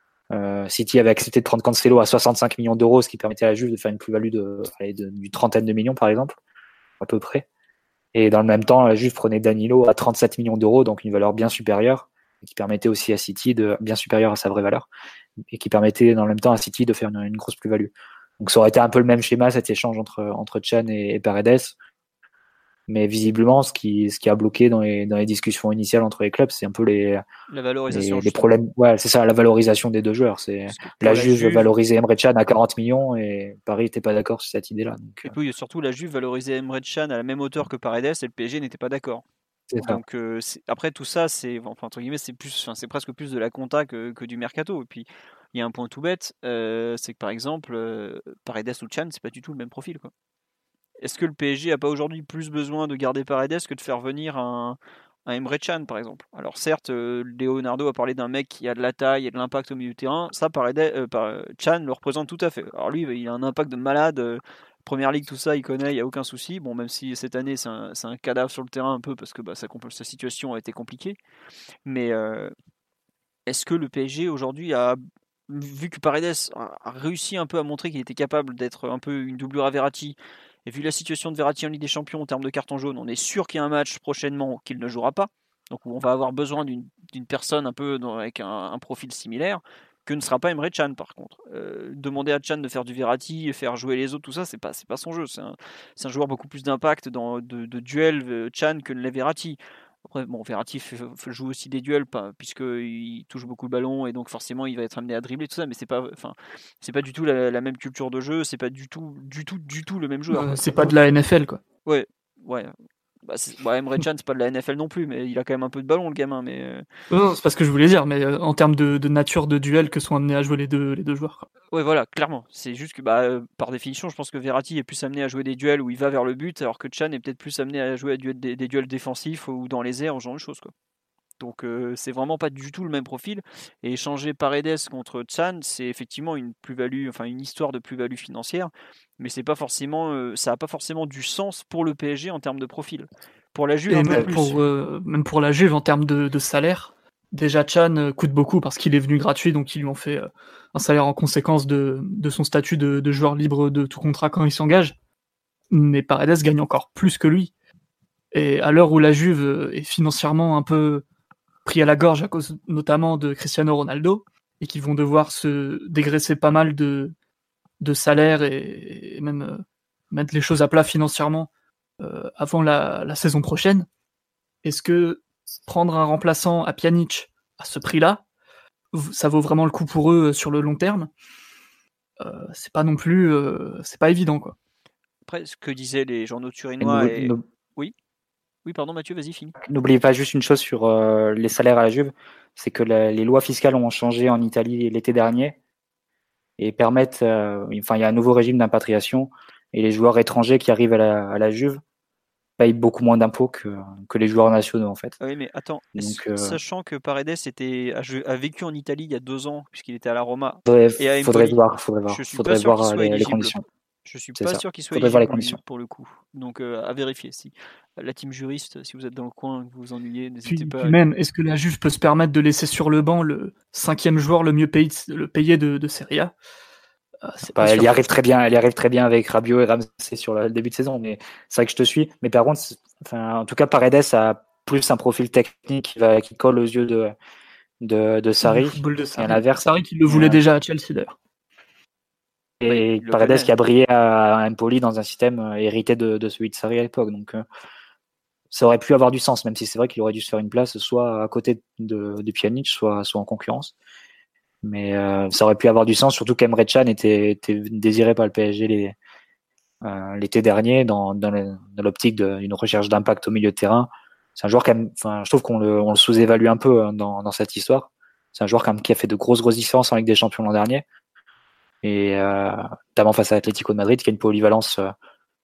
Speaker 4: Euh, City avait accepté de prendre Cancelo à soixante-cinq millions d'euros, ce qui permettait à la Juve de faire une plus-value de, allez, de, d'une trentaine de millions, par exemple, à peu près. Et dans le même temps, la Juve prenait Danilo à trente-sept millions d'euros, donc une valeur bien supérieure, qui permettait aussi à City de, bien supérieure à sa vraie valeur, et qui permettait dans le même temps à City de faire une, une grosse plus-value. Donc ça aurait été un peu le même schéma, cet échange entre, entre Can et, et Paredes. Mais visiblement, ce qui, ce qui a bloqué dans les, dans les discussions initiales entre les clubs, c'est un peu les,
Speaker 3: la valorisation,
Speaker 4: les, les problèmes. Ouais, c'est ça, la valorisation des deux joueurs. C'est la, la Juve, Juve valorisait Emre Can à quarante millions et Paris n'était pas d'accord sur cette idée-là. Donc,
Speaker 3: et puis surtout, la Juve valorisait Emre Can à la même hauteur que Paredes et le P S G n'était pas d'accord. C'est donc euh, c'est, après tout ça, c'est enfin entre guillemets, c'est plus, enfin, c'est presque plus de la compta que, que du mercato. Et puis il y a un point tout bête, euh, c'est que par exemple, euh, Paredes ou Can, c'est pas du tout le même profil, quoi. Est-ce que le P S G a pas aujourd'hui plus besoin de garder Paredes que de faire venir un, un Emre Can, par exemple ? Alors certes, euh, Leonardo a parlé d'un mec qui a de la taille et de l'impact au milieu du terrain. Ça, Paredes, euh, par, Can le représente tout à fait. Alors lui, il a un impact de malade. Euh, Première Ligue, tout ça, il connaît, il n'y a aucun souci. Bon, même si cette année, c'est un, c'est un cadavre sur le terrain un peu parce que bah, sa, sa situation a été compliquée. Mais euh, est-ce que le P S G aujourd'hui a, vu que Paredes a réussi un peu à montrer qu'il était capable d'être un peu une doublure à Verratti, et vu la situation de Verratti en Ligue des Champions en termes de carton jaune, on est sûr qu'il y a un match prochainement qu'il ne jouera pas. Donc on va avoir besoin d'une, d'une personne un peu dans, avec un, un profil similaire, que ne sera pas Emre Can par contre. Euh, demander à Can de faire du Verratti et faire jouer les autres, tout ça, c'est pas, c'est pas son jeu. C'est un, c'est un joueur beaucoup plus d'impact dans, de, de duel euh, Can que ne l'est Verratti. Après, bon, Verratti fait, fait, joue aussi des duels, pas, puisqu'il touche beaucoup le ballon et donc forcément il va être amené à dribbler, tout ça, mais c'est pas, enfin, c'est pas du tout la, la même culture de jeu, c'est pas du tout, du tout, du tout le même joueur.
Speaker 6: Euh, c'est pas de la N F L, quoi.
Speaker 3: Ouais, ouais. Bah, c'est... Bah, Emre Can, c'est pas de la N F L non plus, mais il a quand même un peu de ballon, le gamin. Mais euh...
Speaker 6: non, c'est pas ce que je voulais dire, mais euh, en termes de, de nature de duel que sont amenés à jouer les deux, les deux joueurs. Quoi.
Speaker 3: Ouais, voilà, clairement. C'est juste que, bah, euh, par définition, je pense que Verratti est plus amené à jouer des duels où il va vers le but, alors que Can est peut-être plus amené à jouer à duel, des, des duels défensifs ou dans les airs, ce genre de choses, quoi. Donc euh, c'est vraiment pas du tout le même profil. Et échanger Paredes contre Can, c'est effectivement une plus-value, enfin une histoire de plus-value financière, mais c'est pas forcément, euh, ça n'a pas forcément du sens pour le P S G en termes de profil. Pour la Juve,
Speaker 6: et
Speaker 3: un peu
Speaker 6: même
Speaker 3: plus.
Speaker 6: Pour, euh, même pour la Juve en termes de, de salaire, déjà Can coûte beaucoup parce qu'il est venu gratuit, donc ils lui ont fait euh, un salaire en conséquence de, de son statut de, de joueur libre de tout contrat quand il s'engage. Mais Paredes gagne encore plus que lui. Et à l'heure où la Juve est financièrement un peu pris à la gorge à cause notamment de Cristiano Ronaldo, et qui vont devoir se dégraisser pas mal de, de salaire et, et même euh, mettre les choses à plat financièrement euh, avant la, la saison prochaine, est-ce que prendre un remplaçant à Pjanic à ce prix-là, ça vaut vraiment le coup pour eux sur le long terme? euh, C'est pas non plus, euh, c'est pas évident, quoi.
Speaker 3: Après, ce que disaient les journaux turinois et...
Speaker 4: Nous,
Speaker 3: Oui Oui, pardon Mathieu, vas-y, finis.
Speaker 4: N'oubliez pas juste une chose sur euh, les salaires à la Juve, c'est que la, les lois fiscales ont changé en Italie l'été dernier et permettent, euh, enfin il y a un nouveau régime d'impatriation et les joueurs étrangers qui arrivent à la, à la Juve payent beaucoup moins d'impôts que, que les joueurs nationaux en fait.
Speaker 3: Oui, mais attends,
Speaker 4: Donc,
Speaker 3: euh... sachant que Paredes était, a, a vécu en Italie il y a deux ans, puisqu'il était à la Roma
Speaker 4: faudrait,
Speaker 3: et à Empoli,
Speaker 4: faudrait voir, faudrait voir,
Speaker 3: je suis
Speaker 4: faudrait
Speaker 3: pas sûr
Speaker 4: voir
Speaker 3: qu'il soit
Speaker 4: les,
Speaker 3: éligible.
Speaker 4: les conditions.
Speaker 3: Je suis
Speaker 4: C'est
Speaker 3: pas
Speaker 4: ça.
Speaker 3: sûr qu'il soit
Speaker 4: faudrait
Speaker 3: éligible
Speaker 4: voir les conditions.
Speaker 3: pour le coup. Donc euh, à vérifier. Si la team juriste, si vous êtes dans le coin, que vous vous ennuyez, n'hésitez
Speaker 6: puis,
Speaker 3: pas.
Speaker 6: Puis
Speaker 3: à...
Speaker 6: même, est-ce que la Juve peut se permettre de laisser sur le banc le cinquième joueur le mieux payé, le payé de, de Serie A?
Speaker 4: Euh, bah, elle y arrive très bien, elle y arrive très bien avec Rabiot et Ramsey sur le début de saison, mais c'est vrai que je te suis. Mais par contre, enfin, en tout cas, Paredes a plus un profil technique qui, va, qui colle aux yeux de, de, de Sarri.
Speaker 6: De Sarri.
Speaker 4: Et à l'inverse,
Speaker 6: Sarri qui le voulait euh, déjà à Chelsea d'ailleurs.
Speaker 4: Et oui, Paredes qui a brillé à Empoli dans un système hérité de, de celui de Sarri à l'époque. Donc, euh, ça aurait pu avoir du sens, même si c'est vrai qu'il aurait dû se faire une place soit à côté de, de Pjanic, soit, soit en concurrence. Mais euh, ça aurait pu avoir du sens, surtout qu'Emre Can était, était désiré par le P S G les, euh, l'été dernier dans, dans, le, dans l'optique d'une recherche d'impact au milieu de terrain. C'est un joueur quand même, enfin, je trouve qu'on le, on le sous-évalue un peu dans, dans cette histoire. C'est un joueur quand même qui a fait de grosses grosses différences en Ligue des Champions l'an dernier, et euh, notamment face à l'Atlético de Madrid, qui a une polyvalence euh,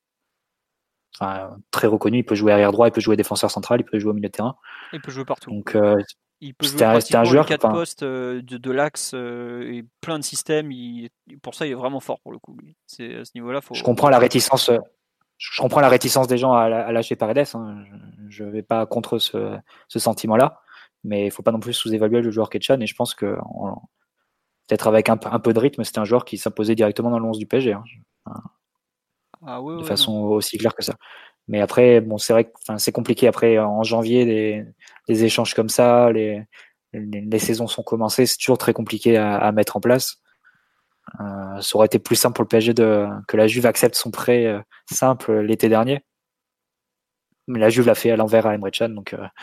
Speaker 4: enfin, très reconnue. Il peut jouer arrière droit, il peut jouer défenseur central, il peut jouer au milieu de terrain.
Speaker 3: Il peut jouer partout.
Speaker 4: Donc euh,
Speaker 3: il peut jouer
Speaker 4: c'était un, c'était un joueur,
Speaker 3: les quatre postes euh, de, de l'axe euh, et plein de systèmes. Il, pour ça, il est vraiment fort pour le coup. C'est, à ce niveau-là, faut.
Speaker 4: Je comprends la réticence. Je comprends la réticence des gens à, à lâcher Paredes. Hein. Je ne vais pas contre ce, ce sentiment-là, mais il ne faut pas non plus sous-évaluer le joueur Can. Et je pense que on, peut-être avec un, un peu de rythme, c'était un joueur qui s'imposait directement dans le onze du P S G, hein.
Speaker 3: Ah ouais,
Speaker 4: de
Speaker 3: ouais,
Speaker 4: façon
Speaker 3: non.
Speaker 4: aussi claire que ça. Mais après, bon, c'est vrai que c'est compliqué. Après, en janvier, les, les échanges comme ça, les, les, les saisons sont commencées, c'est toujours très compliqué à, à mettre en place. Euh, ça aurait été plus simple pour le P S G de, que la Juve accepte son prêt euh, simple l'été dernier. Mais la Juve l'a fait à l'envers à Emre Can, donc euh,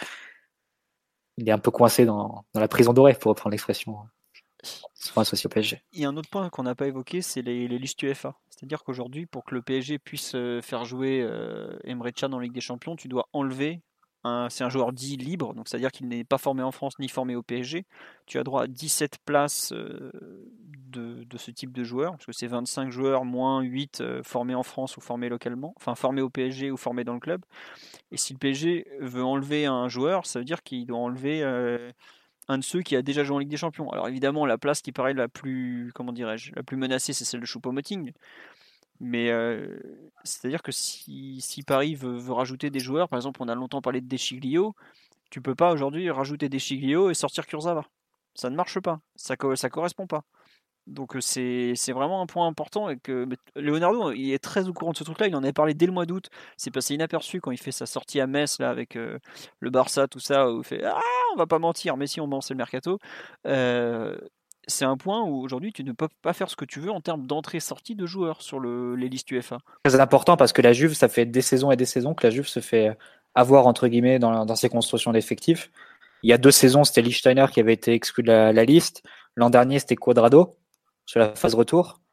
Speaker 4: il est un peu coincé dans, dans la prison dorée, pour reprendre l'expression souvent associée au P S G.
Speaker 3: Il y a un autre point qu'on n'a pas évoqué, c'est les, les listes U F A. C'est-à-dire qu'aujourd'hui, pour que le P S G puisse faire jouer euh, Emre Can en Ligue des Champions, tu dois enlever, un, c'est un joueur dit libre, donc c'est-à-dire qu'il n'est pas formé en France ni formé au P S G. Tu as droit à dix-sept places euh, de, de ce type de joueurs, parce que c'est vingt-cinq joueurs moins huit euh, formés en France ou formés localement, enfin formés au P S G ou formés dans le club. Et si le P S G veut enlever un joueur, ça veut dire qu'il doit enlever euh, un de ceux qui a déjà joué en Ligue des Champions. Alors évidemment, la place qui paraît la plus, comment dirais-je, la plus menacée, c'est celle de Choupo-Moting. Mais euh, c'est-à-dire que si, si Paris veut, veut rajouter des joueurs, par exemple, on a longtemps parlé de Deschiglio, tu peux pas aujourd'hui rajouter Deschiglio et sortir Kurzawa. Ça ne marche pas, ça ça correspond pas. Donc c'est, c'est vraiment un point important et que Leonardo il est très au courant de ce truc-là, il en avait parlé dès le mois d'août, c'est passé inaperçu quand il fait sa sortie à Metz là avec euh, le Barça, tout ça, où il fait ah on va pas mentir, mais si on ment c'est le mercato. Euh, c'est un point où aujourd'hui tu ne peux pas faire ce que tu veux en termes d'entrée-sortie de joueurs sur le, les listes U F A.
Speaker 4: Très important parce que la Juve, ça fait des saisons et des saisons que la Juve se fait avoir entre guillemets dans, dans ses constructions d'effectifs. Il y a deux saisons, c'était Lichtsteiner qui avait été exclu de la, la liste. L'an dernier, c'était Cuadrado sur la phase retour.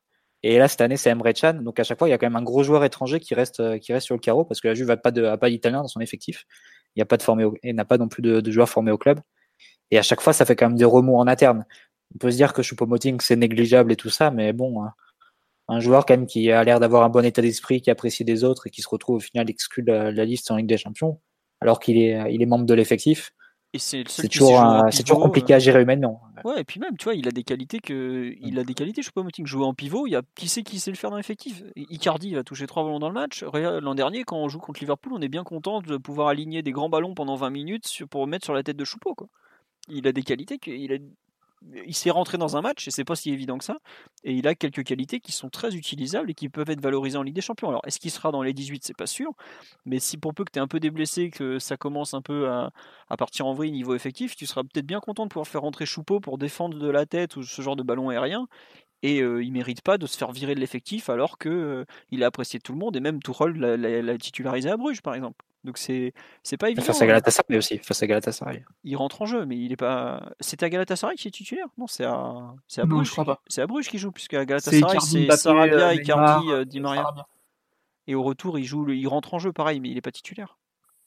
Speaker 4: Et là, cette année, c'est Emre Can. Donc, à chaque fois, il y a quand même un gros joueur étranger qui reste, qui reste sur le carreau parce que la Juve n'a pas, de, a pas d'Italien dans son effectif. Il n'y a pas de formé au, et n'a pas non plus de, de joueurs formés au club. Et à chaque fois, ça fait quand même des remous en interne. On peut se dire que Choupo-Moting, c'est négligeable et tout ça, mais bon, un, un joueur quand même qui a l'air d'avoir un bon état d'esprit, qui apprécie des autres et qui se retrouve au final exclu de la, la liste en Ligue des Champions, alors qu'il est, il est membre de l'effectif.
Speaker 3: Et c'est le seul
Speaker 4: C'est
Speaker 3: qui
Speaker 4: toujours,
Speaker 3: sait jouer en
Speaker 4: un- c'est toujours
Speaker 3: pivot,
Speaker 4: compliqué
Speaker 3: euh.
Speaker 4: à gérer humainement.
Speaker 3: Ouais, et puis même, tu vois, il a des qualités que. Il a des qualités, Choupo-Moting. Jouer en pivot, il y a qui sait qui sait le faire dans l'effectif. Icardi va toucher trois ballons dans le match. Regarde, l'an dernier, quand on joue contre Liverpool, on est bien content de pouvoir aligner des grands ballons pendant vingt minutes sur- pour mettre sur la tête de Choupo, quoi. Il a des qualités que. Il a... il s'est rentré dans un match et c'est pas si évident que ça. Et il a quelques qualités qui sont très utilisables et qui peuvent être valorisées en Ligue des Champions. Alors, est-ce qu'il sera dans les dix-huit? C'est pas sûr. Mais si pour peu que tu es un peu déblessé, que ça commence un peu à, à partir en vrille niveau effectif, tu seras peut-être bien content de pouvoir faire rentrer Choupo pour défendre de la tête ou ce genre de ballon aérien. Et euh, il mérite pas de se faire virer de l'effectif alors que euh, il a apprécié de tout le monde et même Tuchel l'a, l'a, l'a titularisé à Bruges par exemple. Donc c'est c'est pas évident.
Speaker 4: Face à Galatasaray aussi, face à Galatasaray.
Speaker 3: Il rentre en jeu, mais il est pas. C'était à Galatasaray qui est titulaire? Non, c'est à c'est à
Speaker 6: Non,
Speaker 3: Bruges.
Speaker 6: je crois pas.
Speaker 3: C'est à Bruges qui joue puisque à
Speaker 6: C'est
Speaker 3: Galatasaray
Speaker 6: Icardi,
Speaker 3: c'est
Speaker 6: Mbappé,
Speaker 3: Sarabia,
Speaker 6: euh,
Speaker 3: Icardi,
Speaker 6: Neymar,
Speaker 3: euh, Di
Speaker 6: et
Speaker 3: Maria.
Speaker 6: Sarabia.
Speaker 3: Et au retour, il joue, il rentre en jeu pareil, mais il est pas titulaire.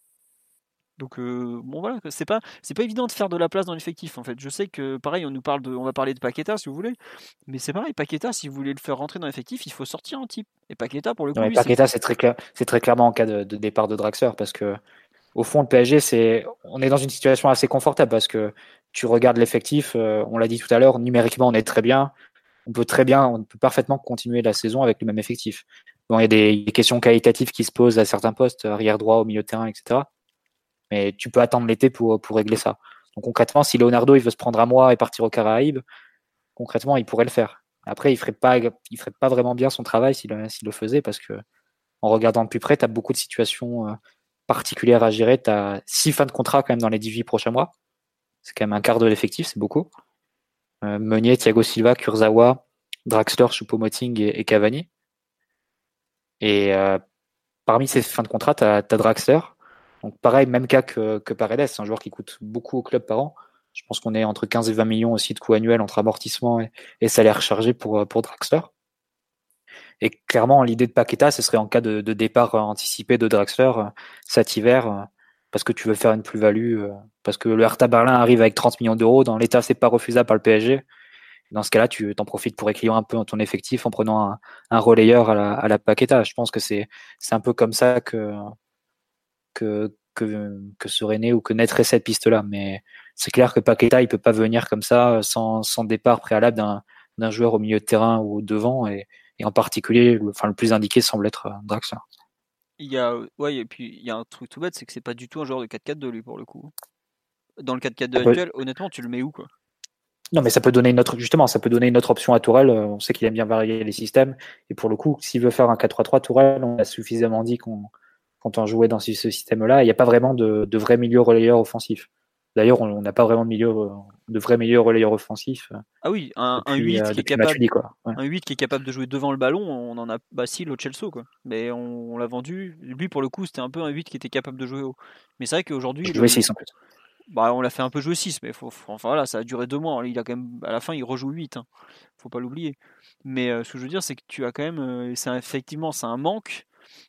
Speaker 3: Donc euh, bon voilà, c'est pas c'est pas évident de faire de la place dans l'effectif en fait. Je sais que pareil, on nous parle de, on va parler de Paqueta si vous voulez, mais c'est pareil, Paqueta, si vous voulez le faire rentrer dans l'effectif, il faut sortir un type. Et Paqueta pour le coup,
Speaker 4: Non, mais
Speaker 3: lui,
Speaker 4: Paqueta,
Speaker 3: c'est
Speaker 4: c'est très clair, c'est très clairement en cas de, de départ de Draxler parce que au fond, le P S G, c'est, on est dans une situation assez confortable parce que tu regardes l'effectif, euh, on l'a dit tout à l'heure, numériquement, on est très bien. On peut très bien, on peut parfaitement continuer la saison avec le même effectif. Bon, il y a des, des questions qualitatives qui se posent à certains postes, arrière droit, au milieu de terrain, et cetera. Mais tu peux attendre l'été pour, pour régler ça. Donc concrètement, si Leonardo il veut se prendre un mois et partir aux Caraïbes, concrètement, il pourrait le faire. Après, il ferait pas, il ferait pas vraiment bien son travail s'il, s'il le faisait parce que en regardant de plus près, tu as beaucoup de situations euh, particulière à gérer. Tu as six fins de contrat quand même dans les dix-huit prochains mois. C'est quand même un quart de l'effectif, c'est beaucoup. Euh, Meunier, Thiago Silva, Kurzawa, Draxler, Choupo-Moting et, et Cavani. Et euh, parmi ces fins de contrat, tu as Draxler. Donc pareil, même cas que, que Paredes, c'est un joueur qui coûte beaucoup au club par an. Je pense qu'on est entre quinze et vingt millions aussi de coûts annuels entre amortissement et, et salaire chargé pour, pour Draxler. Et clairement, l'idée de Paqueta, ce serait en cas de, de départ anticipé de Draxler euh, cet hiver, euh, parce que tu veux faire une plus-value, euh, parce que le Hertha Berlin arrive avec trente millions d'euros. Dans l'état, c'est pas refusable par le P S G. Dans ce cas-là, tu t'en profites pour équilibrer un peu ton effectif en prenant un, un relayeur à la, à la Paqueta. Je pense que c'est, c'est un peu comme ça que, que, que, que serait né ou que naîtrait cette piste-là. Mais c'est clair que Paqueta, il peut pas venir comme ça sans, sans départ préalable d'un, d'un joueur au milieu de terrain ou devant. Et, et en particulier, le, enfin, le plus indiqué semble être euh, Draxler.
Speaker 3: Il y a, ouais, et puis il y a un truc tout bête, c'est que c'est pas du tout un joueur de quatre quatre deux lui pour le coup. Dans le quatre quatre deux actuel, honnêtement, tu le mets où quoi?
Speaker 4: Non, mais ça peut donner une autre, justement, ça peut donner une autre option à Tourelle. On sait qu'il aime bien varier les systèmes. Et pour le coup, s'il veut faire un quatre trois trois, Tourelle, on a suffisamment dit qu'on, quand on jouait dans ce système-là, il n'y a pas vraiment de, de vrai milieu relayeur offensif. D'ailleurs, on n'a pas vraiment de, milieu, de vrai milieu relayeur offensif.
Speaker 3: Ah oui, un,
Speaker 4: depuis,
Speaker 3: un huit
Speaker 4: euh,
Speaker 3: qui est capable,
Speaker 4: Matuidi, quoi. Ouais.
Speaker 3: un huit qui est capable de jouer devant le ballon, on en a, bah si, Lo Celso quoi. Mais on, on l'a vendu. Lui pour le coup, c'était un peu un huit qui était capable de jouer haut. Mais c'est vrai qu'aujourd'hui,
Speaker 4: Je
Speaker 3: le,
Speaker 4: jouais six en plus.
Speaker 3: Bah, on l'a fait un peu jouer six, mais faut, faut, enfin voilà, ça a duré deux mois. Il a quand même, à la fin, il rejoue huit. Hein. Faut pas l'oublier. Mais euh, ce que je veux dire, c'est que tu as quand même, euh, c'est un, effectivement, c'est un manque.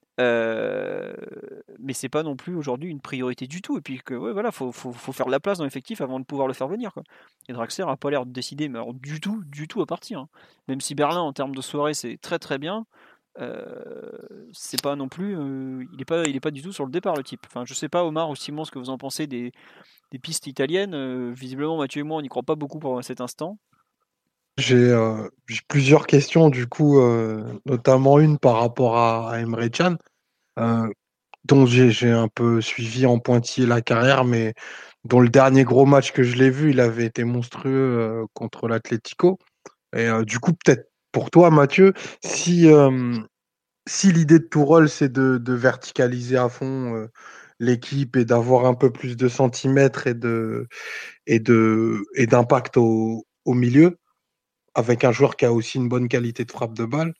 Speaker 3: Euh, mais c'est pas non plus aujourd'hui une priorité du tout. Et puis que ouais, voilà, faut, faut, faut faire de la place dans l'effectif avant de pouvoir le faire venir. Quoi. Et Draxler a pas l'air de décider, mais alors, du tout, du tout à partir. Hein. Même si Berlin, en termes de soirée, c'est très très bien. Euh, c'est pas non plus, euh, il est pas, il est pas du tout sur le départ le type. Enfin, je sais pas Omar ou Simon ce que vous en pensez des, des pistes italiennes. Euh, visiblement Mathieu et moi on n'y croit pas beaucoup pour cet instant.
Speaker 5: J'ai, euh, j'ai plusieurs questions du coup, euh, notamment une par rapport à, à Emre Can, euh, dont j'ai, j'ai un peu suivi en pointillé la carrière, mais dont le dernier gros match que je l'ai vu, il avait été monstrueux euh, contre l'Atlético. Et euh, du coup, peut-être pour toi, Mathieu, si, euh, si l'idée de Tourelle, c'est de, de verticaliser à fond euh, l'équipe et d'avoir un peu plus de centimètres et, de, et, de, et d'impact au, au milieu, avec un joueur qui a aussi une bonne qualité de frappe de balle,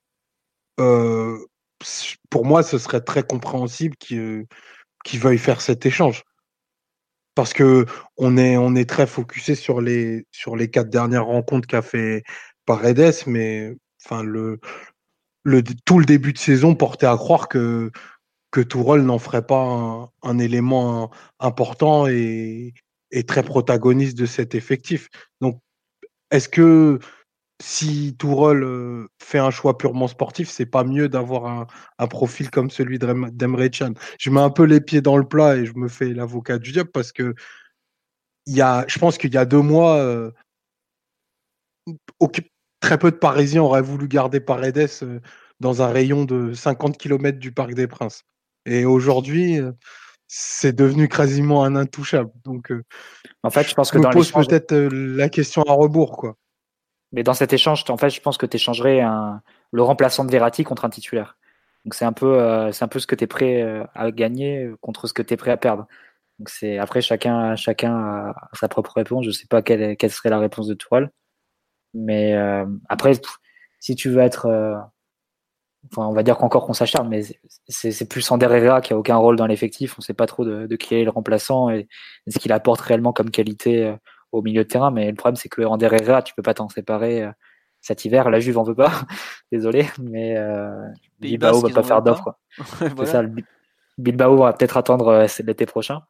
Speaker 5: euh, pour moi, ce serait très compréhensible qu'il, qu'il veuille faire cet échange. Parce que on est, on est très focusé sur les, sur les quatre dernières rencontres qu'a fait Paredes, mais enfin le, le tout le début de saison portait à croire que que Tourelle n'en ferait pas un, un élément important et, et très protagoniste de cet effectif. Donc, est-ce que si Tourelle euh, fait un choix purement sportif, c'est pas mieux d'avoir un, un profil comme celui d'Em- d'Emre Can? Je mets un peu les pieds dans le plat et je me fais l'avocat du diable parce que il y a, je pense qu'il y a deux mois, euh, aucun- très peu de Parisiens auraient voulu garder Paredes euh, dans un rayon de cinquante kilomètres du Parc des Princes. Et aujourd'hui, euh, c'est devenu quasiment un intouchable. Donc, euh,
Speaker 4: En fait,
Speaker 5: je
Speaker 4: je pense que
Speaker 5: me
Speaker 4: dans
Speaker 5: pose
Speaker 4: l'échange,
Speaker 5: peut-être euh, la question à rebours, quoi.
Speaker 4: mais dans cet échange, en fait, je pense que tu échangerais un, le remplaçant de Verratti contre un titulaire. Donc c'est un peu, euh, c'est un peu ce que tu es prêt euh, à gagner contre ce que tu es prêt à perdre. Donc c'est après chacun, chacun a sa propre réponse. Je sais pas quelle, quelle serait la réponse de Tourelle, mais euh, après, si tu veux être, euh, enfin, on va dire qu'encore qu'on s'acharne, mais c'est, c'est plus Ander Herrera qui a aucun rôle dans l'effectif. On sait pas trop de, de qui est le remplaçant et, et ce qu'il apporte réellement comme qualité euh, au milieu de terrain. Mais le problème, c'est que Ander Herrera, tu peux pas t'en séparer euh, cet hiver. La Juve en veut pas, désolé, mais euh,
Speaker 3: Pays
Speaker 4: Bilbao
Speaker 3: Basque,
Speaker 4: va
Speaker 3: ils
Speaker 4: pas
Speaker 3: en
Speaker 4: faire
Speaker 3: veulent pas.
Speaker 4: d'offre. C'est
Speaker 3: Voilà.
Speaker 4: ça. Le Bi- Bilbao va peut-être attendre euh, c'est l'été prochain.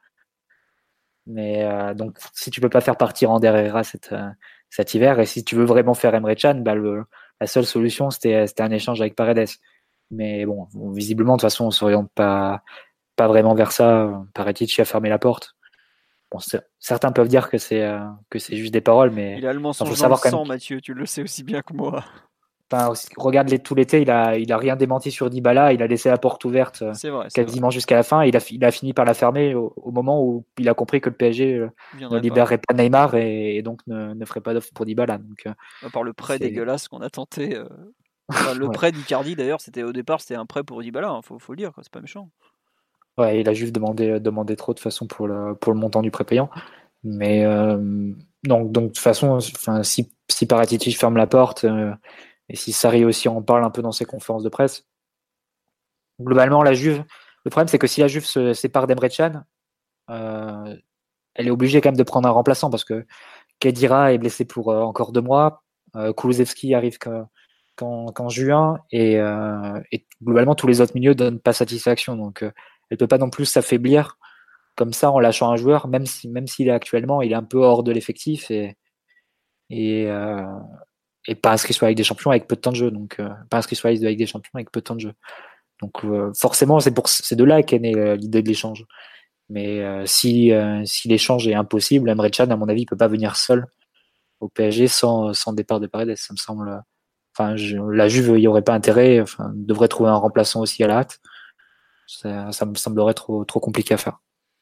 Speaker 4: Mais euh, donc, si tu peux pas faire partir Ander Herrera cet, euh, cet hiver, et si tu veux vraiment faire Emre Can, bah, le, la seule solution, c'était, c'était un échange avec Paredes. Mais bon, visiblement, de toute façon, on s'oriente pas, pas vraiment vers ça. Paratici a fermé la porte. Bon, certains peuvent dire que c'est euh, que c'est juste des paroles, mais
Speaker 3: Il a le
Speaker 4: enfin, faut
Speaker 3: mensonge dans le
Speaker 4: savoir quand même.
Speaker 3: sang, Mathieu, tu le sais aussi bien que moi.
Speaker 4: Enfin, regarde les, tout l'été, il a il a rien démenti sur Dybala, il a laissé la porte ouverte euh,
Speaker 3: C'est vrai, c'est
Speaker 4: quasiment
Speaker 3: vrai.
Speaker 4: jusqu'à la fin. Il a il a fini par la fermer au, au moment où il a compris que le P S G euh,
Speaker 3: Il
Speaker 4: ne
Speaker 3: viendrait pas.
Speaker 4: libérerait pas Neymar et, et donc ne, ne ferait pas d'offre pour Dybala. Donc euh,
Speaker 3: À part le prêt
Speaker 4: c'est
Speaker 3: dégueulasse qu'on a tenté. euh, Enfin, le
Speaker 4: ouais.
Speaker 3: prêt d'Icardi, d'ailleurs, c'était au départ, c'était un prêt pour Dybala, hein, faut, faut le dire, quoi, c'est pas méchant.
Speaker 4: Ouais, il a juste demandé demandé trop de façon pour le pour le montant du prépayant. Mais euh, donc, donc de toute façon, enfin, si, si Paratici ferme la porte euh, et si Sarri aussi en parle un peu dans ses conférences de presse, globalement, la Juve, le problème c'est que si la Juve se sépare d'Emre Can, euh, elle est obligée quand même de prendre un remplaçant parce que Khedira est blessé pour euh, encore deux mois, euh, Kulusevski arrive qu'en, qu'en, qu'en juin et, euh, et globalement tous les autres milieux donnent pas satisfaction. Donc euh, elle peut pas non plus s'affaiblir comme ça en lâchant un joueur, même si même s'il est actuellement il est un peu hors de l'effectif et et, euh, et pas inscrit sur la Ligue des Champions avec peu de temps de jeu, donc euh, pas inscrit sur la liste de la Ligue des Champions avec peu de temps de jeu. Donc euh, forcément, c'est pour c'est de là qu'est née euh, l'idée de l'échange. Mais euh, si euh, si l'échange est impossible, Emre Can, à mon avis, peut pas venir seul au P S G sans sans départ de Paredes. Ça me semble. Enfin, je, la Juve, il y aurait pas intérêt. Enfin, devrait trouver un remplaçant aussi à la hâte. Ça, ça me semblerait trop trop compliqué à faire.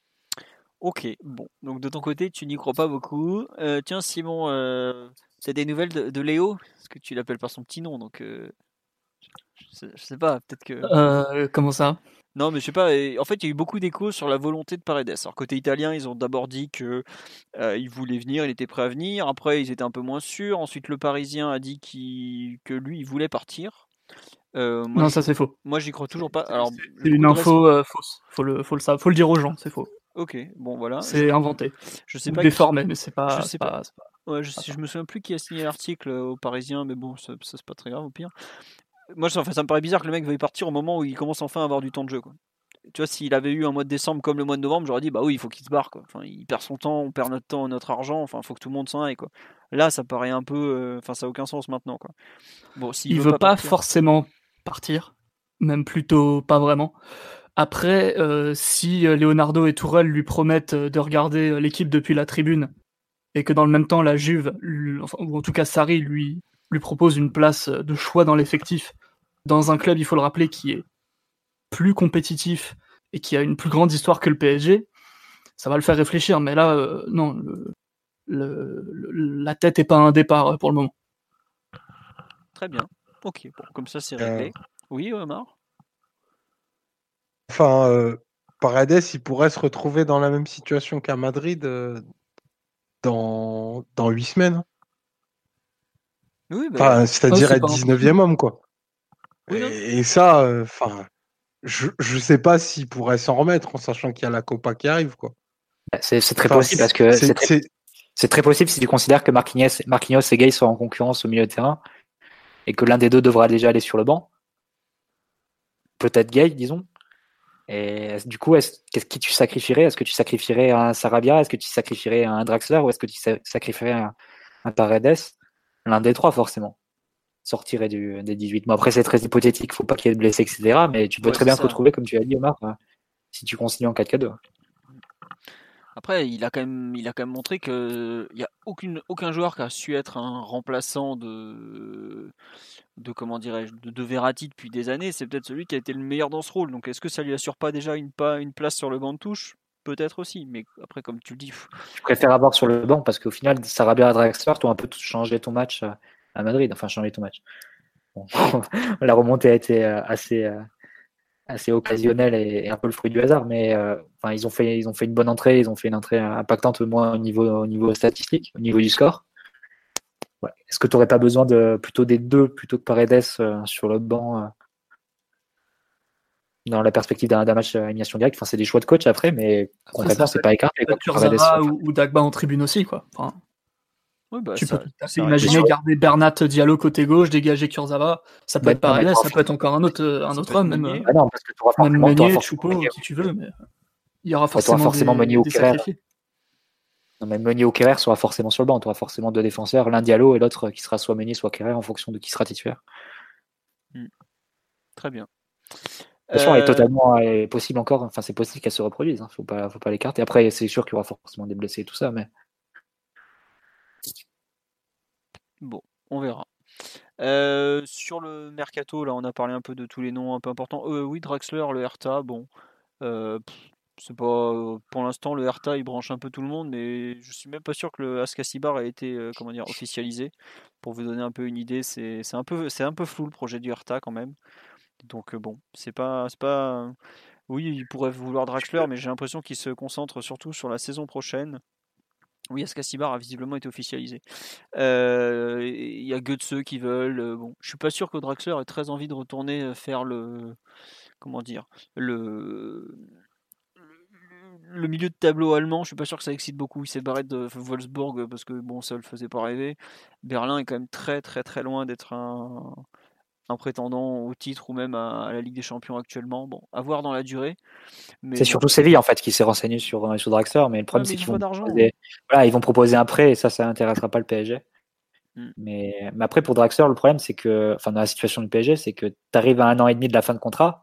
Speaker 3: Ok, bon, donc de ton côté, tu n'y crois pas beaucoup. Euh, tiens, Simon, euh, t'as des nouvelles de, de Léo? Parce que tu l'appelles par son petit nom, donc euh, je, sais, je sais pas, peut-être que.
Speaker 6: Euh, comment ça?
Speaker 3: Non, mais je sais pas. et- En fait, il y a eu beaucoup d'échos sur la volonté de Paredes. Alors côté italien, ils ont d'abord dit que euh, il voulait venir, il était prêt à venir. Après, ils étaient un peu moins sûrs. Ensuite, le Parisien a dit qu'il que lui, il voulait partir. Euh, moi,
Speaker 6: Non,
Speaker 3: je,
Speaker 6: ça c'est faux.
Speaker 3: moi, j'y crois toujours pas. Alors,
Speaker 6: C'est
Speaker 3: le
Speaker 6: une
Speaker 3: coup de res-
Speaker 6: info euh, fausse. Faut le, faut le savoir. Faut le dire aux gens, c'est faux.
Speaker 3: Ok, bon voilà. Je,
Speaker 6: C'est inventé.
Speaker 3: je sais
Speaker 6: Ou
Speaker 3: pas qui.
Speaker 6: déformé, mais c'est
Speaker 3: Je
Speaker 6: pas,
Speaker 3: sais
Speaker 6: c'est
Speaker 3: pas.
Speaker 6: pas, c'est pas-
Speaker 3: Ouais, je,
Speaker 6: pas
Speaker 3: sais-
Speaker 6: ça.
Speaker 3: je me souviens plus qui a signé l'article euh, au Parisien, mais bon, ça, ça, c'est pas très grave au pire. Moi, ça, enfin, ça me paraît bizarre que le mec veuille partir au moment où il commence enfin à avoir du temps de jeu, quoi. Tu vois, s'il avait eu un mois de décembre comme le mois de novembre, j'aurais dit bah oui, il faut qu'il se barre, quoi. Enfin, il perd son temps, on perd notre temps, notre argent. Enfin, faut que tout le monde s'en aille, quoi. Là, ça paraît un peu, euh, enfin, ça a aucun sens maintenant, quoi. Bon, s'il
Speaker 6: Il
Speaker 3: veut
Speaker 6: veut
Speaker 3: pas
Speaker 6: pas
Speaker 3: partir.
Speaker 6: forcément partir, même plutôt pas vraiment. Après, euh, si euh, Leonardo et Tourelle lui promettent euh, de regarder euh, l'équipe depuis la tribune et que dans le même temps la Juve, lui- enfin, ou en tout cas Sarri lui lui propose une place euh, de choix dans l'effectif dans un club, il faut le rappeler, qui est plus compétitif et qui a une plus grande histoire que le P S G, ça va le faire réfléchir. Mais là, euh, non, le, le, le- la tête est pas à un départ euh, pour le moment.
Speaker 3: Très bien. Ok, bon, comme ça, c'est
Speaker 5: Euh,
Speaker 3: réglé. Oui, Omar.
Speaker 5: Enfin, euh, Paredes, il pourrait se retrouver dans la même situation qu'à Madrid euh, dans, dans huit semaines.
Speaker 3: Oui, bah,
Speaker 5: Enfin,
Speaker 6: Ouais,
Speaker 5: c'est-à-dire
Speaker 6: c'est
Speaker 5: être
Speaker 6: pas impossible.
Speaker 5: dix-neuvième homme, quoi.
Speaker 3: oui, non.
Speaker 5: Et, et ça, euh, enfin, je je sais pas s'il pourrait s'en remettre en sachant qu'il y a la Copa qui arrive, quoi.
Speaker 4: C'est, c'est très
Speaker 5: Enfin,
Speaker 4: possible parce que c'est
Speaker 5: c'est,
Speaker 4: très,
Speaker 5: c'est,
Speaker 4: c'est très possible si tu considères que Marquinhos, Marquinhos et Gay sont en concurrence au milieu de terrain. et que l'un des deux devra déjà aller sur le banc. Peut-être Gay, disons. Et du coup, est-ce, qu'est-ce qui tu sacrifierais? Est-ce que tu sacrifierais un Sarabia? Est-ce que tu sacrifierais un Draxler? Ou est-ce que tu sacrifierais un, un Paredes? L'un des trois, forcément. Sortirait du, des dix-huit. Bon, après, c'est très hypothétique, faut pas qu'il y ait de blessés, et cetera. Mais tu peux
Speaker 3: Ouais,
Speaker 4: très
Speaker 3: c'est
Speaker 4: bien
Speaker 3: ça.
Speaker 4: te retrouver, comme tu as dit, Omar, euh, si tu continues en quatre quatre deux.
Speaker 3: Après, il a quand même, il a quand même montré que il y a aucune, aucun joueur qui a su être un remplaçant de, de comment dirais-je, de, de Verratti depuis des années. C'est peut-être celui qui a été le meilleur dans ce rôle. Donc, est-ce que ça lui assure pas déjà une, pas, une place sur le banc de touche? Peut-être aussi. Mais après, comme tu le dis, pff,
Speaker 4: Je préfère avoir sur le banc parce qu'au final, Sarabia et Draxler t'ont un peu changé ton match à, à Madrid. Enfin, changé ton match. Bon. La remontée a été euh, assez, euh, assez occasionnelle et, et un peu le fruit du hasard. Mais euh, enfin, ils ont fait, ils ont fait une bonne entrée. Ils ont fait une entrée impactante, moins au niveau, au niveau statistique, au niveau du score. Ouais. Est-ce que tu n'aurais pas besoin de plutôt des deux plutôt que Paredes euh, sur le banc euh, dans la perspective d'un, d'un match à élimination directe? Enfin, c'est des choix de coach après, mais
Speaker 6: Après,
Speaker 4: concrètement,
Speaker 6: ça
Speaker 4: c'est
Speaker 6: peut
Speaker 4: pas écarté.
Speaker 6: être Kurzawa ou, ou Dagba en tribune aussi, quoi. Enfin,
Speaker 3: oui, bah,
Speaker 6: tu
Speaker 3: ça,
Speaker 6: peux tout à fait
Speaker 3: ça
Speaker 6: imaginer
Speaker 3: répond.
Speaker 6: garder Bernat Diallo côté gauche, dégager Kurzawa. Ça peut
Speaker 4: Ben
Speaker 6: être
Speaker 4: non, mais
Speaker 6: Paredes,
Speaker 4: t'auras
Speaker 6: ça peut être encore un autre, un
Speaker 3: Ça
Speaker 6: autre
Speaker 3: peut être
Speaker 6: homme, même,
Speaker 3: Meunier.
Speaker 6: euh,
Speaker 4: Ah non, parce que tu auras
Speaker 6: même
Speaker 4: forcément, t'auras
Speaker 6: Meunier,
Speaker 4: forcément
Speaker 6: Choupo,
Speaker 4: Meunier,
Speaker 6: qui tu veux, mais il y aura
Speaker 4: ouais, t'auras
Speaker 6: forcément,
Speaker 4: forcément
Speaker 6: des,
Speaker 4: Meunier ou
Speaker 6: des
Speaker 4: Kerrer.
Speaker 6: sacrifiés.
Speaker 4: Non, mais Meunier ou Kerrer sera forcément sur le banc. Tu auras forcément deux défenseurs, l'un Diallo et l'autre qui sera soit Meunier, soit Kerrer en fonction de qui sera titulaire.
Speaker 3: Hmm. Très bien.
Speaker 4: Bien sûr, elle est
Speaker 3: Euh,
Speaker 4: totalement elle est possible encore. Enfin, c'est possible qu'elle se reproduise. Hein. Faut pas, faut pas l'écarter. Après, c'est sûr qu'il y aura forcément des blessés et tout ça, mais
Speaker 3: bon, on verra. Euh, sur le mercato, là, on a parlé un peu de tous les noms un peu importants. Euh, oui, Draxler, le Hertha, bon, euh, pff, c'est pas pour l'instant le Hertha, il branche un peu tout le monde, mais je suis même pas sûr que le Askasibar a été euh, comment dire officialisé. Pour vous donner un peu une idée, c'est c'est un peu c'est un peu flou le projet du Hertha quand même. Donc euh, bon, c'est pas c'est pas oui, il pourrait vouloir Draxler, mais j'ai l'impression qu'il se concentre surtout sur la saison prochaine. Oui, Askasibar a visiblement été officialisé. Euh, Il y a Götze qui veulent. euh, Bon, je suis pas sûr que Draxler ait très envie de retourner euh, faire le, comment dire, le, le milieu de tableau allemand. Je suis pas sûr que ça excite beaucoup. Il s'est barré de Wolfsburg euh, parce que bon, ça le faisait pas rêver. Berlin est quand même très très très loin d'être un, un prétendant au titre ou même à, à la Ligue des Champions actuellement. Bon, à voir dans la durée, mais
Speaker 4: c'est
Speaker 3: bon.
Speaker 4: surtout Séville en fait qui s'est renseigné sur, sur Draxler. Mais le
Speaker 3: Ouais,
Speaker 4: problème,
Speaker 3: mais
Speaker 4: c'est
Speaker 3: ils
Speaker 4: qu'ils
Speaker 3: ont pas
Speaker 4: vont
Speaker 3: d'argent.
Speaker 4: proposer, voilà, ils vont proposer un prêt et ça, ça n'intéressera pas le P S G.
Speaker 3: Hmm.
Speaker 4: Mais, mais après, pour Draxler, le problème, c'est que, enfin, dans la situation du P S G, c'est que tu arrives à un an et demi de la fin de contrat.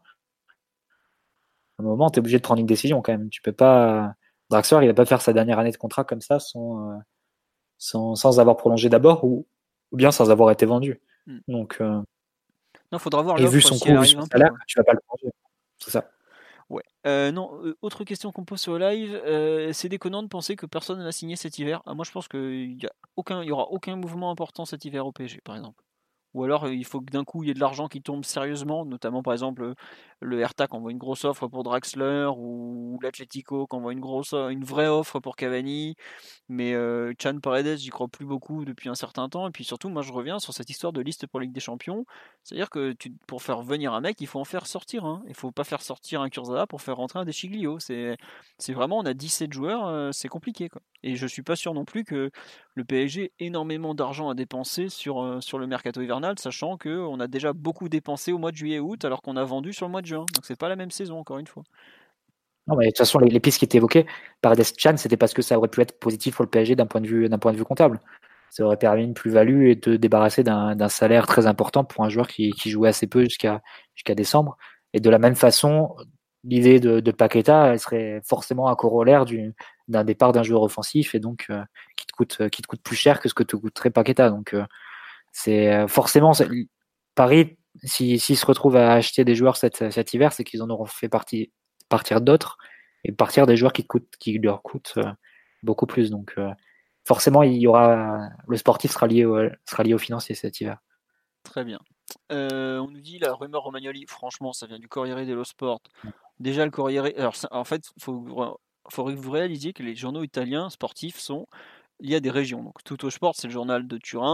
Speaker 4: À un moment, tu es obligé de prendre une décision quand même. Tu peux pas. Draxler, il va pas faire sa dernière année de contrat comme ça sans, euh, sans, sans avoir prolongé d'abord ou, ou bien sans avoir été vendu.
Speaker 3: Hmm.
Speaker 4: Donc, euh,
Speaker 3: Non, faudra voir
Speaker 4: et vu
Speaker 3: l'offre
Speaker 4: son
Speaker 3: si elle
Speaker 4: coût, vu
Speaker 3: arrive
Speaker 4: son
Speaker 3: un peu,
Speaker 4: salaire,
Speaker 3: quoi.
Speaker 4: tu vas pas le prolonger. C'est ça.
Speaker 3: Ouais. Euh, non, euh, autre question qu'on pose sur le live, euh, c'est déconnant de penser que personne n'a signé cet hiver. Ah, moi, je pense qu'il y a aucun, il y aura aucun mouvement important cet hiver au P S G, par exemple. Ou alors, euh, il faut que d'un coup, il y ait de l'argent qui tombe sérieusement, notamment par exemple euh, le Hertha qui envoie une grosse offre pour Draxler ou l'Atlético qui envoie une grosse, une vraie offre pour Cavani. Mais euh, Chan Paredes, j'y crois plus beaucoup depuis un certain temps. Et puis surtout, moi, je reviens sur cette histoire de liste pour Ligue des Champions. C'est-à-dire que tu, pour faire venir un mec, il faut en faire sortir un. Il faut pas faire sortir un Kurzawa pour faire rentrer un Deschiglio. C'est, c'est vraiment, on a dix-sept joueurs, euh, c'est compliqué, quoi. Et je suis pas sûr non plus que le P S G ait énormément d'argent à dépenser sur, euh, sur le mercato hivernal, sachant qu'on a déjà beaucoup dépensé au mois de juillet-août, alors qu'on a vendu sur le mois de juin. Donc c'est pas la même saison, encore une fois.
Speaker 4: Non, mais de toute façon, les, les pistes qui étaient évoquées par Chan, c'était parce que ça aurait pu être positif pour le P S G d'un point de vue, d'un point de vue comptable. Ça aurait permis une plus-value et de débarrasser d'un, d'un salaire très important pour un joueur qui, qui jouait assez peu jusqu'à, jusqu'à décembre. Et de la même façon, l'idée de, de Paqueta, elle serait forcément un corollaire du, d'un départ d'un joueur offensif et donc euh, qui te coûte, qui te coûte plus cher que ce que te coûterait Paqueta. Donc euh, c'est euh, forcément c'est, Paris, si, s'ils se retrouvent à acheter des joueurs cet, cet hiver, c'est qu'ils en auront fait partie, partir d'autres et partir des joueurs qui, coûtent, qui leur coûtent euh, beaucoup plus. Donc euh, forcément, il y aura le sportif sera lié au, sera lié au financier cet hiver.
Speaker 3: Très bien. Euh, on nous dit la rumeur Romagnoli, franchement, ça vient du Corriere dello Sport. Déjà, le Corriere. Alors, ça- en fait, il faut, faut que vous réalisiez que les journaux italiens sportifs sont liés à des régions. Donc, Tutto Sport, c'est le journal de Turin.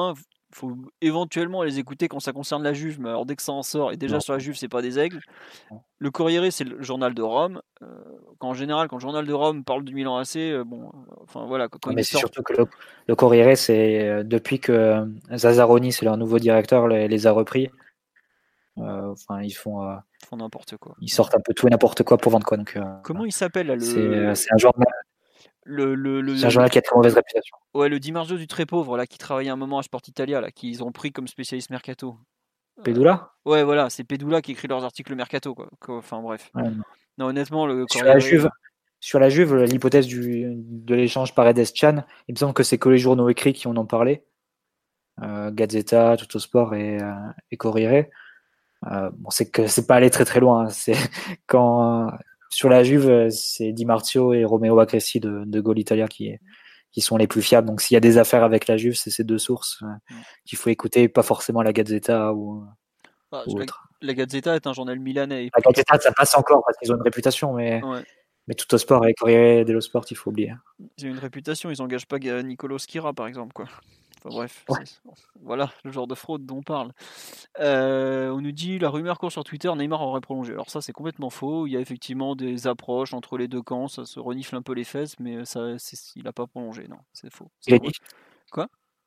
Speaker 3: faut éventuellement les écouter quand ça concerne la Juve, mais alors dès que ça en sort, et déjà
Speaker 4: Non.
Speaker 3: sur la Juve, c'est pas des aigles. Le Corriere, c'est le journal de Rome. Euh, quand, en général, quand le journal de Rome parle du Milan A C, euh, bon, euh, enfin voilà. Quand, quand
Speaker 4: mais
Speaker 3: il
Speaker 4: c'est
Speaker 3: sort...
Speaker 4: surtout que le, le Corriere, c'est euh, depuis que euh, Zazzaroni, c'est leur nouveau directeur, les, les a repris. Euh, Enfin, ils font, euh,
Speaker 3: Ils font n'importe quoi.
Speaker 4: ils sortent un peu tout et n'importe quoi pour vendre quoi. Donc, euh,
Speaker 3: Comment il s'appelle là, le...
Speaker 4: c'est, euh, c'est un journal,
Speaker 3: le, le, le,
Speaker 4: c'est un journal qui a très mauvaise réputation.
Speaker 3: Ouais, le Di Marzio du très pauvre là, qui travaillait un moment à Sport Italia, là, qu'ils ont pris comme spécialiste mercato.
Speaker 4: Pedula
Speaker 3: Euh, Ouais, voilà, c'est Pedula qui écrit leurs articles mercato, quoi. Enfin bref.
Speaker 4: ouais, non.
Speaker 3: Non, honnêtement, le
Speaker 4: Sur la
Speaker 3: Corriere...
Speaker 4: Juve, sur la Juve, l'hypothèse du, de l'échange Paredes-Chan, il me semble que c'est que les journaux écrits qui en ont parlé. Euh, Gazzetta, Tuttosport et, euh, et Corriere. Euh, bon, c'est que c'est pas allé très très loin. Hein. C'est quand euh, sur la Juve, c'est Di Marzio et Romeo Acressi de, de Goal Italia qui qui sont les plus fiables. Donc s'il y a des affaires avec la Juve, c'est ces deux sources euh,
Speaker 3: Mm.
Speaker 4: qu'il faut écouter, pas forcément la Gazzetta ou,
Speaker 3: Ah,
Speaker 4: ou
Speaker 3: la,
Speaker 4: autre.
Speaker 3: la Gazzetta est un journal milanais.
Speaker 4: La Gazzetta, ça passe encore parce qu'ils ont une réputation, mais
Speaker 3: Ouais.
Speaker 4: mais Tuttosport et Corriere dello Sport, il faut oublier.
Speaker 3: Ils ont une réputation, ils engagent pas Nicolo Schira par exemple, quoi. Enfin bref,
Speaker 4: Ouais.
Speaker 3: c'est- voilà le genre de fraude dont on parle. Euh, on nous dit la rumeur court sur Twitter, Neymar aurait prolongé. Alors ça c'est complètement faux. Il y a effectivement des approches entre les deux camps, ça se renifle un peu les fesses, mais ça, c'est- il a pas prolongé. Non, c'est faux. C'est
Speaker 4: Il a
Speaker 3: vrai.
Speaker 4: dit
Speaker 3: Quoi?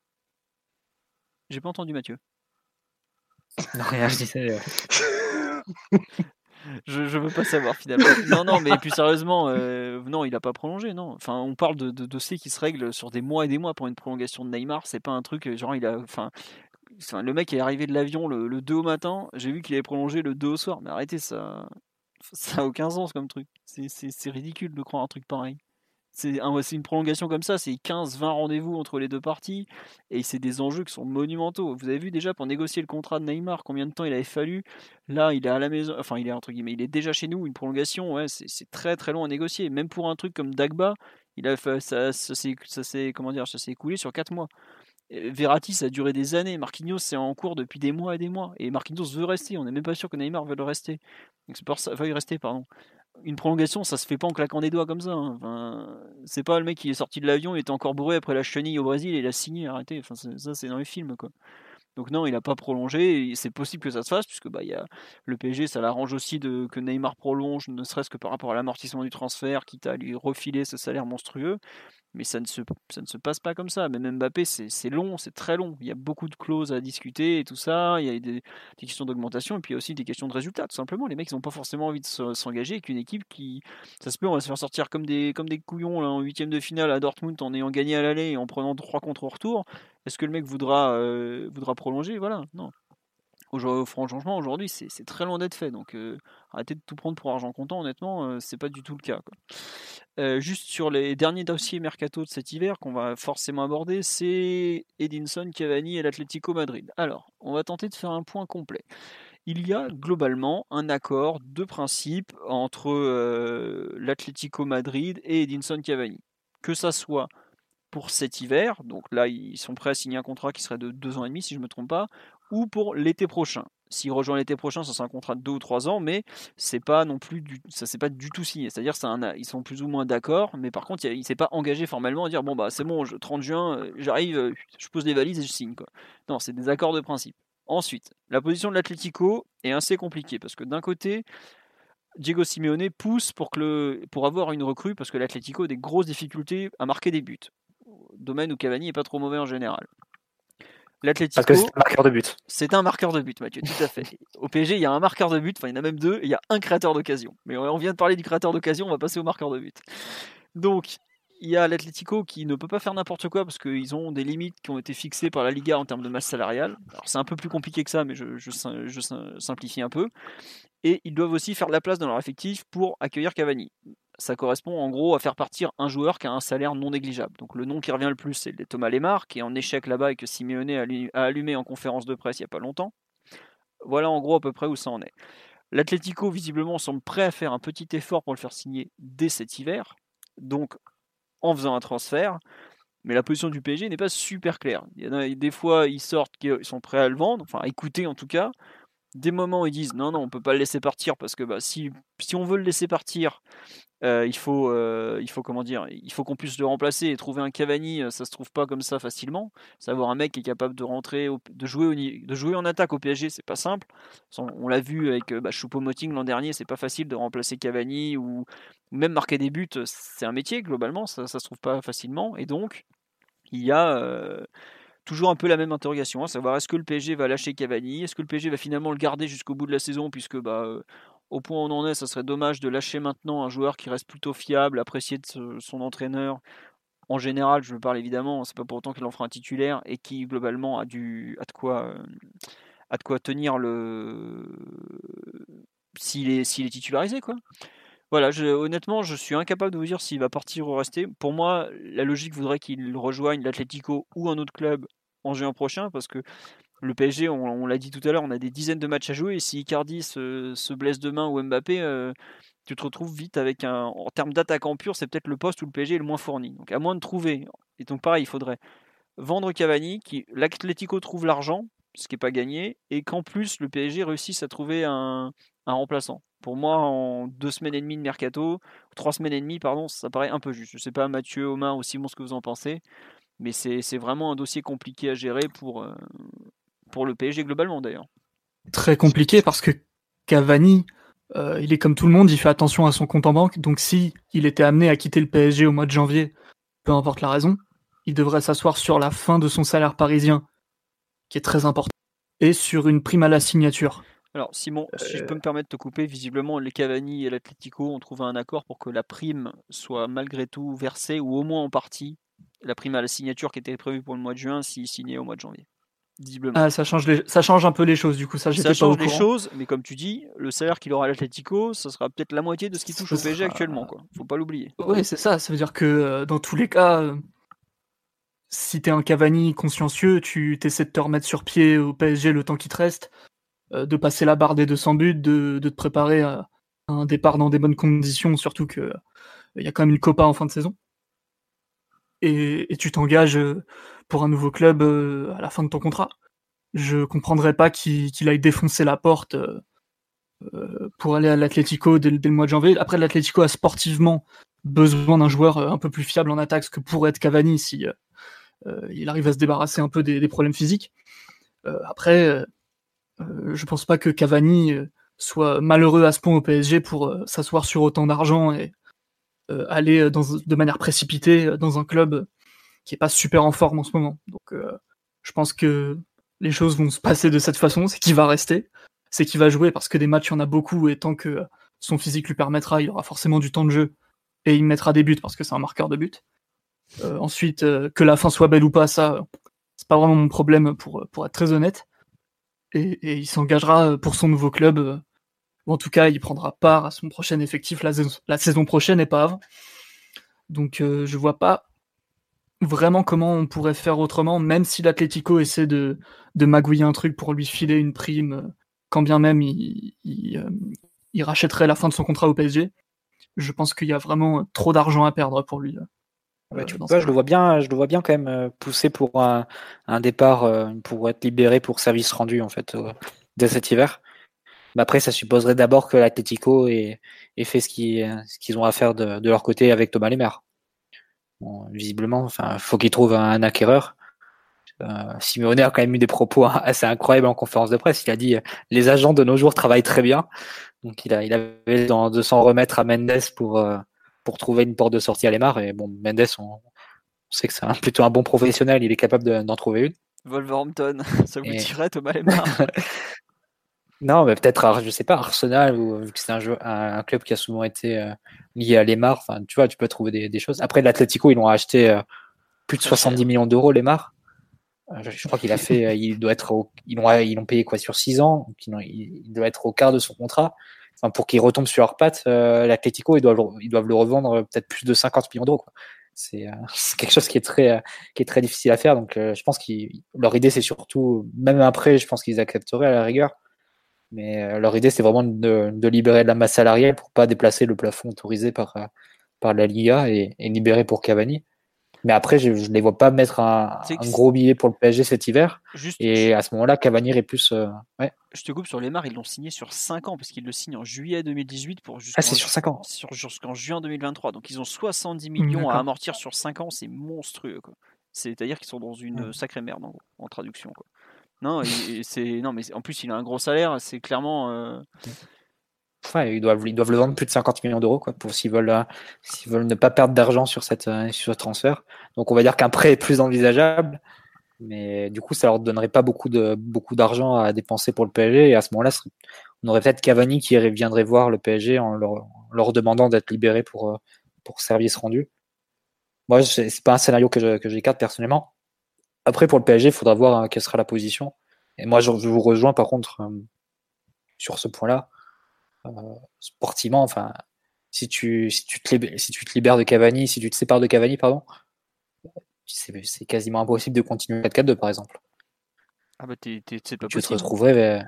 Speaker 3: J'ai pas entendu Mathieu.
Speaker 4: non, rien, je disais. euh,
Speaker 3: Je, je veux pas savoir finalement. Non, non, mais plus sérieusement, euh, non, il a pas prolongé, non. Enfin, on parle de, de dossiers qui se règlent sur des mois et des mois pour une prolongation de Neymar. C'est pas un truc euh, genre il a, enfin, enfin, le mec est arrivé de l'avion le, le deux au matin. J'ai vu qu'il avait prolongé le deux au soir. Mais arrêtez, ça, ça a aucun sens comme truc. C'est, c'est, c'est ridicule de croire un truc pareil. C'est un- c'est une prolongation comme ça, c'est quinze vingt rendez-vous entre les deux parties, et c'est des enjeux qui sont monumentaux. Vous avez vu déjà pour négocier le contrat de Neymar, combien de temps il avait fallu. Là, il est à la maison, enfin il est entre guillemets, il est déjà chez nous, une prolongation, ouais, c'est c'est très très long à négocier. Même pour un truc comme Dagba, il a fait, ça, ça s'est ça s'est- comment dire, ça s'est écoulé sur quatre mois. Et Verratti, ça a duré des années. Marquinhos, c'est en cours depuis des mois et des mois. Et Marquinhos veut rester. On n'est même pas sûr que Neymar veuille le rester. Donc c'est pour ça, veuille rester, pardon. Une prolongation, ça se fait pas en claquant des doigts comme ça. Hein. Enfin, c'est pas le mec qui est sorti de l'avion, il était encore bourré après la chenille au Brésil et il a signé, arrêtez. Enfin, ça, c'est dans les films, quoi. Donc non, il n'a pas prolongé. Et c'est possible que ça se fasse, puisque bah, y a, le P S G, ça l'arrange aussi de, que Neymar prolonge, ne serait-ce que par rapport à l'amortissement du transfert, quitte à lui refiler ce salaire monstrueux. Mais ça ne, se, ça ne se passe pas comme ça. Même Mbappé, c'est, c'est long, c'est très long. Il y a beaucoup de clauses à discuter et tout ça. Il y a des, des questions d'augmentation et puis il y a aussi des questions de résultats. Tout simplement, les mecs, ils n'ont pas forcément envie de s'engager avec une équipe qui, ça se peut, on va se faire sortir comme des, comme des couillons là, en huitième de finale à Dortmund en ayant gagné à l'aller et en prenant trois contre au retour. Est-ce que le mec voudra, euh, voudra prolonger? Voilà, non. Franchement, aujourd'hui, c'est, c'est très loin d'être fait. Donc, euh, arrêtez de tout prendre pour argent comptant. Honnêtement, euh, c'est pas du tout le cas, quoi. Euh, juste sur les derniers dossiers mercato de cet hiver qu'on va forcément aborder, c'est Edinson Cavani et l'Atlético Madrid. Alors, on va tenter de faire un point complet. Il y a globalement un accord de principe entre euh, l'Atlético Madrid et Edinson Cavani. Que ça soit pour cet hiver, donc là ils sont prêts à signer un contrat qui serait de deux ans et demi si je ne me trompe pas, ou pour l'été prochain. S'il rejoint l'été prochain, ça sera un contrat de deux ou trois ans, mais c'est pas non plus du, ça c'est pas du tout signé. C'est-à-dire c'est un, ils sont plus ou moins d'accord, mais par contre il ne s'est pas engagé formellement à dire bon bah c'est bon, je, trente juin, j'arrive, je pose les valises et je signe, quoi. Non, c'est des accords de principe. Ensuite, la position de l'Atlético est assez compliquée parce que d'un côté, Diego Simeone pousse pour, que le, pour avoir une recrue parce que l'Atlético a des grosses difficultés à marquer des buts. Domaine où Cavani est pas trop mauvais en général. L'Atlético,
Speaker 4: Parce que c'est un marqueur de but.
Speaker 3: C'est un marqueur de but, Mathieu, tout à fait. Au P S G, il y a un marqueur de but, enfin il y en a même deux, et il y a un créateur d'occasion. Mais on vient de parler du créateur d'occasion, on va passer au marqueur de but. Donc, il y a l'Atlético qui ne peut pas faire n'importe quoi parce qu'ils ont des limites qui ont été fixées par la Liga en termes de masse salariale. Alors c'est un peu plus compliqué que ça, mais je, je, je simplifie un peu. Et ils doivent aussi faire de la place dans leur effectif pour accueillir Cavani. Ça correspond en gros à faire partir un joueur qui a un salaire non négligeable. Donc le nom qui revient le plus, c'est Thomas Lemar, qui est en échec là-bas et que Simeone a allumé en conférence de presse il n'y a pas longtemps. Voilà en gros à peu près où ça en est. L'Atlético visiblement semble prêt à faire un petit effort pour le faire signer dès cet hiver, donc en faisant un transfert. Mais la position du P S G n'est pas super claire. Il y en a des fois, ils sortent qu'ils sont prêts à le vendre, enfin à écouter en tout cas. des moments ils disent non non on peut pas le laisser partir parce que bah, si, si on veut le laisser partir euh, il faut euh, il faut comment dire il faut qu'on puisse le remplacer et trouver un Cavani ça se trouve pas comme ça facilement. Savoir un mec qui est capable de rentrer au, de jouer au, de jouer en attaque au P S G c'est pas simple. On, on l'a vu avec bah, Choupo-Moting l'an dernier, c'est pas facile de remplacer Cavani ou, ou même marquer des buts, c'est un métier globalement, ça, ça se trouve pas facilement et donc il y a euh, toujours un peu la même interrogation, à savoir est-ce que le P S G va lâcher Cavani, est-ce que le P S G va finalement le garder jusqu'au bout de la saison, puisque bah, euh, au point où on en est, ça serait dommage de lâcher maintenant un joueur qui reste plutôt fiable, apprécié de ce, son entraîneur. En général, je parle évidemment, c'est pas pour autant qu'il en fera un titulaire et qui globalement a, du, a, de, quoi, euh, a de quoi tenir le. S'il est, s'il est titularisé, quoi. Voilà, je, honnêtement, je suis incapable de vous dire s'il va partir ou rester. Pour moi, la logique voudrait qu'il rejoigne l'Atlético ou un autre club en juin prochain, parce que le P S G, on, on l'a dit tout à l'heure, on a des dizaines de matchs à jouer, et si Icardi se, se blesse demain ou Mbappé, euh, tu te retrouves vite avec un... En termes d'attaquant pur, c'est peut-être le poste où le P S G est le moins fourni. Donc à moins de trouver, et donc pareil, il faudrait vendre Cavani, qui l'Atlético trouve l'argent, ce qui n'est pas gagné, et qu'en plus le P S G réussisse à trouver un, un remplaçant. Pour moi, en deux semaines et demie de mercato, trois semaines et demie, pardon, ça paraît un peu juste. Je ne sais pas, Mathieu, Omar ou Simon, ce que vous en pensez, mais c'est, c'est vraiment un dossier compliqué à gérer pour, euh, pour le P S G globalement d'ailleurs.
Speaker 6: Très compliqué parce que Cavani, euh, il est comme tout le monde, il fait attention à son compte en banque, donc si il était amené à quitter le P S G au mois de janvier, peu importe la raison, il devrait s'asseoir sur la fin de son salaire parisien, qui est très important, et sur une prime à la signature.
Speaker 3: Alors Simon, euh... si je peux me permettre de te couper, visiblement les Cavani et l'Atlético ont trouvé un accord pour que la prime soit malgré tout versée, ou au moins en partie, la prime à la signature qui était prévue pour le mois de juin, s'il signait au mois de janvier. Visiblement.
Speaker 6: Ah, ça change, les... ça change un peu les choses, du coup, ça j'étais
Speaker 3: ça
Speaker 6: pas au
Speaker 3: change
Speaker 6: courant.
Speaker 3: les choses, mais comme tu dis, le salaire qu'il aura à l'Atlético, ça sera peut-être la moitié de ce qu'il touche ce au P S G sera... actuellement, quoi. Faut pas l'oublier.
Speaker 6: Oui, c'est ça, ça veut dire que euh, dans tous les cas, euh, si t'es un Cavani consciencieux, tu essaies de te remettre sur pied au P S G le temps qu'il te reste, euh, de passer la barre des deux cents buts, de, de te préparer à un départ dans des bonnes conditions, surtout que il euh, y a quand même une Copa en fin de saison. Et, et tu t'engages pour un nouveau club euh, à la fin de ton contrat. Je comprendrais pas qu'il, qu'il aille défoncer la porte euh, euh, pour aller à l'Atlético dès, dès le mois de janvier. Après, l'Atlético a sportivement besoin d'un joueur euh, un peu plus fiable en attaque, ce que pourrait être Cavani si euh, il arrive à se débarrasser un peu des, des problèmes physiques. Euh, après, euh, je pense pas que Cavani euh, soit malheureux à ce point au P S G pour euh, s'asseoir sur autant d'argent et euh, aller dans, de manière précipitée dans un club qui est pas super en forme en ce moment. Donc, euh, je pense que les choses vont se passer de cette façon, c'est qu'il va rester, c'est qu'il va jouer parce que des matchs, il y en a beaucoup et tant que son physique lui permettra, il aura forcément du temps de jeu et il mettra des buts parce que c'est un marqueur de but. Euh, ensuite, euh, que la fin soit belle ou pas, ça, c'est pas vraiment mon problème pour, pour être très honnête. Et, et il s'engagera pour son nouveau club, euh, ou en tout cas, il prendra part à son prochain effectif la, la saison prochaine et pas avant. Donc, euh, je vois pas vraiment comment on pourrait faire autrement, même si l'Atlético essaie de, de magouiller un truc pour lui filer une prime, quand bien même il, il, euh, il rachèterait la fin de son contrat au P S G. Je pense qu'il y a vraiment trop d'argent à perdre pour lui.
Speaker 4: Ouais, euh, tu vois, je le vois bien, je le vois bien quand même pousser pour un, un départ, euh, pour être libéré pour service rendu en fait euh, dès cet hiver. Mais après, ça supposerait d'abord que l'Atlético ait, ait fait ce qu'ils, ce qu'ils ont à faire de, de leur côté avec Thomas Lemar. Bon, visiblement, enfin, faut qu'il trouve un acquéreur. Euh, Simeone a quand même eu des propos assez incroyables en conférence de presse. Il a dit euh, les agents de nos jours travaillent très bien. Donc il a, il avait dans, de s'en remettre à Mendes pour euh, pour trouver une porte de sortie à Lemar. Et bon, Mendes, on, on sait que c'est un, plutôt un bon professionnel. Il est capable de, d'en trouver une.
Speaker 3: Wolverhampton, ça vous
Speaker 4: et...
Speaker 3: dirait Thomas Lemar?
Speaker 4: Non, mais peut-être, je sais pas, Arsenal, ou vu que c'est un, jeu, un, un club qui a souvent été euh, lié à Lemar. Enfin, tu vois, tu peux trouver des, des choses. Après, l'Atlético, ils l'ont acheté euh, plus de soixante-dix millions d'euros, Lemar. Euh, je, je crois qu'il a fait, euh, il doit être, au, ils l'ont, ils l'ont payé quoi sur six ans. Donc il, il doit être au quart de son contrat. Enfin, pour qu'il retombe sur leurs pattes, euh, l'Atlético, ils doivent, ils doivent le revendre peut-être plus de cinquante millions d'euros. Quoi. C'est, euh, c'est quelque chose qui est très, euh, qui est très difficile à faire. Donc, euh, je pense qu'ils, leur idée, c'est surtout, même après, je pense qu'ils accepteraient à la rigueur. Mais euh, leur idée, c'est vraiment de, de libérer de la masse salariale pour pas déplacer le plafond autorisé par, par la Liga et, et libérer pour Cavani. Mais après, je ne les vois pas mettre un, un gros billet pour le P S G cet hiver. Juste, et je... à ce moment-là, Cavani est plus. Euh... Ouais.
Speaker 3: Je te coupe sur Lemar, ils l'ont signé sur cinq ans parce qu'ils le signent en juillet deux mille dix-huit pour
Speaker 4: jusqu'en, ah, c'est sur cinq ans.
Speaker 3: Sur, jusqu'en juin deux mille vingt-trois. Donc ils ont soixante-dix millions D'accord. à amortir sur cinq ans, c'est monstrueux. Quoi. C'est-à-dire qu'ils sont dans une ouais. sacrée merde en, gros, en traduction. Quoi. Non, et, et c'est, non, mais en plus, il a un gros salaire, c'est clairement. Euh...
Speaker 4: Ouais, ils doivent, ils doivent le vendre plus de cinquante millions d'euros quoi, pour, s'ils, veulent, euh, s'ils veulent ne pas perdre d'argent sur, cette, euh, sur ce transfert. Donc on va dire qu'un prêt est plus envisageable. Mais du coup, ça leur donnerait pas beaucoup, de, beaucoup d'argent à dépenser pour le P S G. Et à ce moment-là, on aurait peut-être Cavani qui viendrait voir le P S G en leur, en leur demandant d'être libéré pour, pour service rendu. Moi, c'est, c'est pas un scénario que, je, que j'écarte personnellement. Après, pour le P S G, il faudra voir hein, quelle sera la position. Et moi, je, je vous rejoins par contre euh, sur ce point-là. Euh, sportivement, enfin, si tu, si, tu te libères, si tu te libères de Cavani, si tu te sépares de Cavani, pardon, c'est, c'est quasiment impossible de continuer quatre quatre deux par exemple.
Speaker 3: Ah bah t'es, t'es, c'est pas
Speaker 4: tu
Speaker 3: possible.
Speaker 4: te retrouverais vers...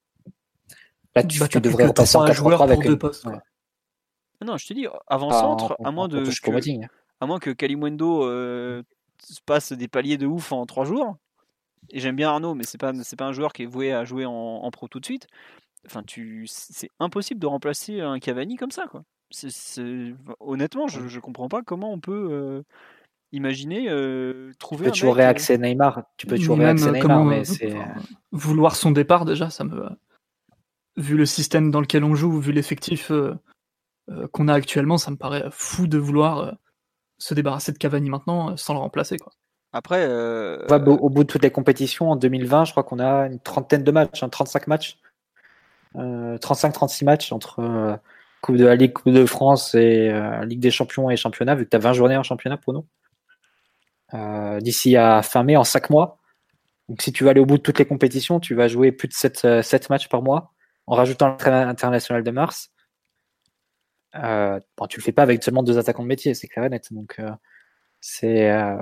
Speaker 4: Là, tu,
Speaker 6: bah,
Speaker 4: tu devrais repasser en quatre trois avec
Speaker 6: deux postes.
Speaker 4: Ouais.
Speaker 3: Non, je te dis, avant-centre, ah, à moins de que, à moins que Kalimundo euh, passe des paliers de ouf en trois jours. Et j'aime bien Arnaud, mais c'est pas, c'est pas un joueur qui est voué à jouer en, en pro tout de suite. Enfin, tu, c'est impossible de remplacer un Cavani comme ça, quoi. C'est, c'est... Honnêtement, je, je comprends pas comment on peut euh, imaginer euh, trouver.
Speaker 4: Tu peux toujours réaxer euh... Neymar. Tu peux toujours réaxer Neymar, comment, mais c'est
Speaker 6: enfin, vouloir son départ déjà, ça me. Vu le système dans lequel on joue, vu l'effectif euh, euh, qu'on a actuellement, ça me paraît fou de vouloir euh, se débarrasser de Cavani maintenant euh, sans le remplacer, quoi.
Speaker 3: Après, euh...
Speaker 4: ouais, bah, au bout de toutes les compétitions, en deux mille vingt, je crois qu'on a une trentaine de matchs, hein, trente-cinq matchs. Euh, trente-cinq trente-six matchs entre euh, Coupe de la Ligue, Coupe de France et euh, Ligue des Champions et Championnat, vu que tu as vingt journées en championnat pour nous. Euh, d'ici à fin mai, en cinq mois. Donc si tu vas aller au bout de toutes les compétitions, tu vas jouer plus de sept, sept matchs par mois, en rajoutant le train international de mars. Euh, bon, tu le fais pas avec seulement deux attaquants de métier, c'est clair et net. Donc euh, c'est euh,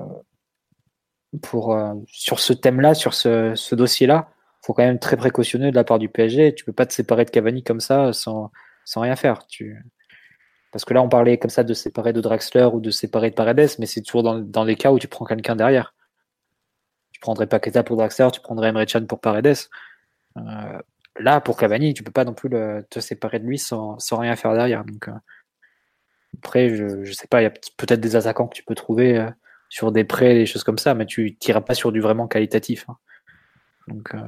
Speaker 4: pour euh, sur ce thème-là, sur ce, ce dossier-là, faut quand même très précautionneux de la part du P S G. Tu peux pas te séparer de Cavani comme ça sans, sans rien faire. Tu... Parce que là, on parlait comme ça de séparer de Draxler ou de séparer de Paredes, mais c'est toujours dans, dans les cas où tu prends quelqu'un derrière. Tu prendrais Paqueta pour Draxler, tu prendrais Emre Can pour Paredes. Euh, là, pour Cavani, tu peux pas non plus le, te séparer de lui sans, sans rien faire derrière. Donc, euh, après, je, je sais pas, il y a peut-être des attaquants que tu peux trouver euh, sur des prêts, des choses comme ça, mais tu tireras pas sur du vraiment qualitatif. Hein. Donc, euh,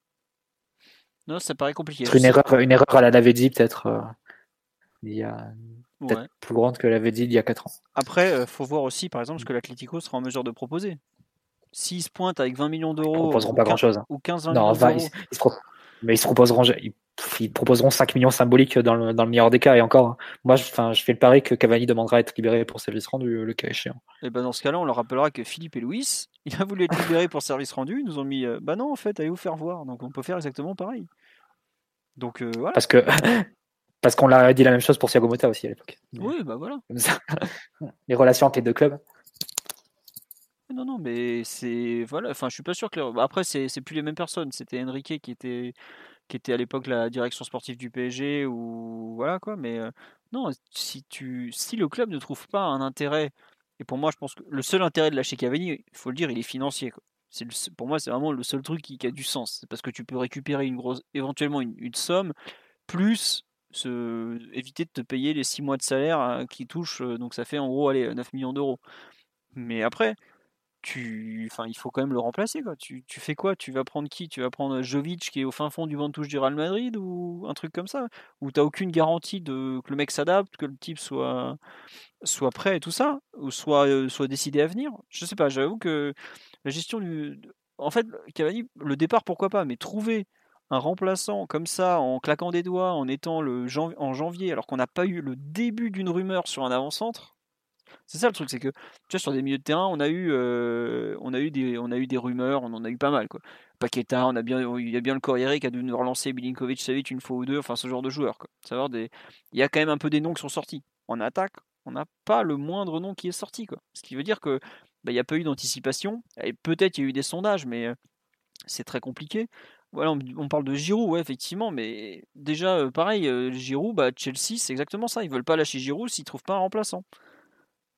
Speaker 3: non, ça paraît compliqué.
Speaker 4: Une erreur, une erreur à la Lavezzi, peut-être, euh, il y a, peut-être ouais. plus grande que la Lavezzi il y a quatre ans.
Speaker 3: Après, il euh, faut voir aussi, par exemple, ce que l'Atlético sera en mesure de proposer. S'ils se pointent avec vingt millions d'euros,
Speaker 4: ils proposeront pas grand-chose. Hein.
Speaker 3: Ou quinze vingt
Speaker 4: non,
Speaker 3: millions
Speaker 4: vingt,
Speaker 3: d'euros.
Speaker 4: Ils, ils se pro... Mais ils se proposeront, ils, ils proposeront cinq millions symboliques dans le, dans le meilleur des cas. Et encore, hein. moi, je, je fais le pari que Cavani demandera à être libéré pour service rendu, le cas échéant.
Speaker 3: Et ben dans ce cas-là, on leur rappellera que Philippe et Luis, il a voulu être libéré pour service rendu. Ils nous ont mis, euh, bah non, en fait, allez vous faire voir. Donc on peut faire exactement pareil. Donc euh, voilà.
Speaker 4: Parce que. Parce qu'on l'a dit la même chose pour Thiago Motta aussi à l'époque.
Speaker 3: Oui, bah voilà.
Speaker 4: Les relations entre les deux clubs.
Speaker 3: Non, non, mais c'est voilà. Enfin, je suis pas sûr que. Les... Après, c'est c'est plus les mêmes personnes. C'était Enrique qui était qui était à l'époque la direction sportive du P S G ou voilà quoi. Mais euh, non, si tu si le club ne trouve pas un intérêt, et pour moi, je pense que le seul intérêt de lâcher Cavani, il faut le dire, il est financier. Quoi. C'est le, pour moi, c'est vraiment le seul truc qui, qui a du sens. C'est parce que tu peux récupérer une grosse, éventuellement une, une somme plus se, éviter de te payer les six mois de salaire hein, qui touchent. Donc ça fait en gros allez neuf millions d'euros. Mais après. Tu, enfin, il faut quand même le remplacer, quoi. Tu, tu fais quoi? Tu vas prendre qui? Tu vas prendre Jovic qui est au fin fond du banc de touche du Real Madrid ou un truc comme ça? Où t'as aucune garantie de que le mec s'adapte, que le type soit, soit prêt et tout ça, ou soit, euh, soit décidé à venir. Je sais pas. J'avoue que la gestion du, en fait, Cavani, le départ pourquoi pas, mais trouver un remplaçant comme ça en claquant des doigts, en étant le janv- en janvier, alors qu'on n'a pas eu le début d'une rumeur sur un avant-centre. C'est ça le truc, c'est que tu vois sur des milieux de terrain, on a eu, euh, on a eu des, on a eu des rumeurs, on en a eu pas mal quoi. Paqueta, on a bien, il y a bien le Corriere qui a dû nous relancer Milinkovic-Savic une fois ou deux, enfin ce genre de joueurs quoi. Savoir des, il y a quand même un peu des noms qui sont sortis. En attaque, on n'a pas le moindre nom qui est sorti quoi. Ce qui veut dire que bah, il n'y a pas eu d'anticipation. Et peut-être il y a eu des sondages, mais euh, c'est très compliqué. Voilà, on, on parle de Giroud, ouais, effectivement, mais déjà euh, pareil, euh, Giroud, bah Chelsea, c'est exactement ça. Ils veulent pas lâcher Giroud s'ils trouvent pas un remplaçant.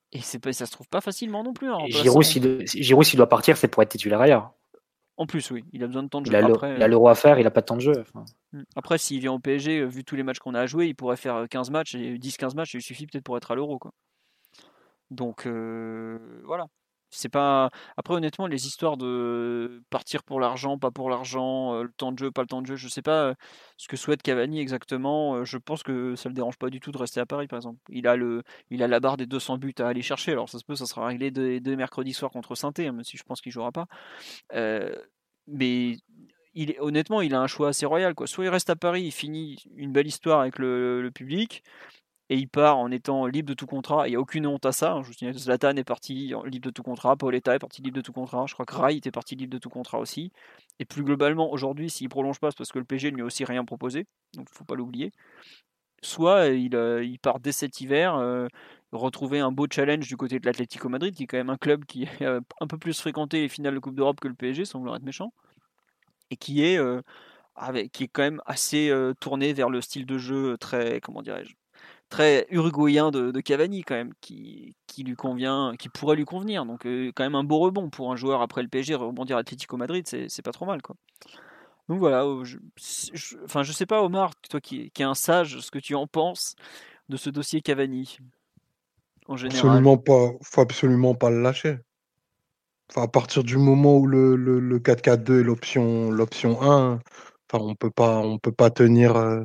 Speaker 3: Et c'est pas, ça se trouve pas facilement non plus. Un
Speaker 4: Giroud, s'il, Giroud, s'il doit partir, c'est pour être titulaire ailleurs.
Speaker 3: En plus, oui, il a besoin de temps de
Speaker 4: il
Speaker 3: jeu.
Speaker 4: A
Speaker 3: Après,
Speaker 4: il a l'euro à faire, il a pas de temps de jeu. Enfin.
Speaker 3: Après, s'il vient au P S G, vu tous les matchs qu'on a à jouer, il pourrait faire quinze matchs, et dix quinze matchs, il suffit peut-être pour être à l'euro, quoi. Donc euh, voilà. C'est pas. Après, honnêtement, les histoires de partir pour l'argent, pas pour l'argent, euh, le temps de jeu, pas le temps de jeu, je sais pas euh, ce que souhaite Cavani exactement. Euh, je pense que ça le dérange pas du tout de rester à Paris, par exemple. Il a le, il a la barre des deux cents buts à aller chercher. Alors ça se peut, ça sera réglé dès, dès mercredi soir contre Saint-Étienne, même si je pense qu'il jouera pas. Euh, mais il est, honnêtement, il a un choix assez royal, quoi. Soit il reste à Paris, il finit une belle histoire avec le, le public, et il part en étant libre de tout contrat. Il n'y a aucune honte à ça. Je vous signale, Zlatan est parti libre de tout contrat, Paoletta est parti libre de tout contrat, je crois que Rai était parti libre de tout contrat aussi. Et plus globalement, aujourd'hui, s'il prolonge pas, c'est parce que le P S G ne lui a aussi rien proposé, donc il ne faut pas l'oublier. Soit il, euh, il part dès cet hiver, euh, retrouver un beau challenge du côté de l'Atlético Madrid, qui est quand même un club qui a un peu plus fréquenté les finales de Coupe d'Europe que le P S G, sans vouloir être méchant, et qui est, euh, avec, qui est quand même assez euh, tourné vers le style de jeu très, comment dirais-je, très uruguayen de, de Cavani quand même, qui, qui lui convient, qui pourrait lui convenir. Donc euh, quand même un beau rebond pour un joueur après le P S G, rebondir à Atlético Madrid, c'est, c'est pas trop mal, quoi. Donc voilà, je, je, enfin je sais pas Omar, toi qui, qui es un sage, ce que tu en penses de ce dossier Cavani en général.
Speaker 5: Absolument pas, faut absolument pas le lâcher. Enfin, à partir du moment où le, le, le quatre quatre deux est l'option, l'option un, enfin, on peut pas, on peut pas tenir euh,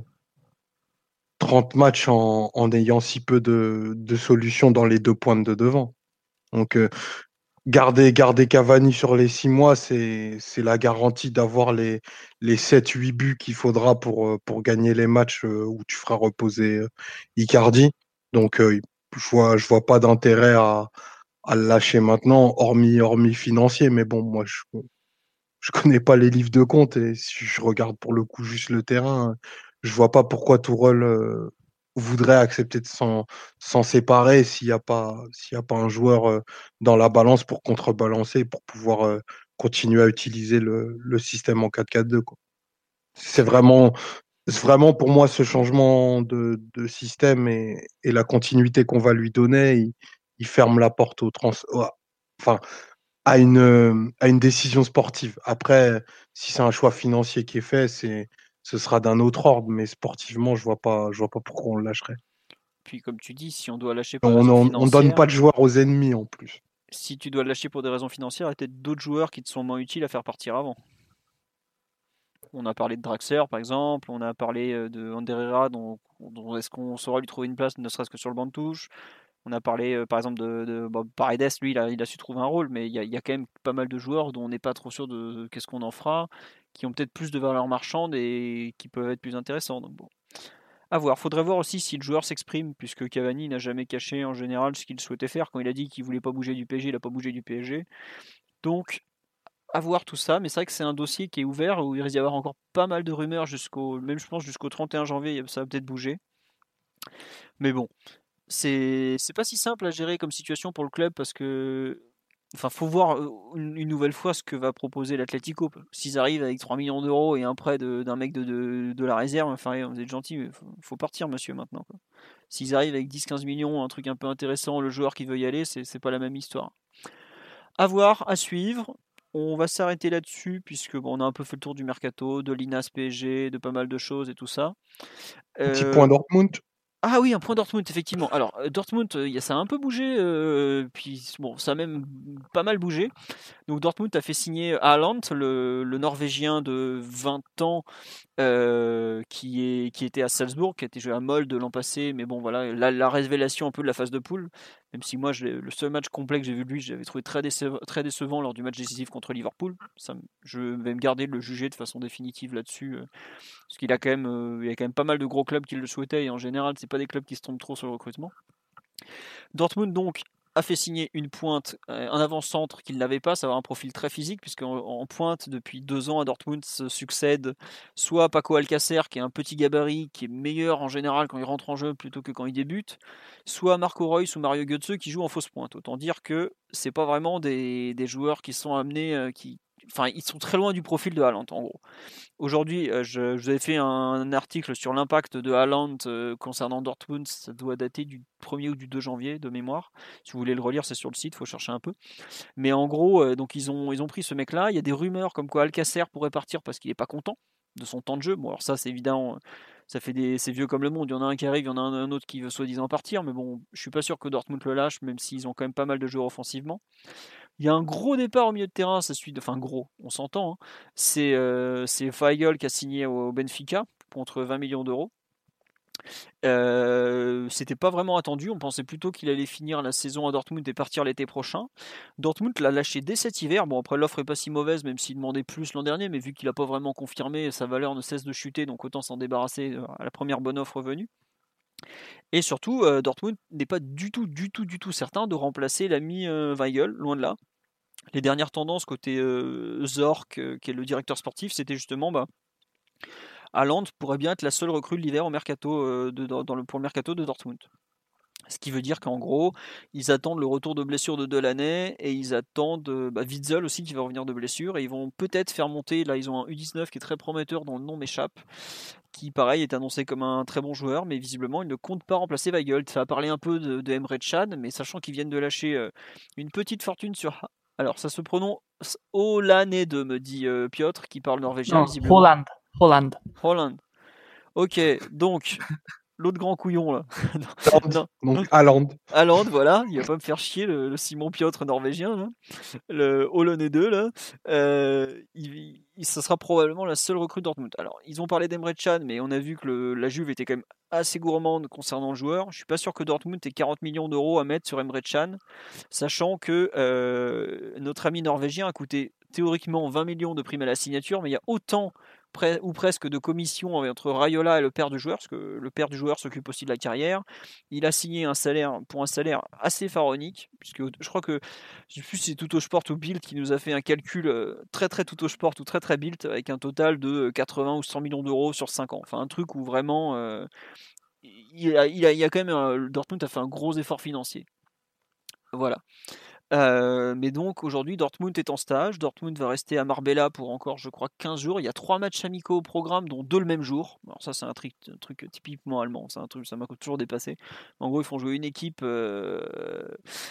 Speaker 5: trente matchs en, en ayant si peu de, de solutions dans les deux pointes de devant. Donc, euh, garder, garder Cavani sur les six mois, c'est, c'est la garantie d'avoir les, les sept huit buts qu'il faudra pour, euh, pour gagner les matchs euh, où tu feras reposer euh, Icardi. Donc, euh, je vois, je vois pas d'intérêt à, à le lâcher maintenant, hormis, hormis financier. Mais bon, moi, je, je connais pas les livres de compte et si je regarde pour le coup juste le terrain, je vois pas pourquoi Tourelle euh, voudrait accepter de s'en, s'en séparer s'il n'y a pas, s'il y a pas un joueur euh, dans la balance pour contrebalancer, pour pouvoir euh, continuer à utiliser le, le système en quatre quatre deux, quoi. C'est vraiment, c'est vraiment pour moi ce changement de, de système et, et la continuité qu'on va lui donner, il, il ferme la porte au trans, au- enfin, à une, euh, à une décision sportive. Après, si c'est un choix financier qui est fait, c'est, ce sera d'un autre ordre, mais sportivement, je vois pas, je vois pas pourquoi on le lâcherait.
Speaker 3: Puis comme tu dis, si on doit lâcher pour des
Speaker 5: On,
Speaker 3: raisons
Speaker 5: on, on donne pas
Speaker 3: financières,
Speaker 5: de joueurs aux ennemis en plus.
Speaker 3: si tu dois le lâcher pour des raisons financières, il y a peut-être d'autres joueurs qui te sont moins utiles à faire partir avant. On a parlé de Draxler par exemple, on a parlé euh, de Ander Herrera, dont, dont est-ce qu'on saura lui trouver une place, ne serait-ce que sur le banc de touche. On a parlé euh, par exemple de, de bon, Paredes, lui il a, il a su trouver un rôle, mais il y, a, il y a quand même pas mal de joueurs dont on n'est pas trop sûr de, de qu'est-ce qu'on en fera, qui ont peut-être plus de valeur marchande et qui peuvent être plus intéressants. Donc bon, à voir. Faudrait voir aussi si le joueur s'exprime, puisque Cavani n'a jamais caché en général ce qu'il souhaitait faire. Quand il a dit qu'il voulait pas bouger du P S G, il a pas bougé du P S G. Donc à voir tout ça, mais c'est vrai que c'est un dossier qui est ouvert où il risque d'y avoir encore pas mal de rumeurs jusqu'au, même je pense jusqu'au trente et un janvier, ça va peut-être bouger. Mais bon, c'est c'est pas si simple à gérer comme situation pour le club parce que, enfin, faut voir euh, une, une nouvelle fois ce que va proposer l'Atlético. S'ils arrivent avec trois millions d'euros et un prêt de- d'un mec de, de, de la réserve, enfin, vous êtes gentil, mais faut, faut partir, monsieur, maintenant, quoi. S'ils arrivent avec dix quinze millions, un truc un peu intéressant, le joueur qui veut y aller, c'est c'est pas la même histoire. À voir, à suivre. On va s'arrêter là-dessus puisque bon, on a un peu fait le tour du mercato, de l'I N A S P S G, de pas mal de choses et tout ça.
Speaker 5: Petit
Speaker 3: Euh,
Speaker 5: point Dortmund.
Speaker 3: ah oui, un point Dortmund, effectivement. Alors, euh, Dortmund, euh, y a- ça a un peu bougé, euh, puis bon, ça a même pas mal bougé. Donc Dortmund a fait signer Haaland, le, le Norvégien de vingt ans, euh, qui, est, qui était à Salzbourg, qui a été joué à Molde l'an passé, mais bon voilà, la, la révélation un peu de la phase de poule, même si moi je l'ai- le seul match complet que j'ai vu de lui, j'avais trouvé très, décevant, très décevant lors du match décisif contre Liverpool. Ça, me- je vais me garder de le juger de façon définitive là-dessus, euh, parce qu'il a quand même, euh, il y a quand même pas mal de gros clubs qui le souhaitaient, et en général, c'est pas des clubs qui se trompent trop sur le recrutement. Dortmund donc a fait signer une pointe, euh, un avant-centre qu'il n'avait pas, ça va un profil très physique, puisqu'en en pointe, depuis deux ans à Dortmund, se succède soit Paco Alcacer, qui est un petit gabarit, qui est meilleur en général quand il rentre en jeu plutôt que quand il débute, soit Marco Reus ou Mario Götze qui jouent en fausse pointe. Autant dire que c'est pas vraiment des, des joueurs qui sont amenés, euh, qui, enfin, ils sont très loin du profil de Haaland, en gros. Aujourd'hui, euh, je, je vous avais fait un, un article sur l'impact de Haaland euh, concernant Dortmund. Ça doit dater du premier ou du deux janvier de mémoire. Si vous voulez le relire, c'est sur le site, il faut chercher un peu. Mais en gros, euh, donc ils ont, ils ont pris ce mec-là. Il y a des rumeurs comme quoi Alcacer pourrait partir parce qu'il n'est pas content de son temps de jeu. Bon, alors ça, c'est évident. Ça fait des, c'est vieux comme le monde. Il y en a un qui arrive, il y en a un, un autre qui veut soi-disant partir. Mais bon, je suis pas sûr que Dortmund le lâche, même s'ils ont quand même pas mal de joueurs offensivement. Il y a un gros départ au milieu de terrain, ça suit, enfin gros, on s'entend. Hein. C'est, euh, c'est Weigl qui a signé au Benfica contre vingt millions d'euros. Euh, c'était pas vraiment attendu, on pensait plutôt qu'il allait finir la saison à Dortmund et partir l'été prochain. Dortmund l'a lâché dès cet hiver. Bon, après l'offre est pas si mauvaise, même s'il demandait plus l'an dernier, mais vu qu'il a pas vraiment confirmé, sa valeur ne cesse de chuter, donc autant s'en débarrasser à la première bonne offre venue. Et surtout, euh, Dortmund n'est pas du tout, du tout, du tout certain de remplacer l'ami euh, Weigl, loin de là. Les dernières tendances côté euh, Zorc, euh, qui est le directeur sportif, c'était justement bah, Haaland pourrait bien être la seule recrue de l'hiver au mercato, euh, de, dans le, pour le mercato de Dortmund. Ce qui veut dire qu'en gros, ils attendent le retour de blessure de Delaney et ils attendent euh, bah, Witzel aussi qui va revenir de blessure. Et ils vont peut-être faire monter, là ils ont un U dix-neuf qui est très prometteur dont le nom m'échappe, qui pareil est annoncé comme un très bon joueur, mais visiblement il ne compte pas remplacer Weigl. Ça va parler un peu de, de Emre Can, mais sachant qu'ils viennent de lâcher euh, une petite fortune sur... Alors ça se prononce Hollandais, me dit euh, Piotr qui parle norvégien.
Speaker 6: Non,
Speaker 3: visiblement.
Speaker 6: Holland. Holland.
Speaker 3: Holland. Ok, donc l'autre grand couillon là.
Speaker 5: non, donc Haaland.
Speaker 3: Haaland, voilà, il va pas me faire chier le, le Simon Piotr norvégien, là. Le Hollandais deux là. Euh, il, il, ça sera probablement la seule recrue de Dortmund. Alors, ils ont parlé d'Emre Can, mais on a vu que le, la Juve était quand même assez gourmande concernant le joueur. Je suis pas sûr que Dortmund ait quarante millions d'euros à mettre sur Emre Can, sachant que euh, notre ami norvégien a coûté théoriquement vingt millions de primes à la signature, mais il y a autant Pre- ou presque de commission entre Raiola et le père du joueur, parce que le père du joueur s'occupe aussi de la carrière. Il a signé un salaire pour un salaire assez pharaonique, puisque je crois que je sais plus si c'est Tutto Sport ou Bild qui nous a fait un calcul très très Tutto Sport ou très très Bild avec un total de quatre-vingts ou cent millions d'euros sur cinq ans. Enfin un truc où vraiment euh, il, a, il, a, il a quand même euh, Dortmund a fait un gros effort financier. Voilà. Euh, mais donc aujourd'hui Dortmund est en stage, Dortmund va rester à Marbella pour encore je crois quinze jours, il y a trois matchs amicaux au programme dont deux le même jour. Alors ça c'est un truc, un truc typiquement allemand, c'est un truc, ça m'a toujours dépassé. En gros ils font jouer une équipe euh,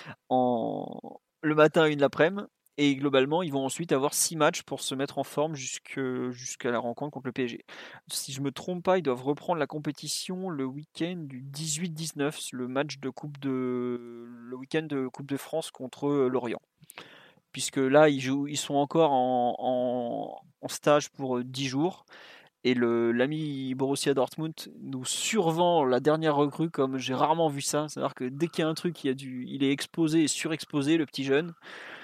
Speaker 3: en... le matin et une l'après-midi. Et globalement, ils vont ensuite avoir six matchs pour se mettre en forme jusque, jusqu'à la rencontre contre le P S G. Si je ne me trompe pas, ils doivent reprendre la compétition le week-end du dix-huit dix-neuf, le match de coupe de le week-end de Coupe de France contre Lorient. Puisque là, ils, jouent, ils sont encore en, en, en stage pour dix jours. Et le, l'ami Borussia Dortmund nous survend la dernière recrue comme j'ai rarement vu ça. C'est-à-dire que dès qu'il y a un truc, il, y a du, il est exposé et surexposé, le petit jeune.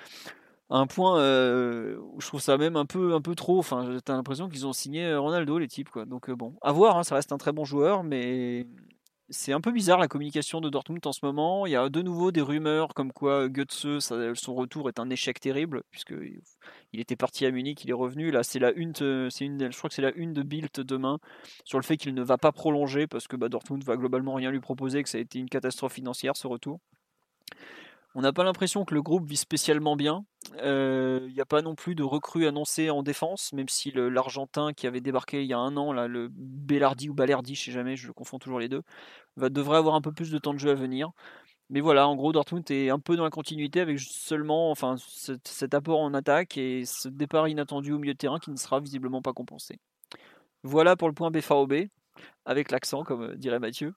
Speaker 3: À un point euh, où je trouve ça même un peu, un peu trop. Enfin, t'as l'impression qu'ils ont signé Ronaldo, les types, quoi. Donc euh, bon, à voir, hein, ça reste un très bon joueur, mais c'est un peu bizarre la communication de Dortmund en ce moment. Il y a de nouveau des rumeurs comme quoi Götze, ça, son retour est un échec terrible, puisque il était parti à Munich, il est revenu. Là, c'est la une, c'est une, je crois que c'est la une de Bild demain sur le fait qu'il ne va pas prolonger parce que bah, Dortmund va globalement rien lui proposer, que ça a été une catastrophe financière ce retour. On n'a pas l'impression que le groupe vit spécialement bien. Il euh, n'y a pas non plus de recrues annoncées en défense, même si le, l'Argentin qui avait débarqué il y a un an, là, le Belardi ou Balerdi, je ne sais jamais, je confonds toujours les deux, va, devrait avoir un peu plus de temps de jeu à venir. Mais voilà, en gros, Dortmund est un peu dans la continuité avec seulement enfin, cet, cet apport en attaque et ce départ inattendu au milieu de terrain qui ne sera visiblement pas compensé. Voilà pour le point B F A O B, avec l'accent, comme dirait Mathieu.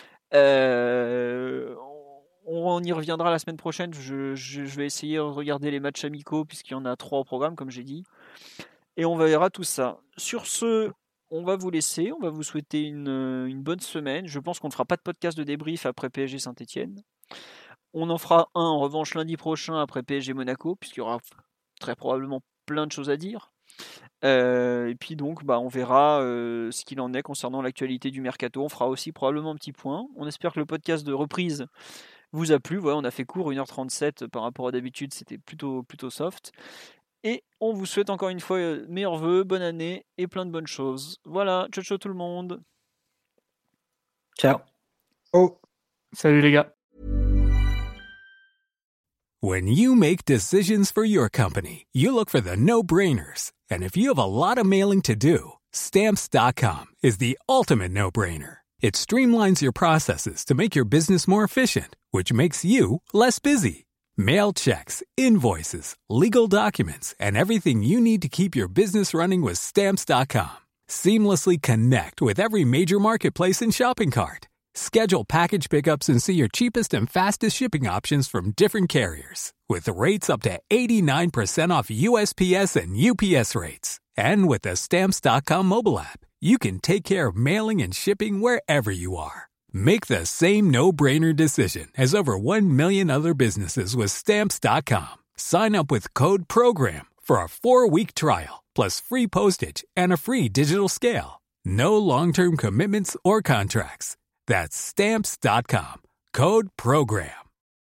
Speaker 3: Euh, on y reviendra la semaine prochaine. Je, je, je vais essayer de regarder les matchs amicaux puisqu'il y en a trois au programme, comme j'ai dit. Et on verra tout ça. Sur ce, on va vous laisser. On va vous souhaiter une, une bonne semaine. Je pense qu'on ne fera pas de podcast de débrief après P S G Saint-Etienne. On en fera un en revanche lundi prochain après P S G Monaco, puisqu'il y aura très probablement plein de choses à dire. Euh, et puis donc bah, on verra euh, ce qu'il en est concernant l'actualité du mercato. On fera aussi probablement un petit point. On espère que le podcast de reprise vous a plu. Voilà, on a fait court, une heure trente-sept par rapport à d'habitude, c'était plutôt, plutôt soft. Et on vous souhaite encore une fois euh, meilleurs vœux, bonne année et plein de bonnes choses. Voilà, ciao ciao tout le monde.
Speaker 4: Ciao.
Speaker 5: Oh.
Speaker 6: Salut les gars.
Speaker 7: When you make decisions for your company, you look for the no-brainers. And if you have a lot of mailing to do, Stamps dot com is the ultimate no-brainer. It streamlines your processes to make your business more efficient, which makes you less busy. Mail checks, invoices, legal documents, and everything you need to keep your business running with Stamps dot com. Seamlessly connect with every major marketplace and shopping cart. Schedule package pickups and see your cheapest and fastest shipping options from different carriers, with rates up to eighty-nine percent off U S P S and U P S rates. And with the Stamps dot com mobile app, you can take care of mailing and shipping wherever you are. Make the same no-brainer decision as over one million other businesses with Stamps dot com. Sign up with code PROGRAM for a four-week trial, plus free postage and a free digital scale. No long-term commitments or contracts. That's Stamps dot com. Code PROGRAM.